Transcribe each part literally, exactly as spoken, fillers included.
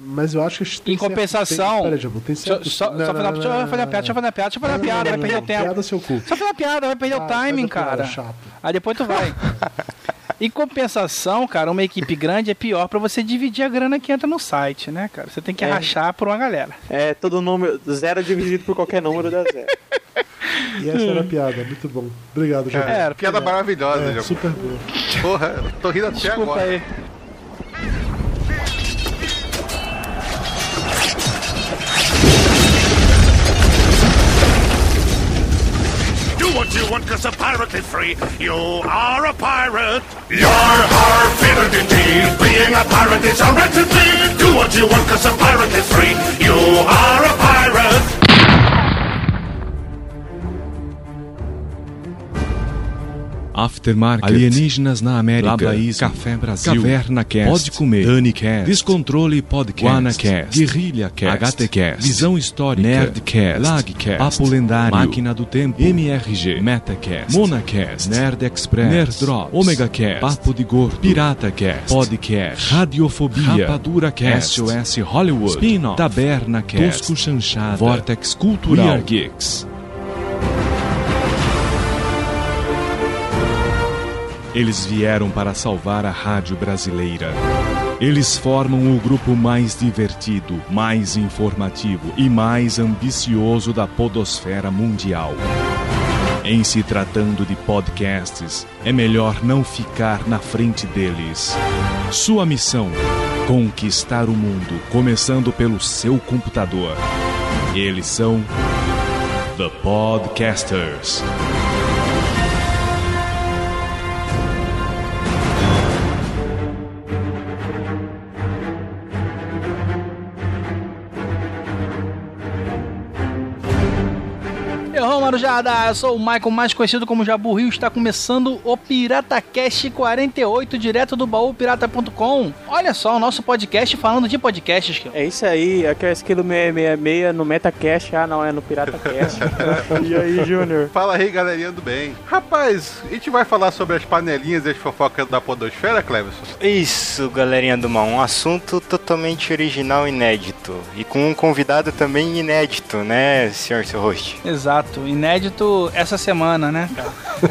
Mas eu acho que... Em compensação... Peraí, Jabu, tem certo... Só fazer uma piada, deixa eu fazer uma piada, deixa eu fazer uma piada, deixa eu fazer uma piada, vai perder o tempo. Piada seu cu. Só fazer uma piada, vai perder o timing, cara. Aí depois tu vai. Em compensação, cara, uma equipe grande é pior pra você dividir a grana que entra no site, né, cara? Você tem que é. rachar por uma galera. É, todo número, zero dividido por qualquer número dá zero. E essa era a piada, muito bom. Obrigado, Jabu. É, piada maravilhosa, é, Jabu. Super boa. Porra, tô rindo até Desculpa agora. Aí. What you want, cause a pirate is free. You are a pirate. You're our favorite indeed. Being a pirate is our right to be. Do what you want, cause a pirate is free. You are a pirate. Aftermarket, Alienígenas na América, Lablaísmo, Café Brasil, Caverna Cast, Pode Comer, Dani Cast, Descontrole Podcast, Guanacast, Guerrilha Cast, H T Cast, Visão Histórica, Nerdcast, Lagcast, Papo Lendário, Máquina do Tempo, M R G, Metacast, Monacast, Nerd Express, Nerddrop, Omega Cast, Papo de Gordo, Pirata Cast, Podcast, Radiofobia, Rapadura Cast, S O S Hollywood, Spin-Off, Taberna Cast, Tosco Chanchada, Vortex Cultural, We Are Geeks. Eles vieram para salvar a rádio brasileira. Eles formam o grupo mais divertido, mais informativo e mais ambicioso da podosfera mundial. Em se tratando de podcasts, é melhor não ficar na frente deles. Sua missão: conquistar o mundo, começando pelo seu computador. Eles são The Podcasters. Marujada, eu sou o Michael, mais conhecido como Jabu Rio. Está começando o PirataCast quarenta e oito, direto do baú pirata ponto com. Olha só, o nosso podcast falando de podcasts. É isso aí, aqui é o Esquilo seiscentos e sessenta e seis no Metacast. Ah, não, é no PirataCast. E aí, Júnior? Fala aí, galerinha do bem. Rapaz, a gente vai falar sobre as panelinhas e as fofocas da podosfera, Cleverson? Isso, galerinha do mal, um assunto totalmente original e inédito. E com um convidado também inédito, né, senhor seu host? Exato, inédito essa semana, né, cara?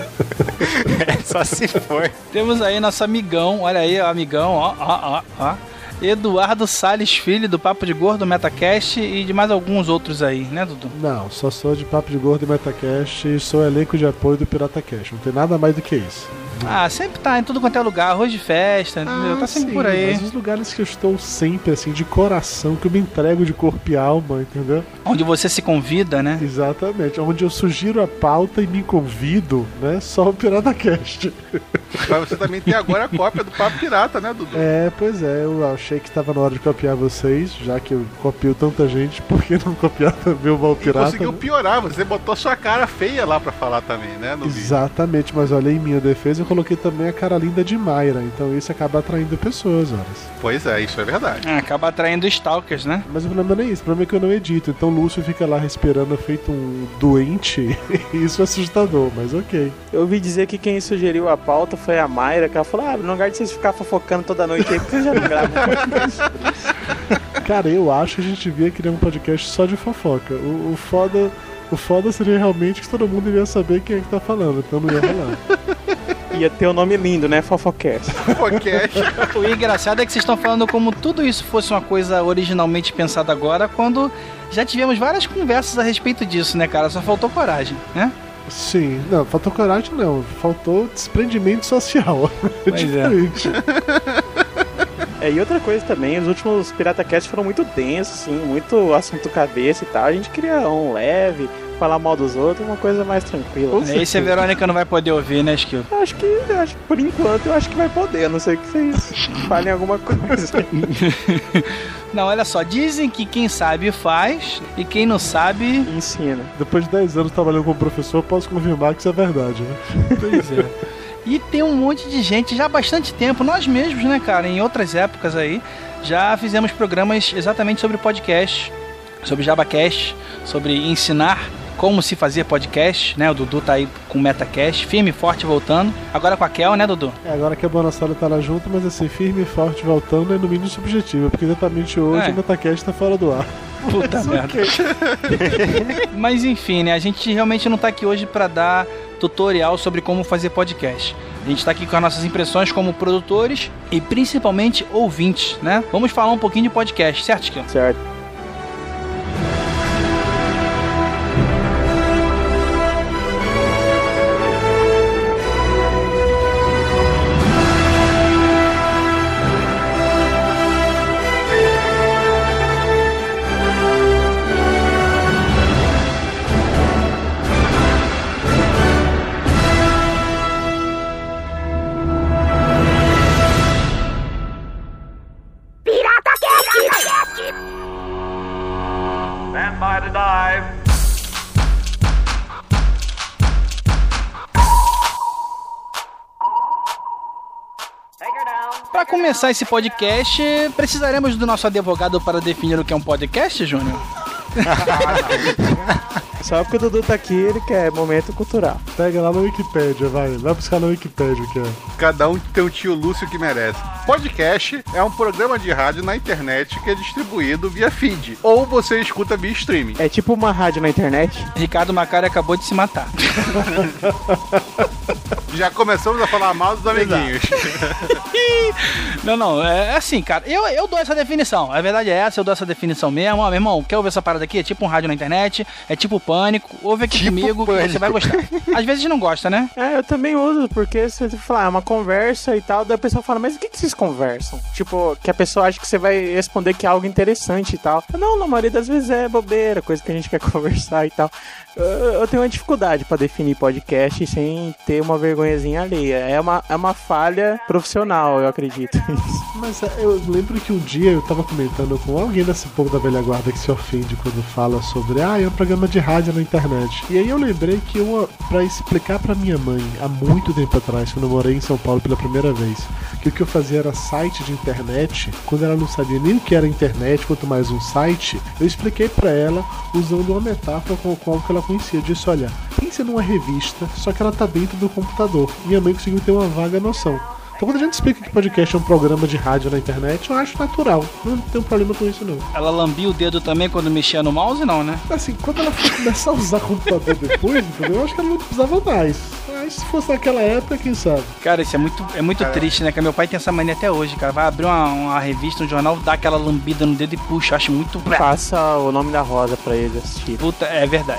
É, só se for. Temos aí nosso amigão, olha aí, ó, amigão, ó, ó, ó, ó. Eduardo Salles Filho, do Papo de Gordo, Metacast e de mais alguns outros aí, né, Dudu? Não, só sou de Papo de Gordo e Metacast e sou elenco de apoio do PirataCast. Não tem nada mais do que isso. Ah, sempre tá em tudo quanto é lugar, arroz de festa, entendeu? Ah, tá sempre sim, por aí. Mas os lugares que eu estou sempre, assim, de coração, que eu me entrego de corpo e alma, entendeu? Onde você se convida, né? Exatamente, onde eu sugiro a pauta e me convido, né? Só o PirataCast. Mas você também tem agora a cópia do Papo Pirata, né, Dudu? É, pois é, eu achei que estava na hora de copiar vocês, já que eu copio tanta gente, por que não copiar também o Baú Pirata? E conseguiu piorar, você botou sua cara feia lá pra falar também, né, no Exatamente, vídeo. Mas olha, em minha defesa eu coloquei também a cara linda de Mayra, então isso acaba atraindo pessoas, horas. Pois é, isso é verdade. É, acaba atraindo stalkers, né? Mas o problema não é isso, o problema é que eu não edito, então o Lúcio fica lá respirando feito um doente, e isso é assustador, mas ok. Eu ouvi dizer que quem sugeriu a pauta foi a Mayra, que ela falou, ah, no lugar de vocês ficar fofocando toda noite aí, porque vocês já não gravam podcast. Cara, eu acho que a gente devia criar um podcast só de fofoca. O, o foda... O foda seria realmente que todo mundo iria saber quem é que tá falando, então não ia rolar. Ia ter o um nome lindo, né? Fofocast. Fofocast. O engraçado é que vocês estão falando como tudo isso fosse uma coisa originalmente pensada agora, quando já tivemos várias conversas a respeito disso, né, cara? Só faltou coragem, né? Sim, não, faltou coragem não, faltou desprendimento social. Pois diferente. É, e outra coisa também, os últimos PirataCast foram muito densos, assim, muito assunto cabeça e tal. A gente queria um leve, falar mal dos outros, uma coisa mais tranquila. Esse a Verônica não vai poder ouvir, né, Esquilo? Acho que, acho que por enquanto, eu acho que vai poder, a não sei que vocês falem alguma coisa. Não, olha só, dizem que quem sabe faz e quem não sabe ensina. Depois de dez anos trabalhando como professor, eu posso confirmar que isso é verdade, né? Pois é. E tem um monte de gente já há bastante tempo, nós mesmos, né, cara, em outras épocas aí, já fizemos programas exatamente sobre podcast, sobre JabaCast, sobre ensinar como se fazer podcast, né? O Dudu tá aí com o Metacast, firme e forte voltando. Agora com a Kel, né, Dudu? É, agora que a Bonassoli tá lá junto, mas assim, firme e forte voltando é no mínimo subjetivo, porque exatamente hoje é. o Metacast tá fora do ar. Puta merda. Mas enfim, né? A gente realmente não tá aqui hoje pra dar tutorial sobre como fazer podcast. A gente tá aqui com as nossas impressões como produtores e principalmente ouvintes, né? Vamos falar um pouquinho de podcast, certo, Chiquinho? Certo. Para começar esse podcast, precisaremos do nosso advogado para definir o que é um podcast, Júnior? Só porque o Dudu tá aqui, ele quer momento cultural. Pega lá na Wikipédia, vai. Vai buscar na Wikipédia o que é. Cada um tem um tio Lúcio que merece. Podcast é um programa de rádio na internet que é distribuído via feed. Ou você escuta via streaming. É tipo uma rádio na internet. Ricardo Macari acabou de se matar. Já começamos a falar mal dos amiguinhos. Não, não, é assim, cara. Eu, eu dou essa definição. A verdade é essa, eu dou essa definição mesmo. Ó, meu irmão, quer ouvir essa parada aqui? É tipo um rádio na internet, é tipo Pânico. Ouve aqui tipo comigo Pânico. Que você vai gostar. Às vezes não gosta, né? É, eu também uso, porque você fala, é uma conversa e tal, daí a pessoa fala, mas o que, que vocês conversam? Tipo, que a pessoa acha que você vai responder que é algo interessante e tal. Não, na maioria das vezes é bobeira, coisa que a gente quer conversar e tal. Eu, eu tenho uma dificuldade pra definir podcast sem ter uma vergonhazinha alheia. É uma, é uma falha profissional, eu acredito. Mas eu lembro que um dia eu tava comentando com alguém desse povo da velha guarda que se ofende quando fala sobre, ah, é um programa de rádio na internet. E aí eu lembrei que eu, pra explicar pra minha mãe, há muito tempo atrás, quando eu morei em São Paulo pela primeira vez, que o que eu fazia era site de internet, quando ela não sabia nem o que era internet, quanto mais um site, eu expliquei pra ela usando uma metáfora com a qual que ela conhecia. Eu disse, olha, pensa numa revista, só que ela tá dentro do computador. Minha mãe conseguiu ter uma vaga noção. Então quando a gente explica que podcast é um programa de rádio na internet, eu acho natural. Não tem problema com isso, não. Ela lambia o dedo também quando mexia no mouse, não, né? Assim, quando ela for começar a usar computador depois, entendeu? Eu acho que ela não precisava mais. Mas se fosse naquela época, quem sabe? Cara, isso é muito, é muito triste, né? Que meu pai tem essa mania até hoje, cara. Vai abrir uma, uma revista, um jornal, dá aquela lambida no dedo e puxa. Acho muito... Passa o Nome da Rosa pra ele assistir. Puta, é verdade.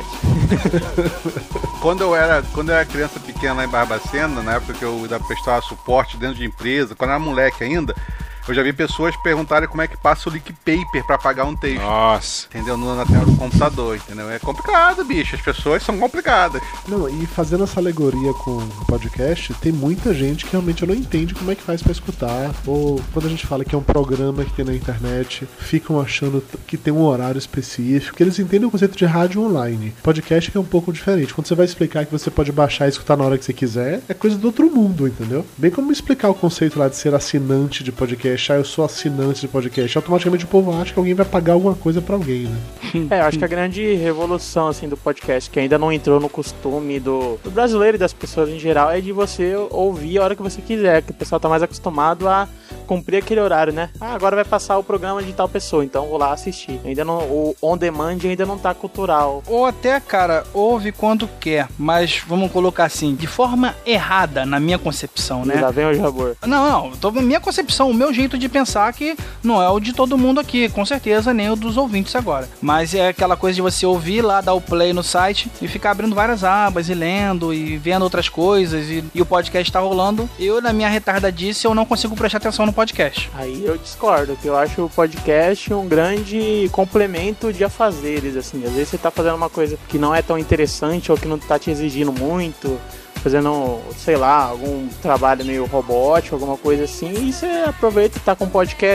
Quando eu era, quando eu era criança pequena lá em Barbacena, na época que eu ainda prestava suporte dentro de empresa, quando eu era moleque ainda, eu já vi pessoas perguntarem como é que passa o leak paper pra apagar um texto. Nossa. Entendeu? Na tela do computador, entendeu? É complicado, bicho. As pessoas são complicadas. Não, e fazendo essa alegoria com o podcast, tem muita gente que realmente não entende como é que faz pra escutar. Ou quando a gente fala que é um programa que tem na internet, ficam achando que tem um horário específico. Eles entendem o conceito de rádio online. Podcast que é um pouco diferente. Quando você vai explicar que você pode baixar e escutar na hora que você quiser, é coisa do outro mundo, entendeu? Bem como explicar o conceito lá de ser assinante de podcast. Ah, eu sou assinante de podcast, automaticamente o povo acha que alguém vai pagar alguma coisa pra alguém, né? É, eu acho que a grande revolução, assim, do podcast, que ainda não entrou no costume do, do brasileiro e das pessoas em geral, é de você ouvir a hora que você quiser, que o pessoal tá mais acostumado a cumprir aquele horário, né? Ah, agora vai passar o programa de tal pessoa, então vou lá assistir. Ainda não, o on demand ainda não tá cultural. Ou até, cara, ouve quando quer, mas vamos colocar assim, de forma errada, na minha concepção, né? Já vem o Jabor. Não, não, tô, minha concepção, o meu jeito de pensar que não é o de todo mundo aqui, com certeza, nem o dos ouvintes agora. Mas é aquela coisa de você ouvir lá, dar o play no site e ficar abrindo várias abas e lendo e vendo outras coisas e, e o podcast tá rolando. Eu, na minha retardadice, eu não consigo prestar atenção no podcast. Aí eu discordo, que eu acho o podcast um grande complemento de afazeres, assim. Às vezes você tá fazendo uma coisa que não é tão interessante ou que não tá te exigindo muito, fazendo, sei lá, algum trabalho meio robótico, alguma coisa assim, e você aproveita e tá com um podcast.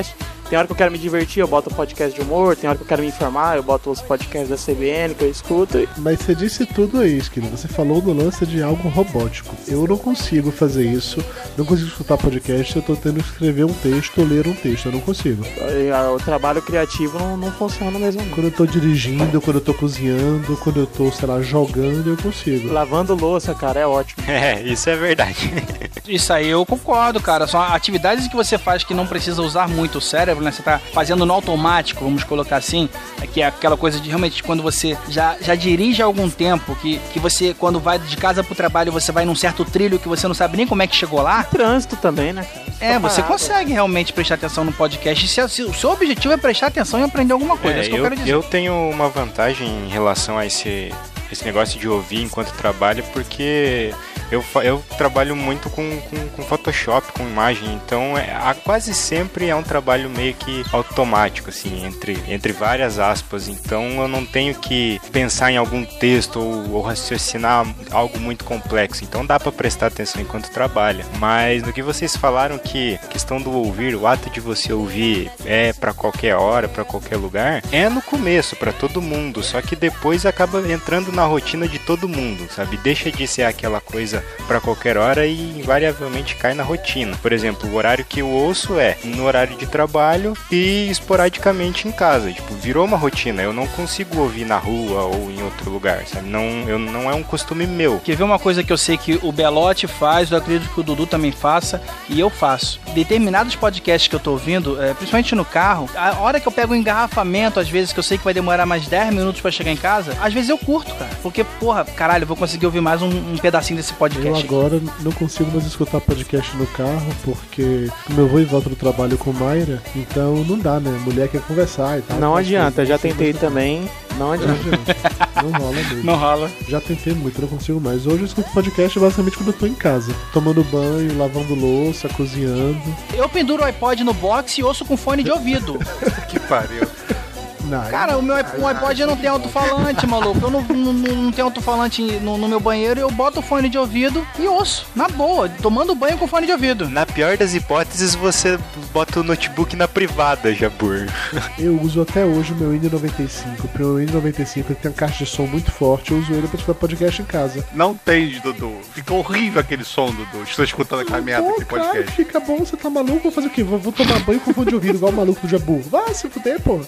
Tem hora que eu quero me divertir, eu boto um podcast de humor. Tem hora que eu quero me informar, eu boto os podcasts da C B N que eu escuto. E... Mas você disse tudo aí, querido. Você falou no lance de algo robótico. Eu não consigo fazer isso. Não consigo escutar podcast. Eu tô tendo que escrever um texto ou ler um texto. Eu não consigo. O trabalho criativo não, não funciona mesmo. Quando eu tô dirigindo, quando eu tô cozinhando, quando eu tô, sei lá, jogando, eu consigo. Lavando louça, cara, é ótimo. É, isso é verdade. Isso aí eu concordo, cara. São atividades que você faz que não precisa usar muito o cérebro, né? Você tá fazendo no automático, vamos colocar assim. Que é aquela coisa de realmente quando você já, já dirige há algum tempo, que, que você, quando vai de casa pro trabalho, você vai num certo trilho que você não sabe nem como é que chegou lá. Trânsito também, né, cara? É, você consegue realmente prestar atenção no podcast. Se, se o seu objetivo é prestar atenção e aprender alguma coisa, é, é isso que eu, eu quero dizer. Eu tenho uma vantagem em relação a esse, esse negócio de ouvir enquanto trabalho, porque eu, eu trabalho muito com, com, com Photoshop, com imagem, então é, quase sempre é um trabalho meio que automático, assim, entre, entre várias aspas, então eu não tenho que pensar em algum texto ou, ou raciocinar algo muito complexo, então dá para prestar atenção enquanto trabalha. Mas no que vocês falaram que a questão do ouvir, o ato de você ouvir é para qualquer hora, para qualquer lugar, é no começo, para todo mundo, só que depois acaba entrando na rotina de todo mundo, sabe? Deixa de ser aquela coisa para qualquer hora e invariavelmente cai na rotina. Por exemplo, o horário que eu ouço é no horário de trabalho e esporadicamente em casa. Tipo, virou uma rotina. Eu não consigo ouvir na rua ou em outro lugar, sabe? Não, eu, não é um costume meu. Quer ver uma coisa que eu sei que o Belote faz, eu acredito que o Dudu também faça, e eu faço. Determinados podcasts que eu tô ouvindo, é, principalmente no carro, a hora que eu pego um engarrafamento, às vezes, que eu sei que vai demorar mais dez minutos pra chegar em casa, às vezes eu curto, cara. Porque, porra, caralho, eu vou conseguir ouvir mais um, um pedacinho desse podcast. Eu agora não consigo mais escutar podcast no carro, porque como eu vou e volto do trabalho com Mayra, então não dá, né? Mulher quer conversar e tal. Não adianta, eu já tentei também, não adianta. Não adianta. Não rola mesmo. Não rola. Já tentei muito, não consigo mais. Hoje eu escuto podcast basicamente quando eu tô em casa. Tomando banho, lavando louça, cozinhando. Eu penduro o iPod no box e ouço com fone de ouvido. Que pariu. Não, cara, o meu o iPod não tem alto-falante, maluco. Eu não, não, não tenho alto-falante no, no meu banheiro, eu boto o fone de ouvido e ouço, na boa, tomando banho com fone de ouvido. Na pior das hipóteses, você bota o notebook na privada, Jabur. Eu uso até hoje o meu N noventa e cinco. O meu N noventa e cinco tem uma caixa de som muito forte, eu uso ele pra escutar podcast em casa. Não tem, Dudu. Fica horrível aquele som, Dudu. Estou escutando aquela merda Pô, aqui podcast. Cara, fica bom, você tá maluco? Vou fazer o quê? Vou, vou tomar banho com fone de ouvido, igual o maluco do Jabu. Vai se fuder, pô.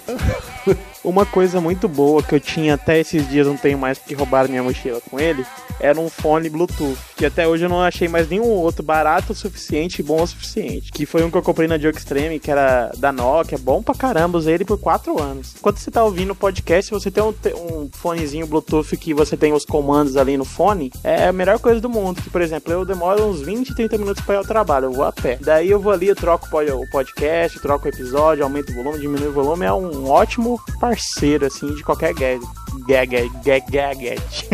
Uma coisa muito boa que eu tinha até esses dias, não tenho mais porque roubaram minha mochila com ele, era um fone Bluetooth, que até hoje eu não achei mais nenhum outro barato o suficiente e bom o suficiente. Que foi um que eu comprei na Joke Extreme, que era da Nokia, bom pra caramba, usei ele por quatro anos. Quando você tá ouvindo o podcast, você tem um, um fonezinho Bluetooth que você tem os comandos ali no fone, é a melhor coisa do mundo. Que, por exemplo, eu demoro uns vinte, trinta minutos pra ir ao trabalho, eu vou a pé. Daí eu vou ali, eu troco o podcast, troco o episódio, aumento o volume, diminui o volume, é um ótimo parceiro, assim, de qualquer gadget. Gadget, gadget.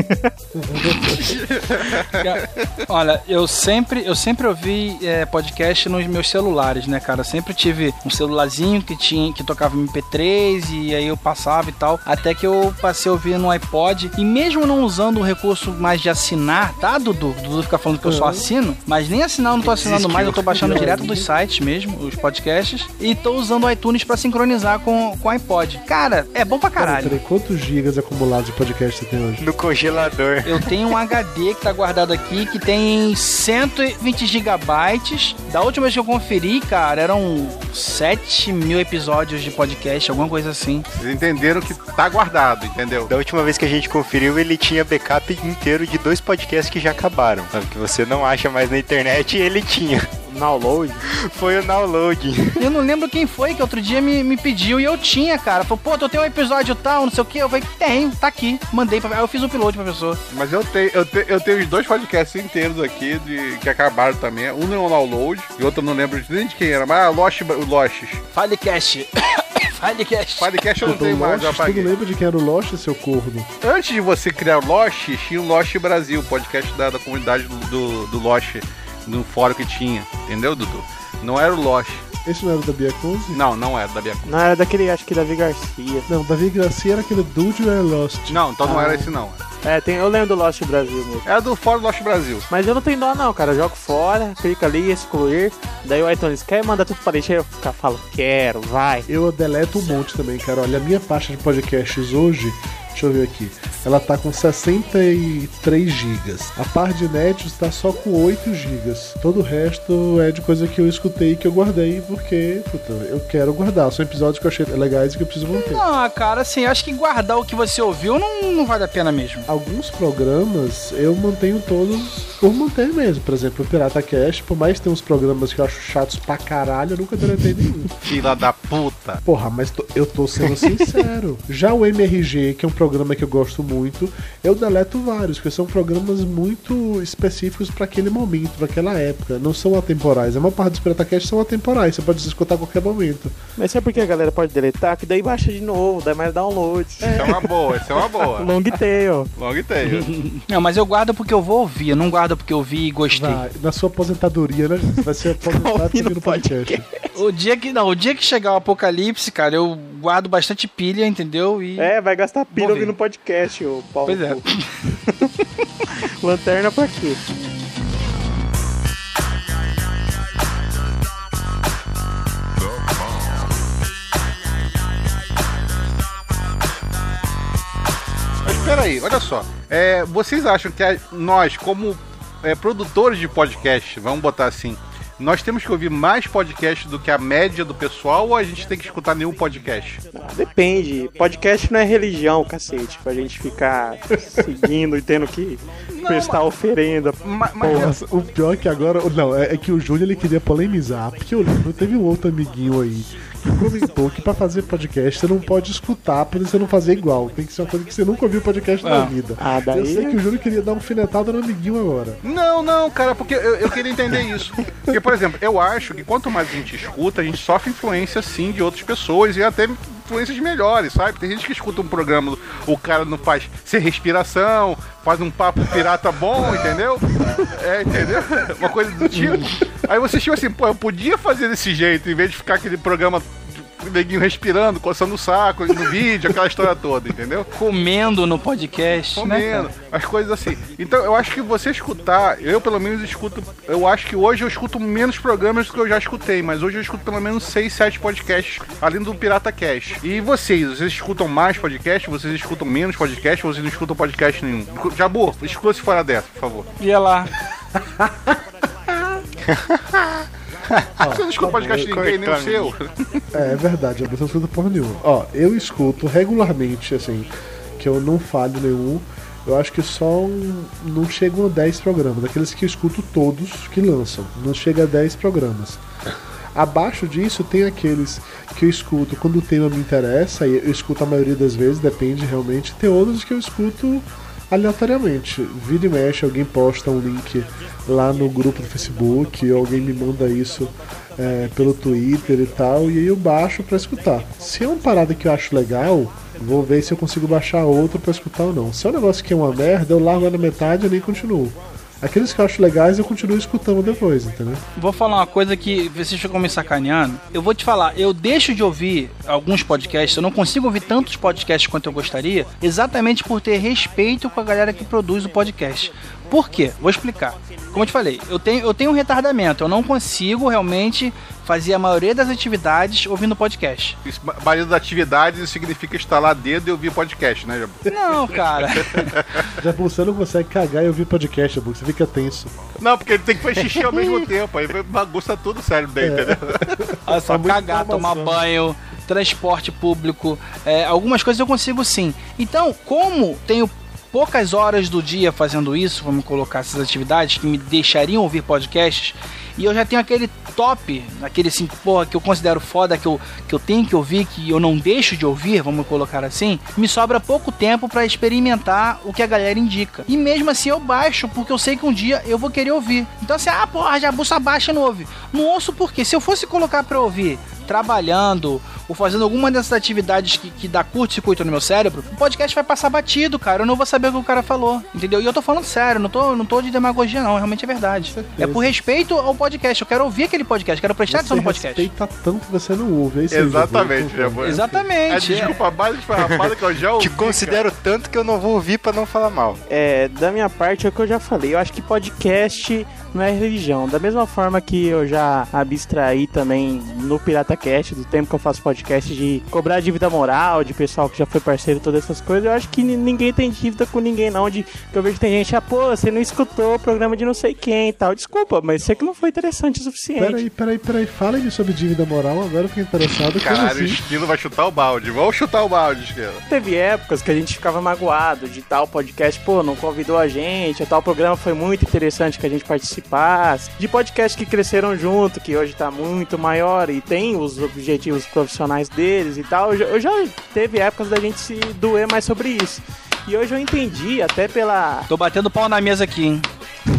Olha, eu sempre, eu sempre ouvi é, podcast nos meus celulares, né, cara? Eu sempre tive um celularzinho que tinha, que tocava M P três e aí eu passava e tal, até que eu passei a ouvir no iPod. E mesmo não usando o recurso mais de assinar, tá, Dudu? Dudu fica falando que eu só assino, mas nem assinar eu não tô assinando mais, eu tô baixando direto dos sites mesmo, os podcasts, e tô usando o iTunes pra sincronizar com, com o iPod. Cara, é bom pra caralho. Peraí, quantos gigas acumulados de podcast você tem hoje? No congelador. Eu tenho um H D que tá guardado aqui que tem cento e vinte gigabytes. Da última vez que eu conferi, cara, eram sete mil episódios de podcast, alguma coisa assim. Vocês entenderam que tá guardado, entendeu? Da última vez que a gente conferiu, ele tinha backup inteiro de dois podcasts que já acabaram, sabe? Que você não acha mais na internet e ele tinha. Download? Foi o download. Eu não lembro quem foi que outro dia me, me pediu e eu tinha, cara. Falou, pô, tu tem um episódio tal, não sei o que. Eu falei, tenho, tá aqui. Mandei pra. Aí eu fiz o upload pra pessoa. Mas eu tenho, eu tenho, eu tenho os dois podcasts inteiros aqui de, que acabaram também. Um é um download e outro eu não lembro nem de quem era, mas ah, Lost, o Lost. Filecast. Filecast. Filecast eu não tenho mais, já apaguei. Tu lembra de quem era o Lost, seu corno? Antes de você criar o Lost, tinha o Lost Brasil, podcast da, da comunidade do, do, do Lost, no fórum que tinha, entendeu, Dudu? Não era o Lost. Esse não era o da Bia Conze? Não, não era da Bia Conze. Não, era daquele, acho que Davi Garcia. Não, Davi Garcia era aquele Dude You Are Lost. Não, então não Ah. era esse não. É, tem, eu lembro do Lost Brasil mesmo. É do Fórum Lost Brasil. Mas eu não tenho dó não, cara. Eu jogo fora, clica ali, excluir. Daí o iTunes quer mandar tudo pra lixo. Aí eu fico, falo, quero, vai. Eu deleto um monte também, cara. Olha, a minha pasta de podcasts hoje, deixa eu ver aqui, ela tá com sessenta e três gigas. A parte de inéditos tá só com oito gigas. Todo o resto é de coisa que eu escutei e que eu guardei porque, puta, eu quero guardar. São episódios que eu achei legais e que eu preciso manter. Ah, cara, assim, acho que guardar o que você ouviu não, não vale a pena mesmo. Alguns programas eu mantenho todos por manter mesmo. Por exemplo, o Pirata Cast, por mais que tenha uns programas que eu acho chatos pra caralho, eu nunca deletei nenhum. Filha da puta. Porra, mas tô, eu tô sendo sincero. Já o M R G, que é um programa que eu gosto muito, eu deleto vários, porque são programas muito específicos pra aquele momento, pra aquela época. Não são atemporais. A maior parte dos Pirata Cast são atemporais, você pode escutar a qualquer momento. Mas sabe por que a galera pode deletar? Que daí baixa de novo, dá mais download. Isso é uma boa, isso é uma boa. Long tail. Long tail. Não, mas eu guardo porque eu vou ouvir, eu não guardo porque eu vi e gostei. Vai, na sua aposentadoria, né, gente? Vai ser aposentado Ouvindo no podcast. O dia que não, o dia que chegar o apocalipse, cara, eu guardo bastante pilha, entendeu? E É, vai gastar pilha Vou ver. ouvindo podcast, ô Paulo. Pois é. Lanterna pra quê? Mas peraí, olha só. É, vocês acham que a- nós, como é, produtores de podcast, vamos botar assim, nós temos que ouvir mais podcasts do que a média do pessoal ou a gente tem que escutar nenhum podcast? Ah, depende. Podcast não é religião, cacete. Pra gente ficar seguindo e tendo que prestar oferenda. Ma- mas Nossa, o pior é que agora. Não, é, é que o Júnior ele queria polemizar. Porque eu lembro, teve um outro amiguinho aí que comentou que pra fazer podcast você não pode escutar pra você não fazer igual. Tem que ser uma coisa que você nunca ouviu podcast na Ah. vida. Ah, daí- Eu sei que o Júnior queria dar um alfinetada no amiguinho agora. Não, não, cara, porque eu, eu queria entender isso. Porque, por exemplo, eu acho que quanto mais a gente escuta, a gente sofre influência, sim, de outras pessoas e até influências melhores, sabe? Tem gente que escuta um programa, o cara não faz sem respiração, faz um papo pirata bom, entendeu? É, entendeu? Uma coisa do tipo. Aí você tipo assim, pô, eu podia fazer desse jeito, em vez de ficar aquele programa o neguinho respirando, coçando o saco no vídeo, aquela história toda, entendeu? Comendo no podcast, né? Comendo, as coisas assim. Então eu acho que você escutar, eu pelo menos escuto, eu acho que hoje eu escuto menos programas do que eu já escutei, mas hoje eu escuto pelo menos seis, sete podcasts, além do Pirata Cast. E vocês, vocês escutam mais podcast, vocês escutam menos podcast, vocês não escutam podcast nenhum? Jabu, exclua se fora dessa, por favor. Ia lá. Você não escuta podcast de ninguém, nem o seu. É, é verdade, eu não escuto porra nenhuma. Ó, eu escuto regularmente, assim, que eu não falho nenhum. Eu acho que só um, não chegam a dez programas, daqueles que eu escuto todos que lançam. Não chega a dez programas. Abaixo disso tem aqueles que eu escuto quando o tema me interessa, e eu escuto a maioria das vezes, depende realmente. Tem outros que eu escuto aleatoriamente. Vira e mexe, alguém posta um link lá no grupo do Facebook, ou alguém me manda isso é, pelo Twitter e tal, e aí eu baixo pra escutar. Se é uma parada que eu acho legal, vou ver se eu consigo baixar outro pra escutar ou não. Se é um negócio que é uma merda, eu largo na metade e nem continuo. Aqueles que eu acho legais eu continuo escutando depois, entendeu? Vou falar uma coisa que vocês ficam me sacaneando. Eu vou te falar, eu deixo de ouvir alguns podcasts, eu não consigo ouvir tantos podcasts quanto eu gostaria, exatamente por ter respeito com a galera que produz o podcast. Por quê? Vou explicar. Como eu te falei, eu tenho, eu tenho um retardamento, eu não consigo realmente fazer a maioria das atividades ouvindo podcast. Isso, maioria das atividades significa estalar dedo e ouvir podcast, né, Jabu? Não, cara. Já você não consegue cagar e ouvir podcast, Jabu, você fica tenso. Não, porque ele tem que fazer xixi ao mesmo tempo, aí bagunça tudo o cérebro dele, entendeu? Olha só, muita cagar, tomar informação. banho, transporte público, é, algumas coisas eu consigo sim. Então, como tenho poucas horas do dia fazendo isso, vamos colocar essas atividades que me deixariam ouvir podcasts, e eu já tenho aquele top, aquele assim, porra, que eu considero foda, que eu, que eu tenho que ouvir, que eu não deixo de ouvir, vamos colocar assim, me sobra pouco tempo pra experimentar o que a galera indica. E mesmo assim eu baixo, porque eu sei que um dia eu vou querer ouvir. Então assim, ah, porra, já buça baixa e não ouve. Não ouço porque se eu fosse colocar pra ouvir trabalhando ou fazendo alguma dessas atividades que, que dá curto-circuito no meu cérebro, o podcast vai passar batido, cara. Eu não vou saber o que o cara falou, entendeu? E eu tô falando sério, não tô, não tô de demagogia, não. Realmente é verdade. É por respeito ao podcast. Eu quero ouvir aquele podcast, quero prestar atenção no podcast. Respeita tanto que você não ouve. É isso. Exatamente, já vou. Exatamente. A desculpa mais esfarrapada que eu já ouvi. Te considero cara. tanto que eu não vou ouvir pra não falar mal. É, da minha parte é o que eu já falei. Eu acho que podcast não é religião. Da mesma forma que eu já abstraí também no PirataCast, do tempo que eu faço podcast, de cobrar dívida moral, de pessoal que já foi parceiro, todas essas coisas, eu acho que ninguém tem dívida com ninguém não, de que eu vejo que tem gente, ah, pô, você não escutou o programa de não sei quem e tal. Desculpa, mas sei que não foi interessante o suficiente. Peraí, peraí, peraí, fala-me sobre dívida moral, agora eu fiquei interessado. Caralho, assim? O Esquilo vai chutar o balde. Vamos chutar o balde, Esquilo. Teve épocas que a gente ficava magoado de tal podcast, pô, não convidou a gente, tal programa foi muito interessante que a gente participasse, de podcasts que cresceram junto, que hoje tá muito maior e tem os objetivos profissionais deles e tal. Eu já, eu já teve épocas da gente se doer mais sobre isso. E hoje eu entendi, até pela... Tô batendo pau na mesa aqui, hein?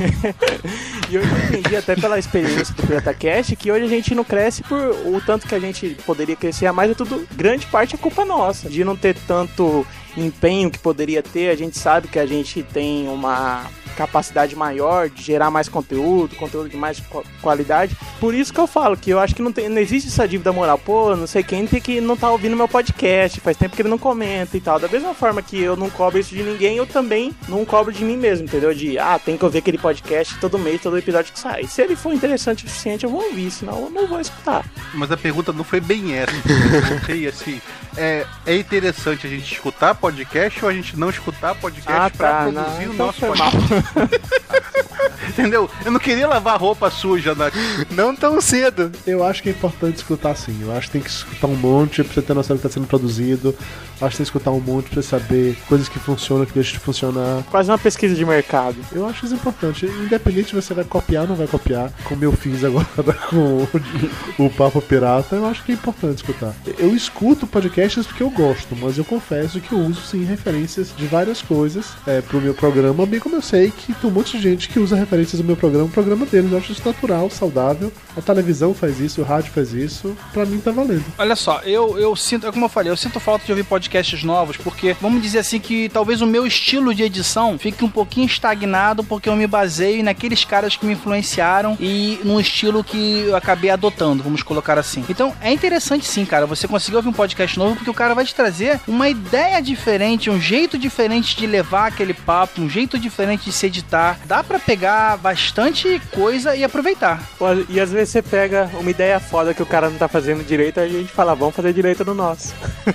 E hoje eu entendi, até pela experiência do PirataCast, que hoje a gente não cresce por o tanto que a gente poderia crescer a mais, é tudo, grande parte é culpa nossa, de não ter tanto empenho que poderia ter. A gente sabe que a gente tem uma capacidade maior de gerar mais conteúdo, conteúdo de mais qualidade. Por isso que eu falo que eu acho que não, tem, não existe essa dívida moral. Pô, não sei quem tem que não tá ouvindo meu podcast, faz tempo que ele não comenta e tal. Da mesma forma que eu não cobro isso de ninguém, eu também não cobro de mim mesmo, entendeu? De, ah, tem que ouvir aquele podcast todo mês, todo episódio que sai. Se ele for interessante o suficiente, eu vou ouvir, senão eu não vou escutar. Mas a pergunta não foi bem essa. Eu assim, é, é interessante a gente escutar podcast ou a gente não escutar podcast ah, pra tá, produzir não, o então nosso foi podcast? mal. Entendeu? Eu não queria lavar roupa suja na... Não tão cedo. Eu acho que é importante escutar sim. Eu acho que tem que escutar um monte pra você ter noção do que está sendo produzido. Eu acho que tem que escutar um monte pra você saber coisas que funcionam, que deixam de funcionar. Quase uma pesquisa de mercado. Eu acho isso importante. Independente se você vai copiar ou não vai copiar, como eu fiz agora com o, o Papo Pirata, eu acho que é importante escutar. Eu escuto podcasts porque eu gosto, mas eu confesso que eu uso sim referências de várias coisas é, pro meu programa, bem como eu sei que tem um monte de gente que usa referências do meu programa, o programa deles. Eu acho isso natural, saudável. A televisão faz isso, o rádio faz isso. Pra mim tá valendo. Olha só, eu, eu sinto, é como eu falei, eu sinto falta de ouvir podcasts novos, porque vamos dizer assim que talvez o meu estilo de edição fique um pouquinho estagnado, porque eu me baseio naqueles caras que me influenciaram e num estilo que eu acabei adotando, vamos colocar assim. Então é interessante sim, cara, você conseguir ouvir um podcast novo, porque o cara vai te trazer uma ideia diferente, um jeito diferente de levar aquele papo, um jeito diferente de se editar. Dá pra pegar bastante coisa e aproveitar. E às vezes você pega uma ideia foda que o cara não tá fazendo direito, a gente fala, vamos fazer direito no nosso.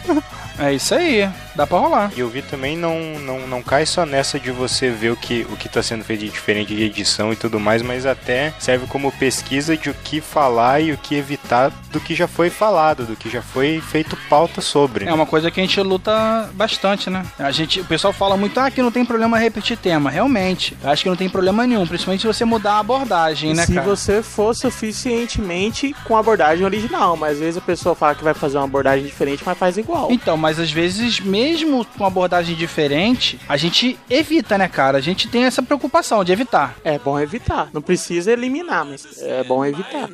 É isso aí, dá pra rolar. E ouvir também não, não, não cai só nessa de você ver o que, o que tá sendo feito de diferente de edição e tudo mais, mas até serve como pesquisa de o que falar e o que evitar do que já foi falado, do que já foi feito pauta sobre. É uma coisa que a gente luta bastante, né? A gente, o pessoal fala muito, ah, que não tem problema repetir tema. Realmente, acho que não tem problema nenhum, principalmente se você mudar a abordagem, né, se cara? Se você for suficientemente com a abordagem original, mas às vezes a pessoa fala que vai fazer uma abordagem diferente, mas faz igual. Então, mas às vezes, mesmo com abordagem diferente, a gente evita, né, cara? A gente tem essa preocupação de evitar. É bom evitar. Não precisa eliminar, mas é bom evitar.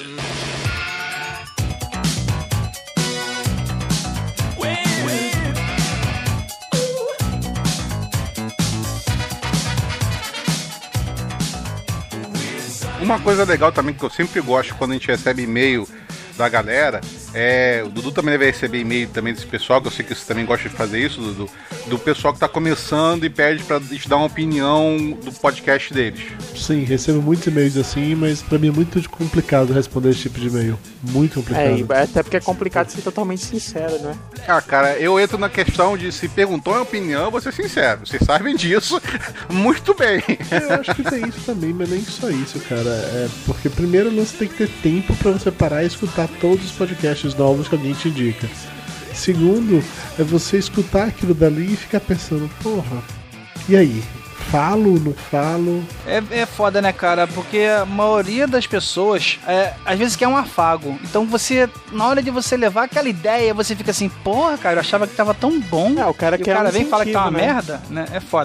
Uma coisa legal também que eu sempre gosto quando a gente recebe e-mail da galera, é, o Dudu também deve receber e-mail também desse pessoal, que eu sei que você também gosta de fazer isso, Dudu, do pessoal que tá começando e pede pra gente dar uma opinião do podcast deles. Sim, recebo muitos e-mails assim, mas pra mim é muito complicado responder esse tipo de e-mail. Muito complicado. É, até porque é complicado ser totalmente sincero, né? Ah, cara, eu entro na questão de se perguntou a opinião, eu vou ser sincero. Vocês sabem disso muito bem. Eu acho que tem isso também, mas nem só isso, cara. É porque primeiro você tem que ter tempo pra você parar e escutar todos os podcasts novos que alguém te indica. Segundo, é você escutar aquilo dali e ficar pensando, porra, e aí? Falo, não falo? É, é foda, né, cara? Porque a maioria das pessoas, é, às vezes, quer um afago. Então você, na hora de você levar aquela ideia, você fica assim, porra, cara, eu achava que tava tão bom. É, o cara e quer o cara um vem e fala que tá uma sentido, né? merda, né? É foda.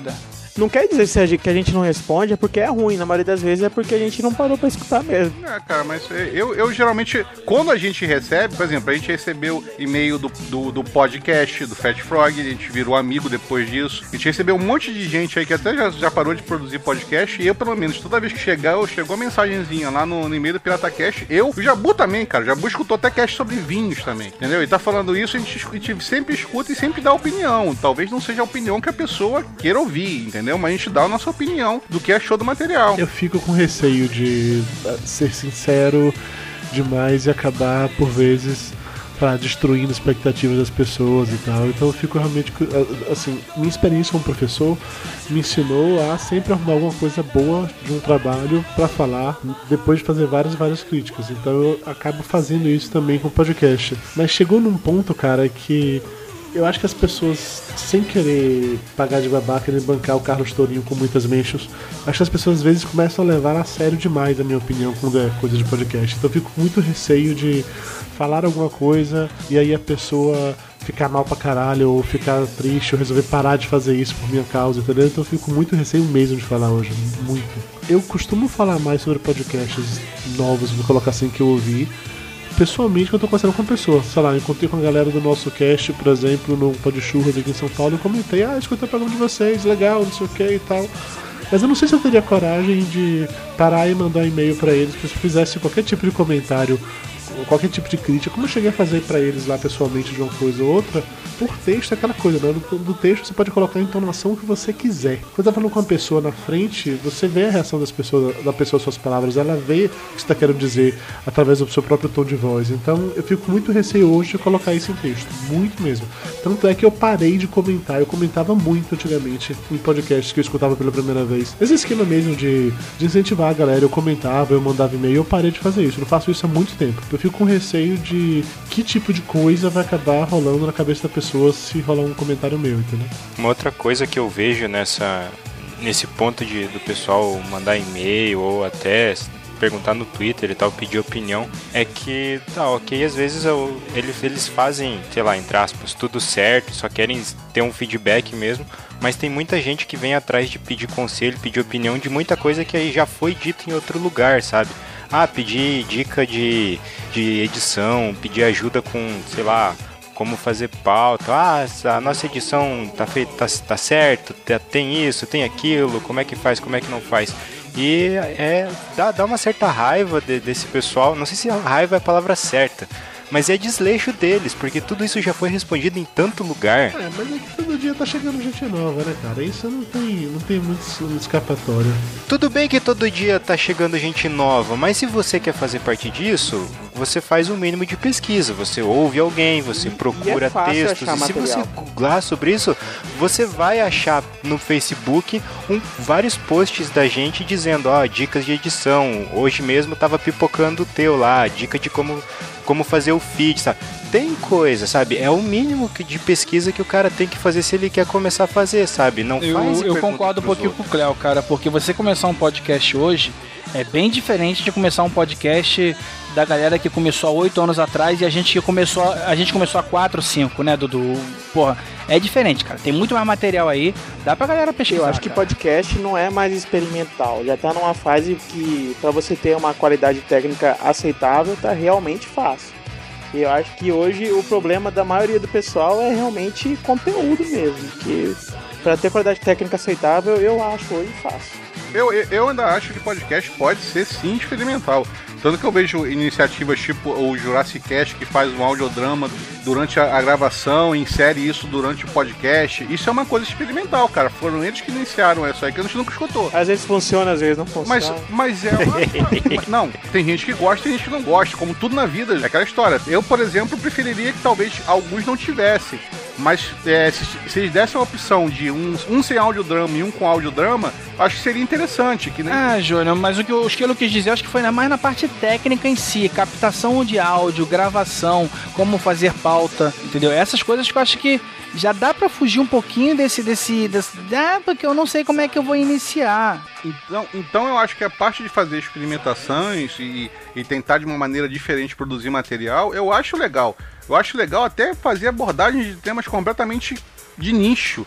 não quer dizer que a gente não responde, é porque é ruim. Na maioria das vezes é porque a gente não parou pra escutar mesmo. É, cara, mas eu, eu geralmente, quando a gente recebe, por exemplo, a gente recebeu e-mail do, do, do podcast, do Fat Frog, a gente virou amigo depois disso. A gente recebeu um monte de gente aí que até já, já parou de produzir podcast, e eu, pelo menos, toda vez que chegar, eu chegou uma mensagenzinha lá no, no e-mail do PirataCast. Eu, o Jabu também, cara, o Jabu escutou até cast sobre vinhos também, entendeu? E tá falando isso, a gente, a gente sempre escuta e sempre dá opinião. Talvez não seja a opinião que a pessoa queira ouvir, entendeu? Mas a gente dá a nossa opinião do que achou do material. Eu fico com receio de ser sincero demais e acabar, por vezes, tá, destruindo expectativas das pessoas e tal. Então eu fico realmente, assim, minha experiência como professor me ensinou a sempre arrumar alguma coisa boa de um trabalho pra falar, depois de fazer várias e várias críticas. Então eu acabo fazendo isso também com o podcast. Mas chegou num ponto, cara, que eu acho que as pessoas, sem querer pagar de babaca nem bancar o Carlos Tourinho com muitas mentions, acho que as pessoas às vezes começam a levar a sério demais, na minha opinião, quando é coisa de podcast. Então eu fico com muito receio de falar alguma coisa e aí a pessoa ficar mal pra caralho, ou ficar triste, ou resolver parar de fazer isso por minha causa, entendeu? Então eu fico com muito receio mesmo de falar hoje, muito. Eu costumo falar mais sobre podcasts novos, vou colocar assim, que eu ouvi, pessoalmente, quando eu tô conversando com a pessoa. Sei lá, encontrei com a galera do nosso cast, por exemplo, no Pod Churras aqui em São Paulo, e comentei, ah, escutei o programa de vocês, legal, não sei o que e tal. Mas eu não sei se eu teria coragem de parar e mandar um e-mail pra eles, porque se eu fizesse qualquer tipo de comentário, qualquer tipo de crítica, como eu cheguei a fazer pra eles lá pessoalmente de uma coisa ou outra, por texto é aquela coisa, né? Do, do texto você pode colocar a entonação que você quiser. Quando tá falando com uma pessoa na frente, você vê a reação das pessoas, da pessoa às suas palavras, ela vê o que você tá querendo dizer através do seu próprio tom de voz. Então eu fico muito receio hoje de colocar isso em texto, muito mesmo. Tanto é que eu parei de comentar, eu comentava muito antigamente em podcasts que eu escutava pela primeira vez. Esse esquema mesmo de, de incentivar a galera, eu comentava, eu mandava e-mail, eu parei de fazer isso, eu não faço isso há muito tempo. Eu fico com receio de que tipo de coisa vai acabar rolando na cabeça da pessoa se rolar um comentário meu, entendeu? Uma outra coisa que eu vejo nessa, nesse ponto de, do pessoal mandar e-mail ou até perguntar no Twitter e tal, pedir opinião, é que, tá, ok, às vezes eu, eles, eles fazem, sei lá, entre aspas, tudo certo, só querem ter um feedback mesmo, mas tem muita gente que vem atrás de pedir conselho, pedir opinião de muita coisa que aí já foi dito em outro lugar, sabe? Ah, pedir dica de, de edição, pedir ajuda com, sei lá, como fazer pauta. Ah, a nossa edição tá, feita, tá, tá certo, tem isso, tem aquilo, como é que faz, como é que não faz. E é, dá, dá uma certa raiva de, desse pessoal, não sei se a raiva é a palavra certa, mas é desleixo deles, porque tudo isso já foi respondido em tanto lugar. É, mas é que todo dia tá chegando gente nova, né, cara? Isso não tem, não tem muito escapatória. Tudo bem que todo dia tá chegando gente nova, mas se você quer fazer parte disso, você faz o um mínimo de pesquisa. Você ouve alguém, você procura é textos, e se você googlar sobre isso, você vai achar no Facebook um, vários posts da gente dizendo, ó, oh, dicas de edição. Hoje mesmo tava pipocando o teu lá, dica de como... como fazer o feed, sabe? Tem coisa, sabe? É o mínimo de pesquisa que o cara tem que fazer se ele quer começar a fazer, sabe? Não eu, faz Eu concordo um pouquinho com o Cléo, cara, porque você começar um podcast hoje é bem diferente de começar um podcast da galera que começou há oito anos atrás e a gente que começou, a gente começou há quatro, cinco, né, Dudu? Porra, é diferente, cara. Tem muito mais material aí, dá pra galera pesquisar. Eu acho que cara. podcast não é mais experimental, já tá numa fase que pra você ter uma qualidade técnica aceitável tá realmente fácil. E eu acho que hoje o problema da maioria do pessoal é realmente conteúdo mesmo, que pra ter qualidade técnica aceitável eu acho hoje fácil. Eu, eu, eu ainda acho que podcast pode ser sim experimental. Tanto que eu vejo iniciativas tipo o Jurassic Cast, que faz um audiodrama durante a, a gravação, insere isso durante o podcast. Isso é uma coisa experimental, cara. Foram eles que iniciaram isso aí, que a gente nunca escutou. Às vezes funciona, às vezes não funciona. Mas, mas é uma... Não, tem gente que gosta e tem gente que não gosta, como tudo na vida. É aquela história. Eu, por exemplo, preferiria que talvez alguns não tivessem. Mas é, se, se eles dessem a opção de um, um sem audiodrama e um com audiodrama, acho que seria interessante. Que nem... Ah, Júnior, mas o que o Esquilo quis dizer, acho que foi mais na parte técnica em si, captação de áudio, gravação, como fazer pauta, entendeu? Essas coisas que eu acho que já dá pra fugir um pouquinho desse, desse, desse... Ah, porque eu não sei como é que eu vou iniciar. Então, então eu acho que a parte de fazer experimentações e, e tentar de uma maneira diferente produzir material, eu acho legal. Eu acho legal até fazer abordagens de temas completamente de nicho.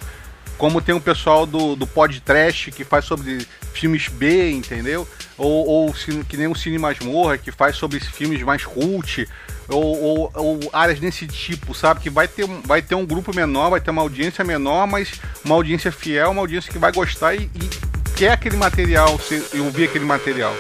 Como tem um pessoal do, do podcast que faz sobre filmes B, entendeu? Ou, ou que nem o Cine Masmorra, que faz sobre filmes mais cult, ou, ou, ou áreas desse tipo, sabe? Que vai ter, vai ter um grupo menor, vai ter uma audiência menor, mas uma audiência fiel, uma audiência que vai gostar e, e quer aquele material, e ouvir aquele material.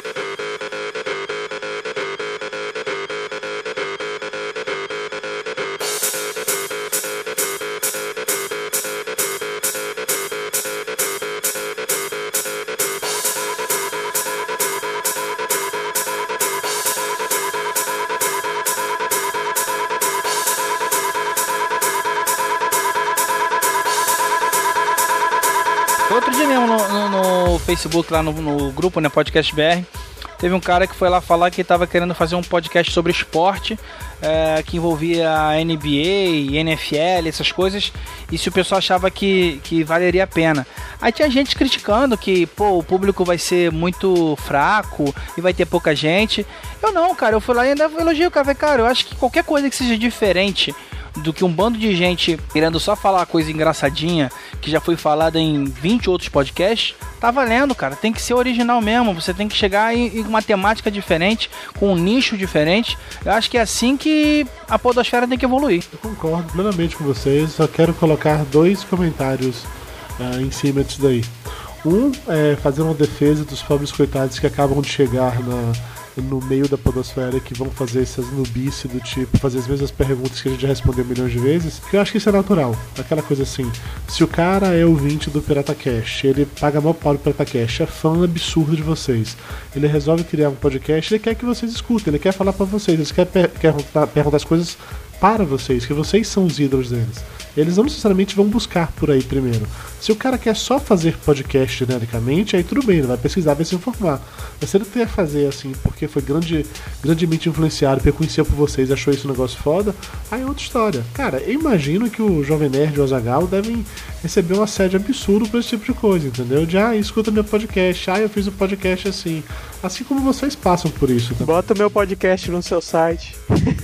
Outro dia mesmo no, no, no Facebook, lá no, no grupo, né, Podcast B R, teve um cara que foi lá falar que estava querendo fazer um podcast sobre esporte, é, que envolvia N B A, N F L, essas coisas, e se o pessoal achava que, que valeria a pena. Aí tinha gente criticando que, pô, o público vai ser muito fraco e vai ter pouca gente. Eu não, cara, eu fui lá e ainda elogio o cara, falei, cara, eu acho que qualquer coisa que seja diferente do que um bando de gente querendo só falar coisa engraçadinha que já foi falada em vinte outros podcasts, tá valendo, cara. Tem que ser original mesmo. Você tem que chegar em, em uma temática diferente, com um nicho diferente. Eu acho que é assim que a podosfera tem que evoluir. Eu concordo plenamente com vocês. Só quero colocar dois comentários uh, em cima disso daí. Um é fazer uma defesa dos pobres coitados que acabam de chegar na no meio da podosfera, que vão fazer essas nubices do tipo, fazer as mesmas perguntas que a gente já respondeu milhões de vezes, que eu acho que isso é natural. Aquela coisa assim, se o cara é ouvinte do PirataCast, ele paga mal pau do PirataCast, é fã absurdo de vocês, ele resolve criar um podcast, ele quer que vocês escutem, ele quer falar pra vocês, ele quer per- perguntar, perguntar as coisas para vocês, que vocês são os ídolos deles. Eles não necessariamente vão buscar por aí primeiro. Se o cara quer só fazer podcast genericamente, aí tudo bem, ele vai pesquisar, vai se informar. Mas se ele quer fazer assim, porque foi grande, grandemente influenciado, porque conheceu por vocês, achou esse negócio foda, aí é outra história. Cara, eu imagino que o Jovem Nerd e o Azaghal devem receber um assédio absurdo por esse tipo de coisa, entendeu? De, ah, escuta meu podcast, ah, eu fiz um podcast assim. Assim como vocês passam por isso. Tá? Bota o meu podcast no seu site.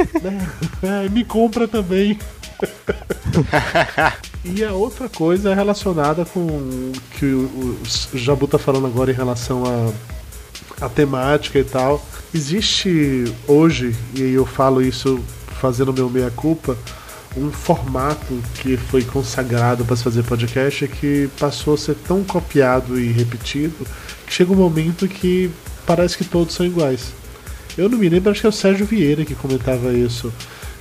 É, é, me compra também. E a outra coisa é relacionada com o que o, o Jabu tá falando agora em relação a, a temática e tal. Existe hoje, e eu falo isso fazendo meu meia-culpa, um formato que foi consagrado para se fazer podcast que passou a ser tão copiado e repetido que chega um momento que parece que todos são iguais. Eu não me lembro, acho que é o Sérgio Vieira que comentava isso,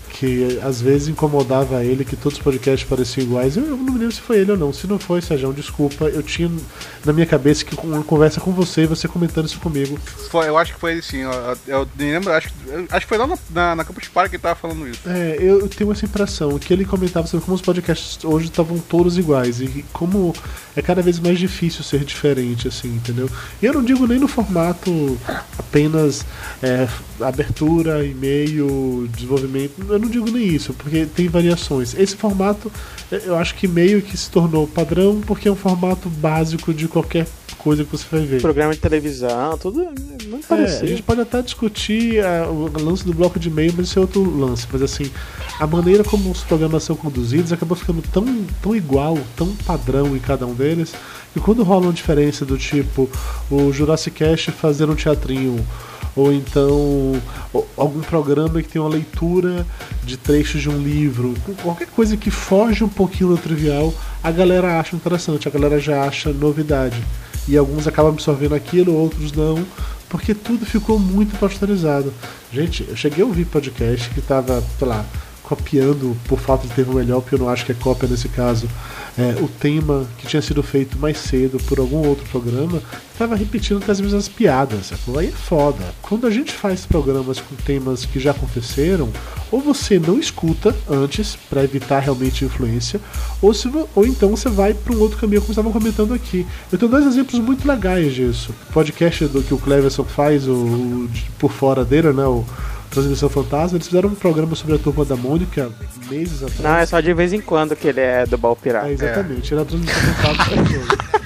que às vezes incomodava ele que todos os podcasts pareciam iguais. Eu, eu não me lembro se foi ele ou não. Se não foi, Sérgio, desculpa. Eu tinha na minha cabeça que uma conversa com você e você comentando isso comigo. Foi, eu acho que foi ele sim. Eu, eu me lembro, acho, acho que foi lá na, na, na Campus Party que ele tava falando isso. É, eu tenho essa impressão que ele comentava sobre como os podcasts hoje estavam todos iguais e como é cada vez mais difícil ser diferente, assim, entendeu? E eu não digo nem no formato apenas é, abertura, e-mail, desenvolvimento. Eu não digo nem isso, porque tem variações. Esse formato, eu acho que meio que se tornou padrão, porque é um formato básico de qualquer coisa que você vai ver. Programa de televisão, tudo muito é, parecido. A gente pode até discutir a, o lance do bloco de e-mail, mas isso é outro lance. Mas assim, a maneira como os programas são conduzidos acabou ficando tão, tão igual, tão padrão em cada um deles, que quando rola uma diferença do tipo o Jurassic Cast fazer um teatrinho, ou então algum programa que tem uma leitura de trechos de um livro, qualquer coisa que foge um pouquinho do trivial, a galera acha interessante, a galera já acha novidade. E alguns acabam absorvendo aquilo, outros não, porque tudo ficou muito pasteurizado. Gente, eu cheguei a ouvir podcast que tava, sei lá, copiando, por falta de termo melhor, porque eu não acho que é cópia nesse caso, é, o tema que tinha sido feito mais cedo por algum outro programa, estava repetindo até as mesmas piadas. Aí é foda. Quando a gente faz programas com temas que já aconteceram, ou você não escuta antes, para evitar realmente influência, ou, se, ou então você vai para um outro caminho, como estavam comentando aqui. Eu tenho dois exemplos muito legais disso. O podcast do que o Cleverson faz, o, o Por Fora dele, né, o Transmissão Fantasma, eles fizeram um programa sobre a Turma da Mônica meses atrás. Não, é só de vez em quando que ele é do Baú Pirata. É, exatamente, é. Era a Transmissão Fantasma.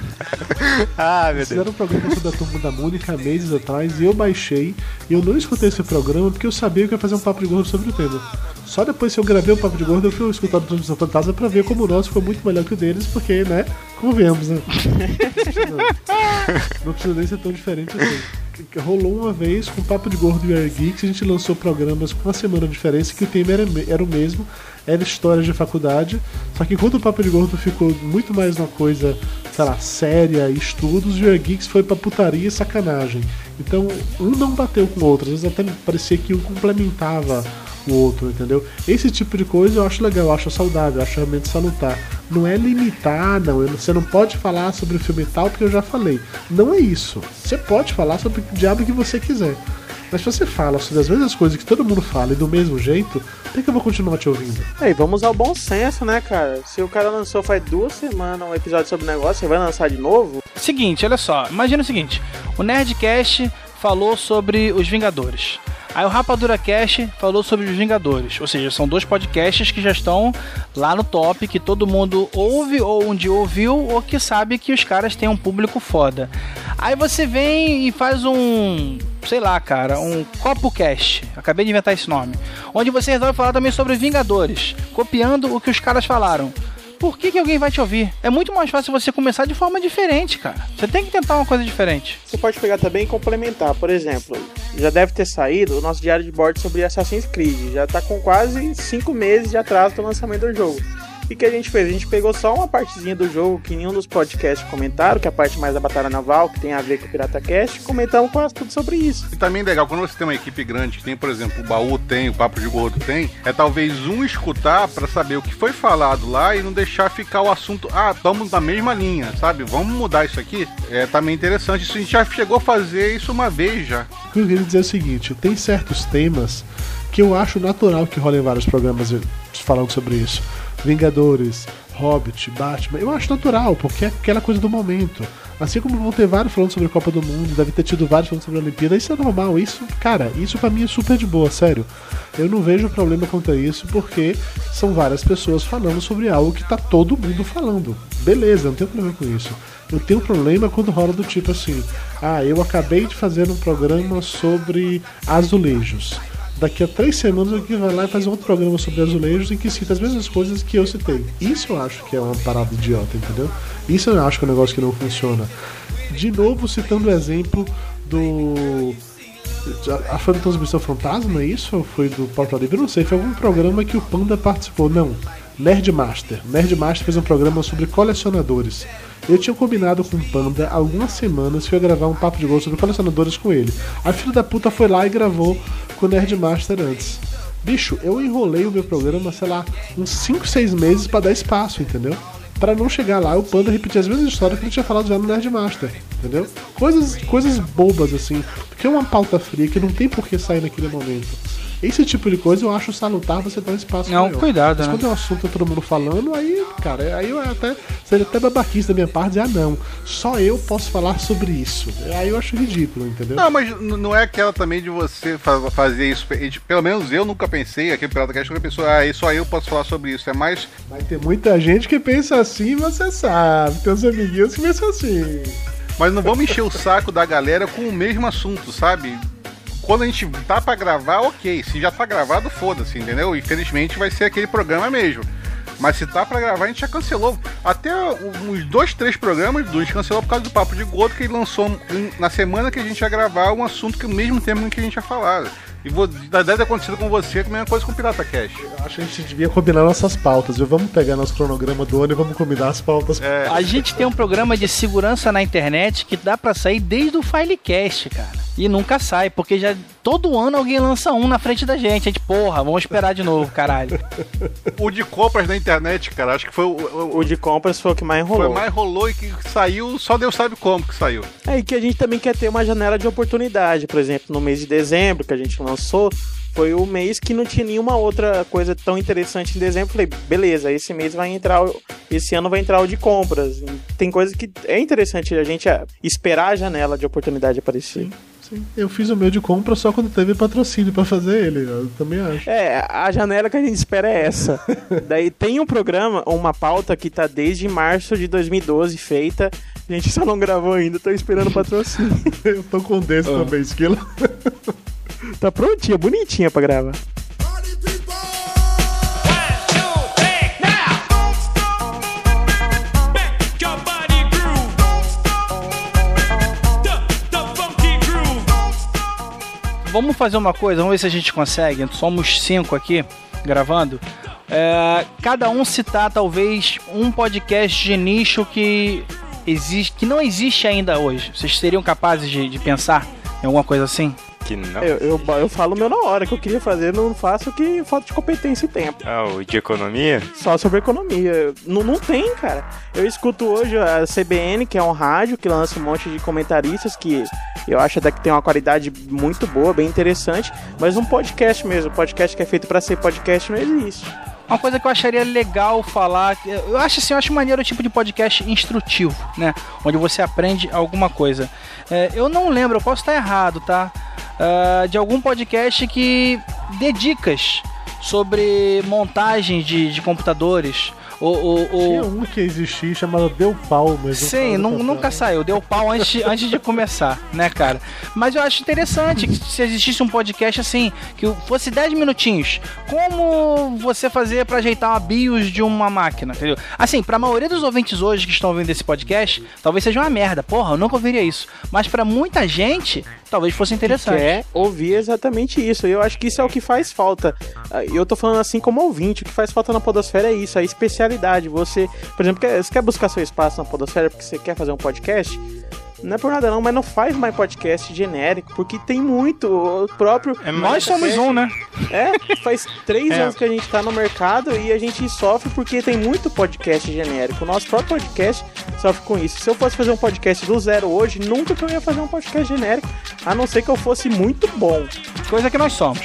Ah, meu Eles Deus. fizeram um programa sobre a Turma da Mônica meses atrás e eu baixei e eu não escutei esse programa porque eu sabia que eu ia fazer um papo de gordo sobre o tema. Só depois que eu gravei o Papo de Gordo eu fui escutar a Transmissão Fantasma pra ver como o nosso ficou muito melhor que o deles, porque, né, convenhamos, né? não, não precisa nem ser tão diferente assim. Rolou uma vez com o Papo de Gordo e o Air Geeks, a gente lançou programas com uma semana de diferença, que o tema era, era o mesmo, era histórias de faculdade, só que enquanto o Papo de Gordo ficou muito mais uma coisa, sei lá, séria e estudos, e o Air Geeks foi pra putaria e sacanagem. Então, um não bateu com o outro, às vezes até parecia que um complementava o outro, entendeu? Esse tipo de coisa eu acho legal, eu acho saudável, eu acho realmente salutar. Não é limitar, não. Você não pode falar sobre o filme tal, porque eu já falei. Não é isso. Você pode falar sobre o diabo que você quiser. Mas se você fala sobre as mesmas coisas que todo mundo fala e do mesmo jeito, por que eu vou continuar te ouvindo? É, e vamos ao bom senso, né, cara? Se o cara lançou faz duas semanas um episódio sobre o negócio, você vai lançar de novo? Seguinte, olha só. Imagina o seguinte. O Nerdcast falou sobre os Vingadores. Aí o Rapadura Cast falou sobre os Vingadores. Ou seja, são dois podcasts que já estão lá no top, que todo mundo ouve ou um dia ouviu, ou que sabe que os caras têm um público foda. Aí você vem e faz um, sei lá, cara, um Copo Cast. Acabei de inventar esse nome. Onde você resolve falar também sobre Vingadores, copiando o que os caras falaram. Por que que alguém vai te ouvir? É muito mais fácil você começar de forma diferente, cara. Você tem que tentar uma coisa diferente. Você pode pegar também e complementar. Por exemplo, já deve ter saído o nosso diário de bordo sobre Assassin's Creed. Já tá com quase cinco meses de atraso do lançamento do jogo. E o que a gente fez? A gente pegou só uma partezinha do jogo que nenhum dos podcasts comentaram, que é a parte mais da Batalha Naval, que tem a ver com o Pirata Cast, e comentamos quase tudo sobre isso. E também legal, quando você tem uma equipe grande, que tem, por exemplo, o Baú tem, o Papo de Gordo tem, é talvez um escutar pra saber o que foi falado lá e não deixar ficar o assunto, ah, estamos na mesma linha, sabe? Vamos mudar isso aqui? É também interessante. Isso a gente já chegou a fazer isso uma vez já. O que eu queria dizer é o seguinte, tem certos temas que eu acho natural que rolem vários programas falando sobre isso. Vingadores, Hobbit, Batman, eu acho natural, porque é aquela coisa do momento. Assim como vão ter vários falando sobre a Copa do Mundo, deve ter tido vários falando sobre a Olimpíada, isso é normal, isso, cara, isso pra mim é super de boa, sério. Eu não vejo problema quanto a isso, porque são várias pessoas falando sobre algo que tá todo mundo falando. Beleza, não tenho problema com isso. Eu tenho problema quando rola do tipo assim, ah, eu acabei de fazer um programa sobre azulejos. Daqui a três semanas alguém vai lá e faz um outro programa sobre azulejos em que cita as mesmas coisas que eu citei. Isso eu acho que é uma parada idiota, entendeu? Isso eu acho que é um negócio que não funciona. De novo, citando o exemplo do... A foi da Transmissão Fantasma, isso? Ou foi do Portal Livre? Eu não sei, foi algum programa que o Panda participou. Não, Nerdmaster. Nerdmaster fez um programa sobre colecionadores. Eu tinha combinado com o Panda há algumas semanas que eu ia gravar um Papo de Gordo sobre colecionadores com ele. A filha da puta foi lá e gravou com o Nerdmaster antes. Bicho, eu enrolei o meu programa, sei lá, uns cinco, seis meses pra dar espaço, entendeu? Pra não chegar lá e o Panda repetir as mesmas histórias que ele tinha falado já no Nerdmaster, entendeu? Coisas, coisas bobas, assim, porque é uma pauta fria que não tem por que sair naquele momento. Esse tipo de coisa eu acho salutar você dar um espaço Não, maior. cuidado, Mas né? quando é um assunto todo mundo falando, aí, cara, aí eu até seria até babaquice da minha parte dizer, ah não, só eu posso falar sobre isso. Aí eu acho ridículo, entendeu? Não, mas n- não é aquela também de você fa- fazer isso. Pelo menos eu nunca pensei, aquele Pirata Cast, nunca pensou, ah, só eu posso falar sobre isso. É mais. Vai ter muita gente que pensa assim, você sabe. Tem uns amiguinhos que pensam assim. Mas não vamos encher o saco da galera com o mesmo assunto, sabe? Quando a gente tá pra gravar, ok. Se já tá gravado, foda-se, entendeu? Infelizmente vai ser aquele programa mesmo. Mas se tá pra gravar, a gente já cancelou. Até uns dois, três programas, a gente cancelou por causa do Papo de Gordo, que ele lançou na semana que a gente ia gravar um assunto que é o mesmo tema que a gente ia falar. E vou, deve ter acontecido com você, a mesma coisa com o Pirata Cast. Eu acho que a gente devia combinar nossas pautas, viu? Vamos pegar nosso cronograma do ano e vamos combinar as pautas. É. A gente tem um programa de segurança na internet que dá pra sair desde o Filecast, cara. E nunca sai, porque já todo ano alguém lança um na frente da gente. A gente, porra, vamos esperar de novo, caralho. O de compras na internet, cara, acho que foi o, o, O de compras foi o que mais rolou. foi mais rolou e que saiu, só Deus sabe como que saiu. É, e que a gente também quer ter uma janela de oportunidade. Por exemplo, no mês de dezembro, que a gente lançou, foi o mês que não tinha nenhuma outra coisa tão interessante em dezembro. Falei, beleza, esse mês vai entrar, o- esse ano vai entrar o de compras. Tem coisa que é interessante a gente é, esperar a janela de oportunidade aparecer. Sim, eu fiz o meu de compra só quando teve patrocínio pra fazer ele, eu também acho. É, a janela que a gente espera é essa. Daí tem um programa, uma pauta que tá desde março de dois mil e doze feita. A gente só não gravou ainda, tô esperando o patrocínio. Eu tô com desse também, Esquilo. Tá prontinha, bonitinha pra gravar. Party people! vamos fazer uma coisa, vamos ver se a gente consegue. Somos cinco aqui gravando. É, cada um citar talvez um podcast de nicho que existe, que não existe ainda hoje. Vocês seriam capazes de, de pensar em alguma coisa assim? Que não. Eu, eu, eu falo o meu na hora, que eu queria fazer, não faço que falta de competência e tempo. Ah, o de economia? Só sobre economia. Não, não tem, cara. Eu escuto hoje a C B N, que é um rádio que lança um monte de comentaristas que eu acho até que tem uma qualidade muito boa, bem interessante, mas um podcast mesmo, podcast que é feito pra ser podcast não existe. Uma coisa que eu acharia legal falar, eu acho assim, eu acho maneiro o tipo de podcast instrutivo, né? Onde você aprende alguma coisa. É, eu não lembro, eu posso estar errado, tá? Uh, de algum podcast que dê dicas sobre montagem de, de computadores. Ou, ou, ou... Tinha um que existia chamado Deu Pau, mas sim, não, nunca saiu. Deu pau antes, antes de começar, né, cara? Mas eu acho interessante que se existisse um podcast assim, que fosse dez minutinhos, como você fazer pra ajeitar uma BIOS de uma máquina, entendeu? Assim, pra maioria dos ouvintes hoje que estão ouvindo esse podcast, talvez seja uma merda. Porra, eu nunca ouviria isso. Mas pra muita gente, talvez fosse interessante. Quer ouvir exatamente isso. Eu acho que isso é o que faz falta. Eu tô falando assim como ouvinte, o que faz falta na podosfera é isso, a especialidade. Você, por exemplo, quer, você quer buscar seu espaço na podosfera porque você quer fazer um podcast? Não é por nada não, mas não faz mais podcast genérico, porque tem muito, o próprio... É, nós somos um, né? É, faz três é. anos que a gente tá no mercado e a gente sofre porque tem muito podcast genérico. O nosso próprio podcast sofre com isso. Se eu fosse fazer um podcast do zero hoje, nunca que eu ia fazer um podcast genérico, a não ser que eu fosse muito bom. Coisa que nós somos.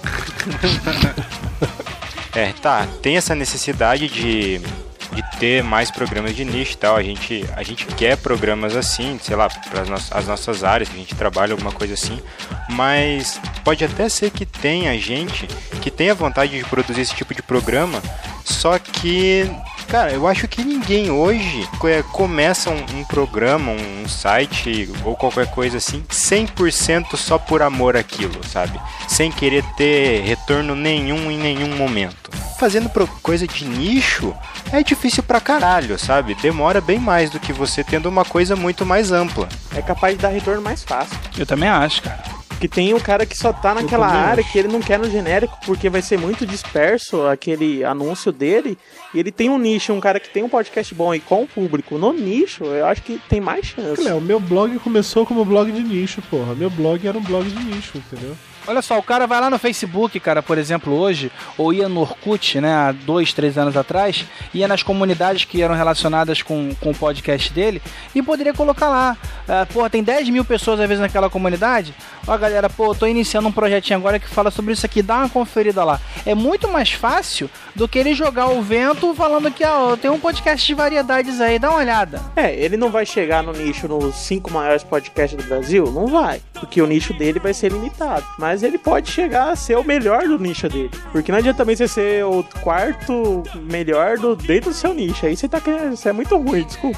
É, tá, tem essa necessidade de, de ter mais programas de nicho e tal, a gente, a gente quer programas assim, sei lá, para as no- as nossas áreas, que a gente trabalha, alguma coisa assim, mas pode até ser que tenha gente que tenha vontade de produzir esse tipo de programa, só que, cara, eu acho que ninguém hoje começa um, um programa, um site ou qualquer coisa assim, cem por cento só por amor àquilo, sabe? Sem querer ter retorno nenhum em nenhum momento. Fazendo pro- coisa de nicho é difícil pra caralho, sabe? Demora bem mais do que você tendo uma coisa muito mais ampla. É capaz de dar retorno mais fácil. Eu também acho, cara. Porque tem um cara que só tá naquela também área acho. que ele não quer no genérico porque vai ser muito disperso aquele anúncio dele. E ele tem um nicho, um cara que tem um podcast bom e com o público no nicho, eu acho que tem mais chance. Léo, meu blog começou como blog de nicho, porra. Meu blog era um blog de nicho, entendeu? Olha só, o cara vai lá no Facebook, cara, por exemplo, hoje, ou ia no Orkut, né, há dois, três anos atrás, ia nas comunidades que eram relacionadas com, com o podcast dele, e poderia colocar lá, uh, porra, tem dez mil pessoas às vezes naquela comunidade, ó galera, pô, eu tô iniciando um projetinho agora que fala sobre isso aqui, dá uma conferida lá. É muito mais fácil do que ele jogar o vento falando que, ó, tem um podcast de variedades aí, dá uma olhada. É, ele não vai chegar no nicho nos cinco maiores podcasts do Brasil? Não vai, porque o nicho dele vai ser limitado. Mas ele pode chegar a ser o melhor do nicho dele. Porque não adianta também você ser o quarto melhor do, dentro do seu nicho. Aí você tá querendo, você é muito ruim, desculpa.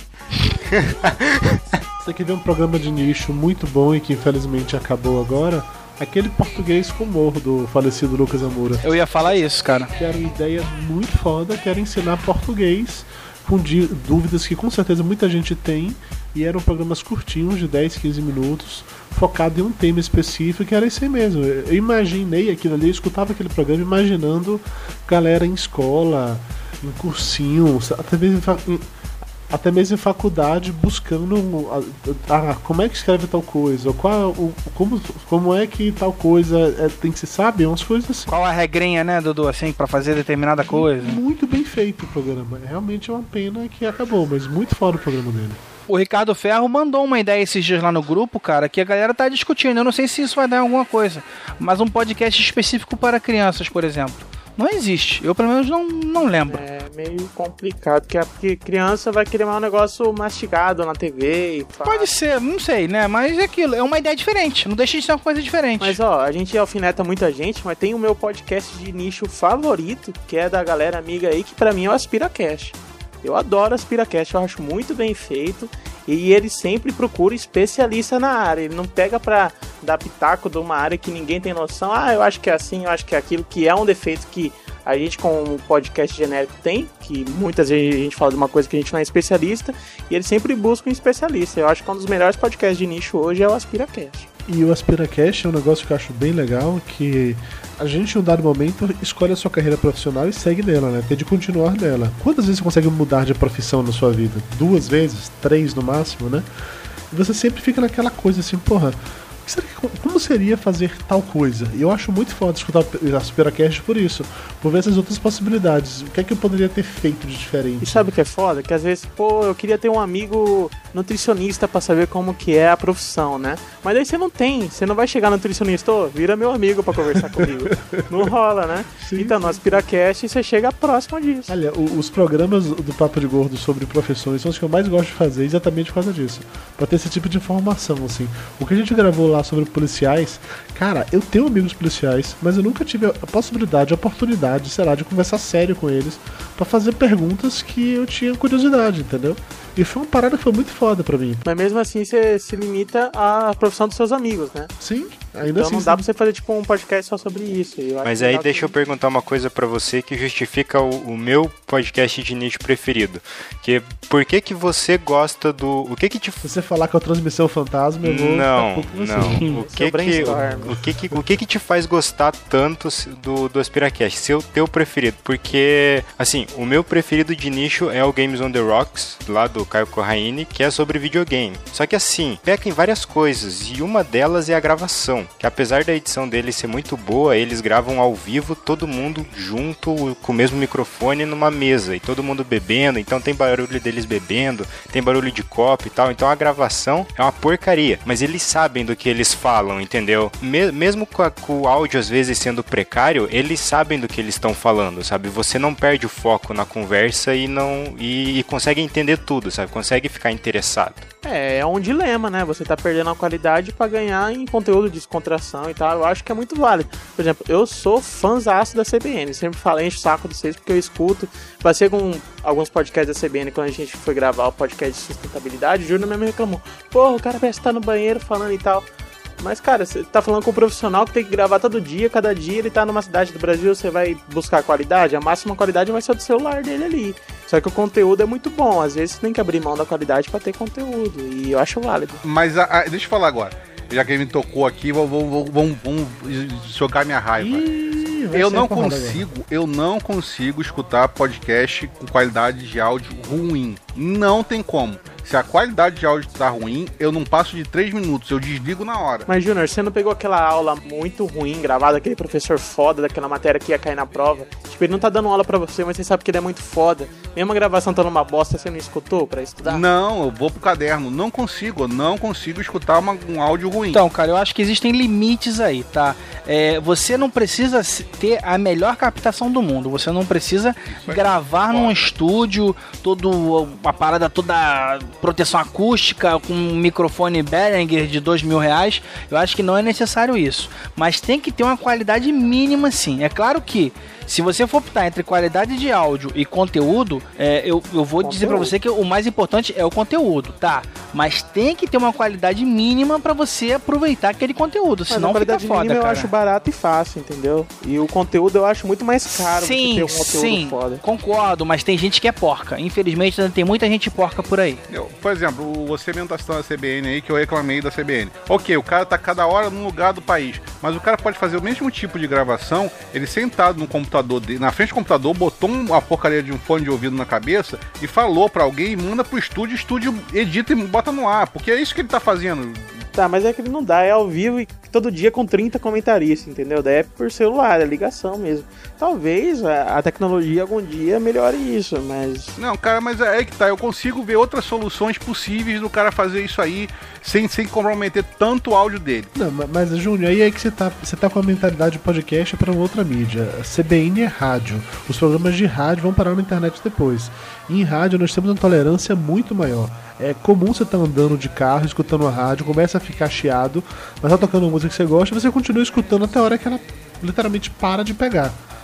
Você quer ver um programa de nicho muito bom e que infelizmente acabou agora? Aquele Português com Humor do falecido Lucas Amura. Eu ia falar isso, cara. Que era uma ideia muito foda, que era ensinar português com di- dúvidas que com certeza muita gente tem. E eram programas curtinhos, de dez, quinze minutos, focado em um tema específico, que era isso aí mesmo. Eu imaginei aquilo ali, eu escutava aquele programa imaginando galera em escola, em cursinho, até mesmo em, fa- em, até mesmo em faculdade, buscando a, a, como é que escreve tal coisa, ou qual, o, como, como é que tal coisa é, tem que se saber, umas coisas assim. Qual a regrinha, né, Dudu, assim, pra fazer determinada coisa? Muito bem feito o programa. Realmente é uma pena que acabou, mas muito fora o programa dele. O Ricardo Ferro mandou uma ideia esses dias lá no grupo, cara, que a galera tá discutindo. Eu não sei se isso vai dar em alguma coisa, mas um podcast específico para crianças, por exemplo. Não existe. Eu, pelo menos, não, não lembro. É meio complicado, porque, porque criança vai querer mais um negócio mastigado na T V e pá. Pode ser, não sei, né? Mas é aquilo, é uma ideia diferente. Não deixa de ser uma coisa diferente. Mas ó, a gente alfineta muita gente, mas tem o meu podcast de nicho favorito, que é da galera amiga aí, que pra mim é o AspiraCast. Eu adoro AspiraCast, eu acho muito bem feito. E ele sempre procura especialista na área. Ele não pega pra dar pitaco de uma área que ninguém tem noção. Ah, eu acho que é assim, eu acho que é aquilo, que é um defeito que a gente com um podcast genérico tem, que muitas vezes a gente fala de uma coisa que a gente não é especialista, e ele sempre busca um especialista. Eu acho que um dos melhores podcasts de nicho hoje é o AspiraCast. E o AspiraCast é um negócio que eu acho bem legal, que a gente, em um dado momento, escolhe a sua carreira profissional e segue nela, né? Tem de continuar nela. Quantas vezes você consegue mudar de profissão na sua vida? Duas vezes? Três no máximo, né? E você sempre fica naquela coisa assim, porra, será que, como seria fazer tal coisa? E eu acho muito foda escutar o AspiraCast por isso, por ver essas outras possibilidades. O que é que eu poderia ter feito de diferente? E sabe o que é foda? Que às vezes, pô, eu queria ter um amigo nutricionista pra saber como que é a profissão, né? Mas aí você não tem, você não vai chegar no nutricionista, ô, vira meu amigo pra conversar comigo. Não rola, né? Sim, então, no AspiraCast, você chega próximo disso. Olha, o, os programas do Papo de Gordo sobre profissões são os que eu mais gosto de fazer, exatamente por causa disso. Pra ter esse tipo de informação, assim. O que a gente gravou lá sobre policiais, cara, eu tenho amigos policiais, mas eu nunca tive a possibilidade, a oportunidade, sei lá, de conversar sério com eles pra fazer perguntas que eu tinha curiosidade, entendeu? E foi uma parada que foi muito foda pra mim. Mas mesmo assim você se limita à profissão dos seus amigos, né? Sim, ainda então assim. Não dá sim. pra você fazer tipo um podcast só sobre isso. Eu Mas acho aí que deixa eu que... perguntar uma coisa pra você que justifica o, o meu podcast de nicho preferido. Que por que que você gosta do... O que que te... Se você falar com a transmissão fantasma, eu vou Não, ficar com você. não. O que que, o, o que que o que que te faz gostar tanto do, do AspiraCast? Seu teu preferido? Porque, assim, o meu preferido de nicho é o Games on the Rocks, lá do Caio Corraine, que é sobre videogame. Só que assim, peca em várias coisas, e uma delas é a gravação, que apesar da edição deles ser muito boa, eles gravam ao vivo, todo mundo junto, com o mesmo microfone numa mesa, e todo mundo bebendo, então tem barulho deles bebendo, tem barulho de copo e tal, então a gravação é uma porcaria, mas eles sabem do que eles falam, entendeu? Me- mesmo com, a, com o áudio às vezes sendo precário, eles sabem do que eles estão falando, sabe? Você não perde o foco na conversa e não e, e consegue entender tudo, sabe? Consegue ficar interessado. É, é um dilema, né? Você tá perdendo a qualidade pra ganhar em conteúdo de descontração e tal. Eu acho que é muito válido. Por exemplo, eu sou fãzaço da C B N. Sempre falei, encho o saco de vocês porque eu escuto. Passei com alguns podcasts da C B N quando a gente foi gravar o podcast de sustentabilidade. O Júnior mesmo reclamou. Porra, o cara parece que tá no banheiro falando e tal. Mas, cara, você tá falando com um profissional que tem que gravar todo dia, cada dia ele tá numa cidade do Brasil, você vai buscar qualidade, a máxima qualidade vai ser do celular dele ali. Só que o conteúdo é muito bom, às vezes você tem que abrir mão da qualidade pra ter conteúdo, e eu acho válido. Mas a, a, deixa eu falar agora, já que ele me tocou aqui, vamos, vamos, vamos, vamos jogar minha raiva. Ih, vai Eu ser não porrada consigo, eu não consigo escutar podcast com qualidade de áudio ruim. Não tem como. Se a qualidade de áudio tá ruim, eu não passo de três minutos, eu desligo na hora. Mas, Júnior, você não pegou aquela aula muito ruim, gravada, aquele professor foda daquela matéria que ia cair na prova? Tipo, ele não tá dando aula pra você, mas você sabe que ele é muito foda. Mesmo a gravação tá numa bosta, você não escutou pra estudar? Não, eu vou pro caderno. Não consigo, eu não consigo escutar uma- um áudio ruim. Então, cara, eu acho que existem limites aí, tá? É, você não precisa se- ter a melhor captação do mundo. Você não precisa é gravar foda. num estúdio, todo, a parada toda proteção acústica, com um microfone Behringer de dois mil reais. Eu acho que não é necessário isso. Mas tem que ter uma qualidade mínima, sim. É claro que se você for optar entre qualidade de áudio e conteúdo, é, eu, eu vou dizer pra você que o mais importante é o conteúdo, tá? Mas tem que ter uma qualidade mínima pra você aproveitar aquele conteúdo, Mas senão a qualidade fica foda, mínima eu cara. acho barato e fácil, entendeu? E o conteúdo eu acho muito mais caro Sim, do que ter um conteúdo sim, foda. concordo, mas tem gente que é porca. Infelizmente, ainda tem muita gente porca por aí. Eu, por exemplo, você mesmo tá citando a C B N aí, que eu reclamei da C B N. Ok, o cara tá cada hora num lugar do país, mas o cara pode fazer o mesmo tipo de gravação, ele sentado no computador dele, na frente do computador, botou uma porcaria de um fone de ouvido na cabeça e falou pra alguém, manda pro estúdio, o estúdio edita e bota no ar, porque é isso que ele tá fazendo. Tá, mas é que ele não dá, é ao vivo e todo dia com trinta comentaristas, entendeu? Daí é por celular, é ligação mesmo. Talvez a, a tecnologia algum dia melhore isso, mas... Não, cara, mas é aí que tá, eu consigo ver outras soluções possíveis do cara fazer isso aí, sem, sem comprometer tanto o áudio dele. Não, ma- mas Júnior, aí é que você tá, você tá com a mentalidade de podcast para outra mídia. A C B N é rádio. Os programas de rádio vão parar na internet depois. E em rádio nós temos uma tolerância muito maior. É comum você estar andando de carro, escutando a rádio, começa a ficar chiado, mas tá tocando uma música que você gosta, você continua escutando até a hora que ela literalmente para de pegar.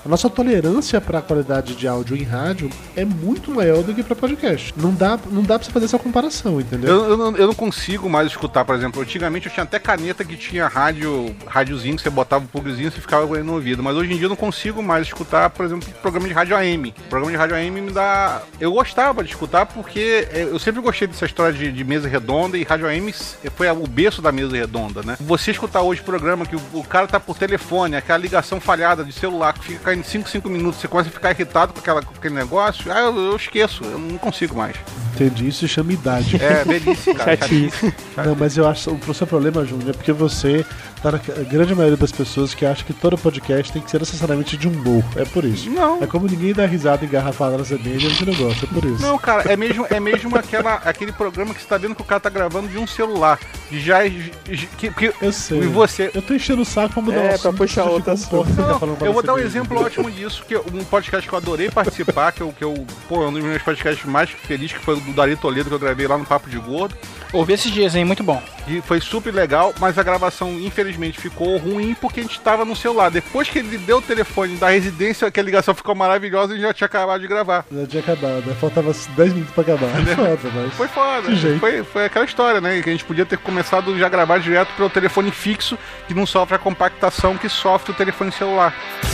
A nossa tolerância para a qualidade de áudio em rádio é muito maior do que para podcast. Não dá, não dá pra você fazer essa comparação, entendeu? Eu, eu, não, eu não consigo mais escutar, por exemplo, antigamente eu tinha até caneta que tinha rádio, rádiozinho, que você botava um plugzinho e você ficava no ouvido, mas hoje em dia eu não consigo mais escutar, por exemplo, programa de rádio A M. O programa de rádio A M me dá... Eu gostava de escutar porque eu sempre gostei dessa história de, de mesa redonda, e rádio A M foi o berço da mesa redonda, né? Você escutar hoje programa que o, o cara tá por telefone, aquela ligação falhada de celular que fica caindo cinco, cinco minutos, você começa a ficar irritado com, aquela, com aquele negócio, ah, eu, eu esqueço, eu não consigo mais. Entendi, isso se chama idade. É, velhice, cara. Chatice. Não, mas eu acho o seu problema, Júnior, é porque você tá na grande maioria das pessoas que acha que todo podcast tem que ser necessariamente de humor. É por isso. Não. É como ninguém dá risada engarrafada na cerveja, você não gosta, é por isso. Não, cara, é mesmo, é mesmo aquela, aquele programa que você tá vendo que o cara tá gravando de um celular. Já é. Que, que, eu sei. E você. Eu tô enchendo o saco pra mudar é, o assunto. É, pra puxar outra assunto. Eu vou dar um exemplo ótimo disso, que um podcast que eu adorei participar, que eu, que eu pô, é um dos meus podcasts mais felizes, que foi o do Dari Toledo, que eu gravei lá no Papo de Gordo. Ouvi esses dias, hein? Muito bom. E foi super legal, mas a gravação, infelizmente, ficou ruim porque a gente tava no celular. Depois que ele deu o telefone da residência, que a ligação ficou maravilhosa e já tinha acabado de gravar. Já tinha acabado, né? Faltava dez minutos pra acabar. Foi foda, mas... Foi foda. Foi, foi aquela história, né? Que a gente podia ter começado já a gravar direto pelo telefone fixo, que não sofre a compactação que sofre o telefone celular.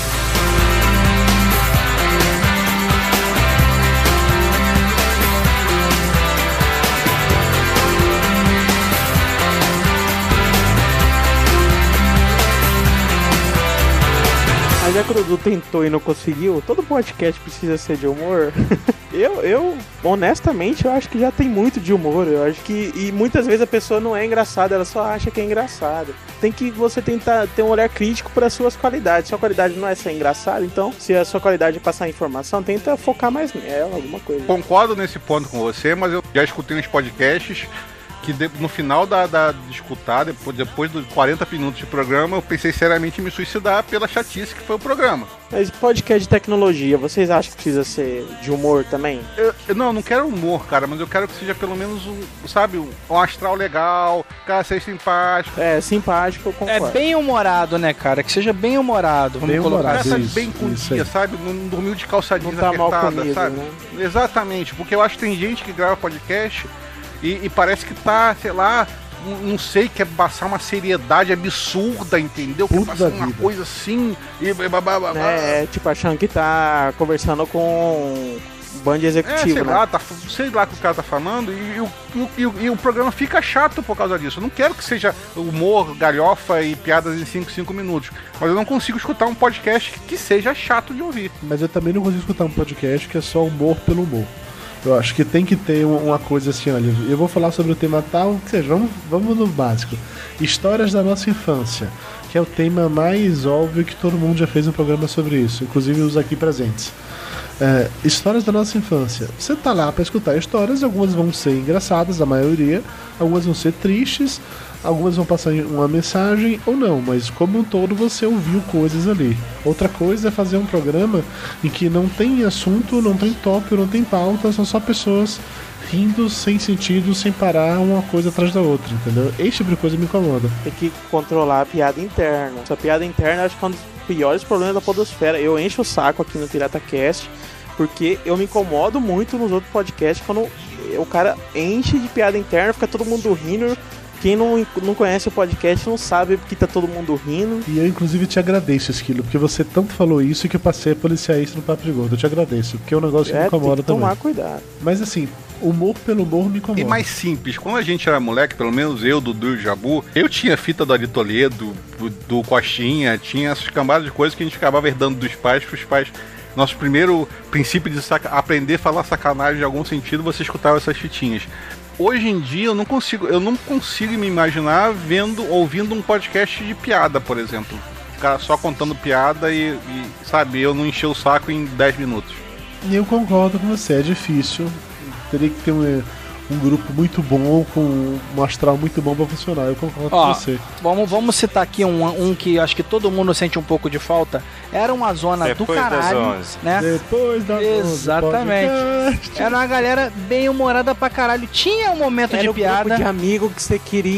Mas já que o Dudu tentou e não conseguiu, todo podcast precisa ser de humor. eu, eu, honestamente, eu acho que já tem muito de humor. Eu acho que, e muitas vezes a pessoa não é engraçada, ela só acha que é engraçada. Tem que você tentar ter um olhar crítico para as suas qualidades. Sua qualidade não é ser engraçado, então, se a sua qualidade é passar informação, tenta focar mais nela, alguma coisa. Concordo nesse ponto com você, mas eu já escutei uns podcasts que de, no final da, da, de escutar, depois, depois dos quarenta minutos de programa, eu pensei seriamente em me suicidar pela chatice que foi o programa. Mas podcast de tecnologia, vocês acham que precisa ser de humor também? Eu, eu, não, eu não quero humor, cara, mas eu quero que seja pelo menos, um, sabe, um, um astral legal, o cara seja simpático. É, simpático, eu concordo. É bem humorado, né, cara? Que seja bem humorado. Vamos bem colocar. humorado, Sabe, isso, bem com dia, sabe? Não, não dormiu de calça jeans não tá apertada, mal comido, sabe? Né? Exatamente, porque eu acho que tem gente que grava podcast e, e parece que tá, sei lá, não sei, quer passar uma seriedade absurda, entendeu? Quer passar uma vida. Coisa assim e babá. É, tipo, achando que tá conversando com um band executivo, é, sei né? lá, tá, sei lá o que o cara tá falando e, e, e, e, e o programa fica chato por causa disso. Eu não quero que seja humor, galhofa e piadas em cinco, cinco minutos, mas eu não consigo escutar um podcast que seja chato de ouvir. Mas eu também não consigo escutar um podcast que é só humor pelo humor. Eu acho que tem que ter uma coisa assim, olha, eu vou falar sobre o tema tal, que seja, vamos, vamos no básico. Histórias da nossa infância, que é o tema mais óbvio que todo mundo já fez um programa sobre isso, inclusive os aqui presentes. É, histórias da nossa infância. Você tá lá para escutar histórias, algumas vão ser engraçadas, a maioria, algumas vão ser tristes, algumas vão passar uma mensagem ou não, mas como um todo você ouviu coisas ali. Outra coisa é fazer um programa em que não tem assunto, não tem tópico, não tem pauta, são só pessoas rindo sem sentido, sem parar uma coisa atrás da outra, entendeu? Esse tipo de coisa me incomoda. Tem que controlar a piada interna. Essa piada interna eu acho que é um dos piores problemas da podosfera. Eu encho o saco aqui no PirataCast porque eu me incomodo muito nos outros podcasts quando o cara enche de piada interna, fica todo mundo rindo. Quem não, não conhece o podcast não sabe porque tá todo mundo rindo. E eu, inclusive, te agradeço, Esquilo, porque você tanto falou isso que eu passei a policiar isso no Papo de Gordo. Eu te agradeço, porque é um negócio que é, me incomoda tem que tomar também. cuidado. Mas, assim, humor pelo humor me incomoda. E mais simples, quando a gente era moleque, pelo menos eu, Dudu e o Jabu, eu tinha fita do Ari Toledo, do, do Coxinha, tinha essas camadas de coisas que a gente acabava herdando dos pais pros pais. Nosso primeiro princípio de saca- aprender a falar sacanagem em algum sentido, você escutava essas fitinhas. Hoje em dia eu não consigo, eu não consigo me imaginar vendo, ouvindo um podcast de piada, por exemplo. O cara só contando piada e, e sabe, eu não encher o saco em dez minutos. Eu concordo com você, é difícil. Teria que ter um, um grupo muito bom, com um astral muito bom pra funcionar. Eu concordo Ó, com você. Vamos, vamos citar aqui um, um que acho que todo mundo sente um pouco de falta. Era uma zona Depois do caralho, das onze. né? Depois da Exatamente. podcast. Era uma galera bem humorada pra caralho. Tinha um momento Era de o piada. grupo de amigo que você queria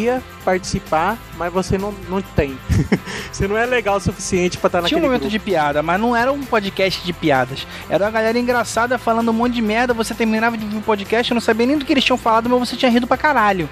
participar, mas você não, não tem. Você não é legal o suficiente pra estar naquele Tinha um momento grupo. de piada, mas não era um podcast de piadas. Era uma galera engraçada falando um monte de merda, você terminava de ouvir o podcast, eu não sabia nem do que eles tinham falado, mas você tinha rido pra caralho.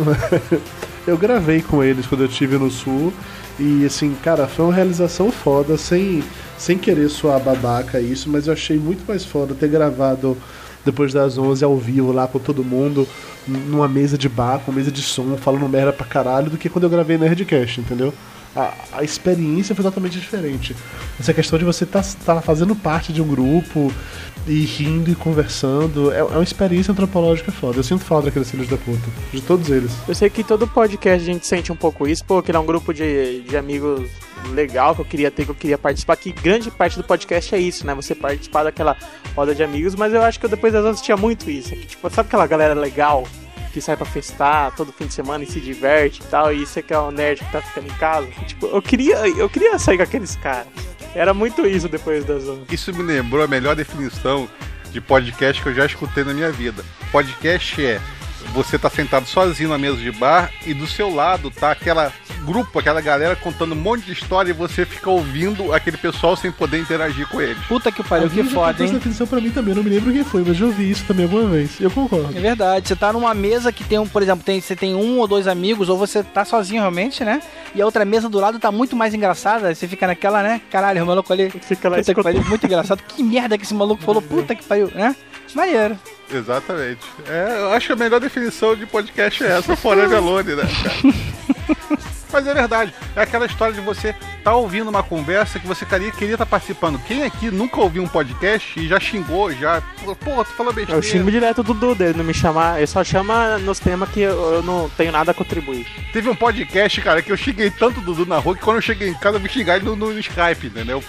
Eu gravei com eles quando eu estive no Sul e, assim, cara, foi uma realização foda, sem, sem querer soar babaca isso, mas eu achei muito mais foda ter gravado depois das onze ao vivo lá com todo mundo, numa mesa de bar, com mesa de som, falando merda pra caralho, do que quando eu gravei no Nerdcast, entendeu? A, a experiência foi totalmente diferente. Essa questão de você estar tá, tá fazendo parte de um grupo e rindo e conversando é, é uma experiência antropológica foda. Eu sinto falta daqueles filhos da puta, de todos eles. Eu sei que todo podcast a gente sente um pouco isso, pô, que é um grupo de, de amigos legal que eu queria ter, que eu queria participar, que grande parte do podcast é isso, né? Você participar daquela roda de amigos, mas eu acho que eu, depois das outras tinha muito isso. Que, tipo, sabe aquela galera legal que sai pra festar todo fim de semana e se diverte e tal, e você que é um nerd que tá ficando em casa? Tipo, eu queria, eu queria sair com aqueles caras. Era muito isso depois das outras. Isso me lembrou a melhor definição de podcast que eu já escutei na minha vida. Podcast é você tá sentado sozinho na mesa de bar e do seu lado tá aquela grupo, aquela galera contando um monte de história e você fica ouvindo aquele pessoal sem poder interagir com eles. Puta que pariu, que foda, hein? Essa definição pra mim também, eu não me lembro quem foi, mas já ouvi isso também alguma vez. Eu concordo. É verdade, você tá numa mesa que tem, um, por exemplo, tem, você tem um ou dois amigos, ou você tá sozinho realmente, né? E a outra mesa do lado tá muito mais engraçada, você fica naquela, né? Caralho, o maluco ali, Fica lá puta que pariu, muito engraçado. Que merda que esse maluco falou, puta que pariu, né? Maneiro. Exatamente. É, eu acho que a melhor definição de podcast é essa, Forever Alone, né, cara? Mas é verdade, é aquela história de você tá ouvindo uma conversa que você queria estar tá participando. Quem aqui nunca ouviu um podcast e já xingou, já... Porra, tu fala besteira. Eu xingo direto o Dudu dele, não me chamar. Ele só chama nos temas que eu, eu não tenho nada a contribuir. Teve um podcast, cara, que eu xinguei tanto o Dudu na rua que quando eu cheguei em casa eu vim xingar ele no, no Skype, entendeu?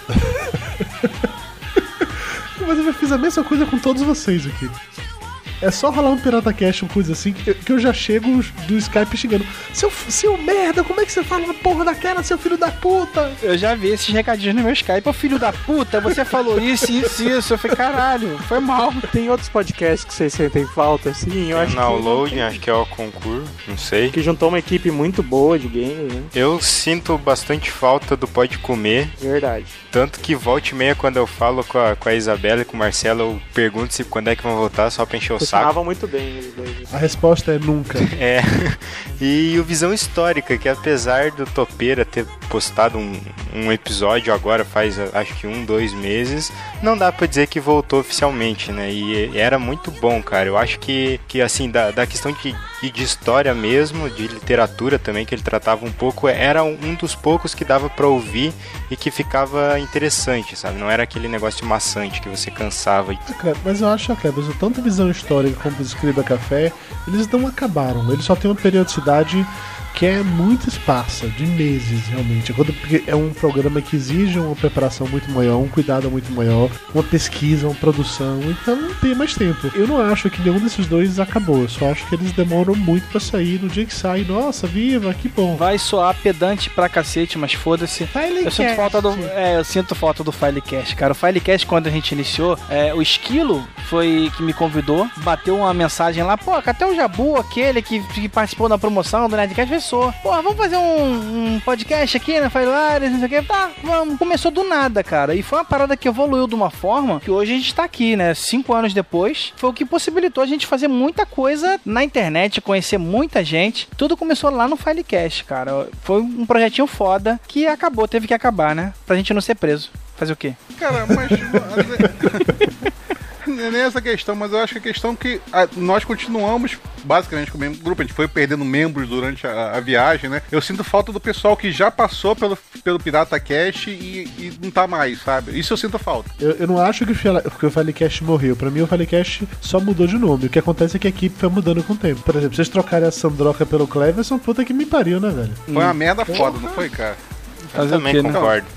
Mas eu já fiz a mesma coisa com todos vocês aqui. É só rolar um Pirata Cast, uma coisa assim, que, que eu já chego do Skype xingando. Seu, seu merda, como é que você fala uma porra daquela, seu filho da puta? Eu já vi esses recadinhos no meu Skype. Ô filho da puta, você falou isso, isso, isso. Eu falei, caralho, foi mal. Tem outros podcasts que vocês sentem falta, assim? Eu Tem acho o Download, que... acho que é o concurso, não sei. Que juntou uma equipe muito boa de games, né? Eu sinto bastante falta do Pode Comer. Verdade. Tanto que volta e meia, quando eu falo com a, com a Isabela e com o Marcelo, eu pergunto se quando é que vão voltar, só pra encher o saco. Funcionavam muito bem eles dois. A resposta é nunca. É. E o Visão Histórica, que apesar do Topeira ter postado um, um episódio agora, faz acho que um, dois meses, não dá pra dizer que voltou oficialmente, né? E era muito bom, cara. Eu acho que, que assim, da, da questão de, de história mesmo, de literatura também, que ele tratava um pouco, era um dos poucos que dava pra ouvir e que ficava interessante, sabe? Não era aquele negócio de maçante que você cansava. Mas eu acho, Cleber, tanto Visão Histórica como Escriba Café, eles não acabaram. Eles só têm uma periodicidade que é muito esparsa, de meses realmente. Porque é um programa que exige uma preparação muito maior, um cuidado muito maior, uma pesquisa, uma produção, então não tem mais tempo. Eu não acho que nenhum desses dois acabou, eu só acho que eles demoram muito pra sair. No dia que sai, nossa, viva, que bom. Vai soar pedante pra cacete, mas foda-se. Eu sinto falta do, é, eu sinto falta do Filecast, cara. O Filecast, quando a gente iniciou, é, o Esquilo foi que me convidou, bateu uma mensagem lá, pô, até o Jabu, aquele que, que participou da promoção do Nerdcast, pensou, pô, vamos fazer um, um podcast aqui na Filares, não sei o que, tá, vamos. Começou do nada, cara, e foi uma parada que evoluiu de uma forma que hoje a gente tá aqui, né, cinco anos depois, foi o que possibilitou a gente fazer muita coisa na internet, conhecer muita gente, tudo começou lá no Filecast, cara, foi um projetinho foda que acabou, teve que acabar, né, pra gente não ser preso. Fazer o quê? Cara, mas... Não é nem essa questão, mas eu acho que a questão é que a, nós continuamos basicamente com o mesmo grupo, a gente foi perdendo membros durante a, a viagem, né? Eu sinto falta do pessoal que já passou pelo, pelo Pirata Cast e, e não tá mais, sabe? Isso eu sinto falta. Eu, eu não acho que o, que o Filecast morreu. Pra mim, o Filecast só mudou de nome. O que acontece é que a equipe foi mudando com o tempo. Por exemplo, vocês trocarem a Sandroca pelo Cleverson, puta que me pariu, né, velho? Foi uma merda foda, não foi, cara? Eu também concordo.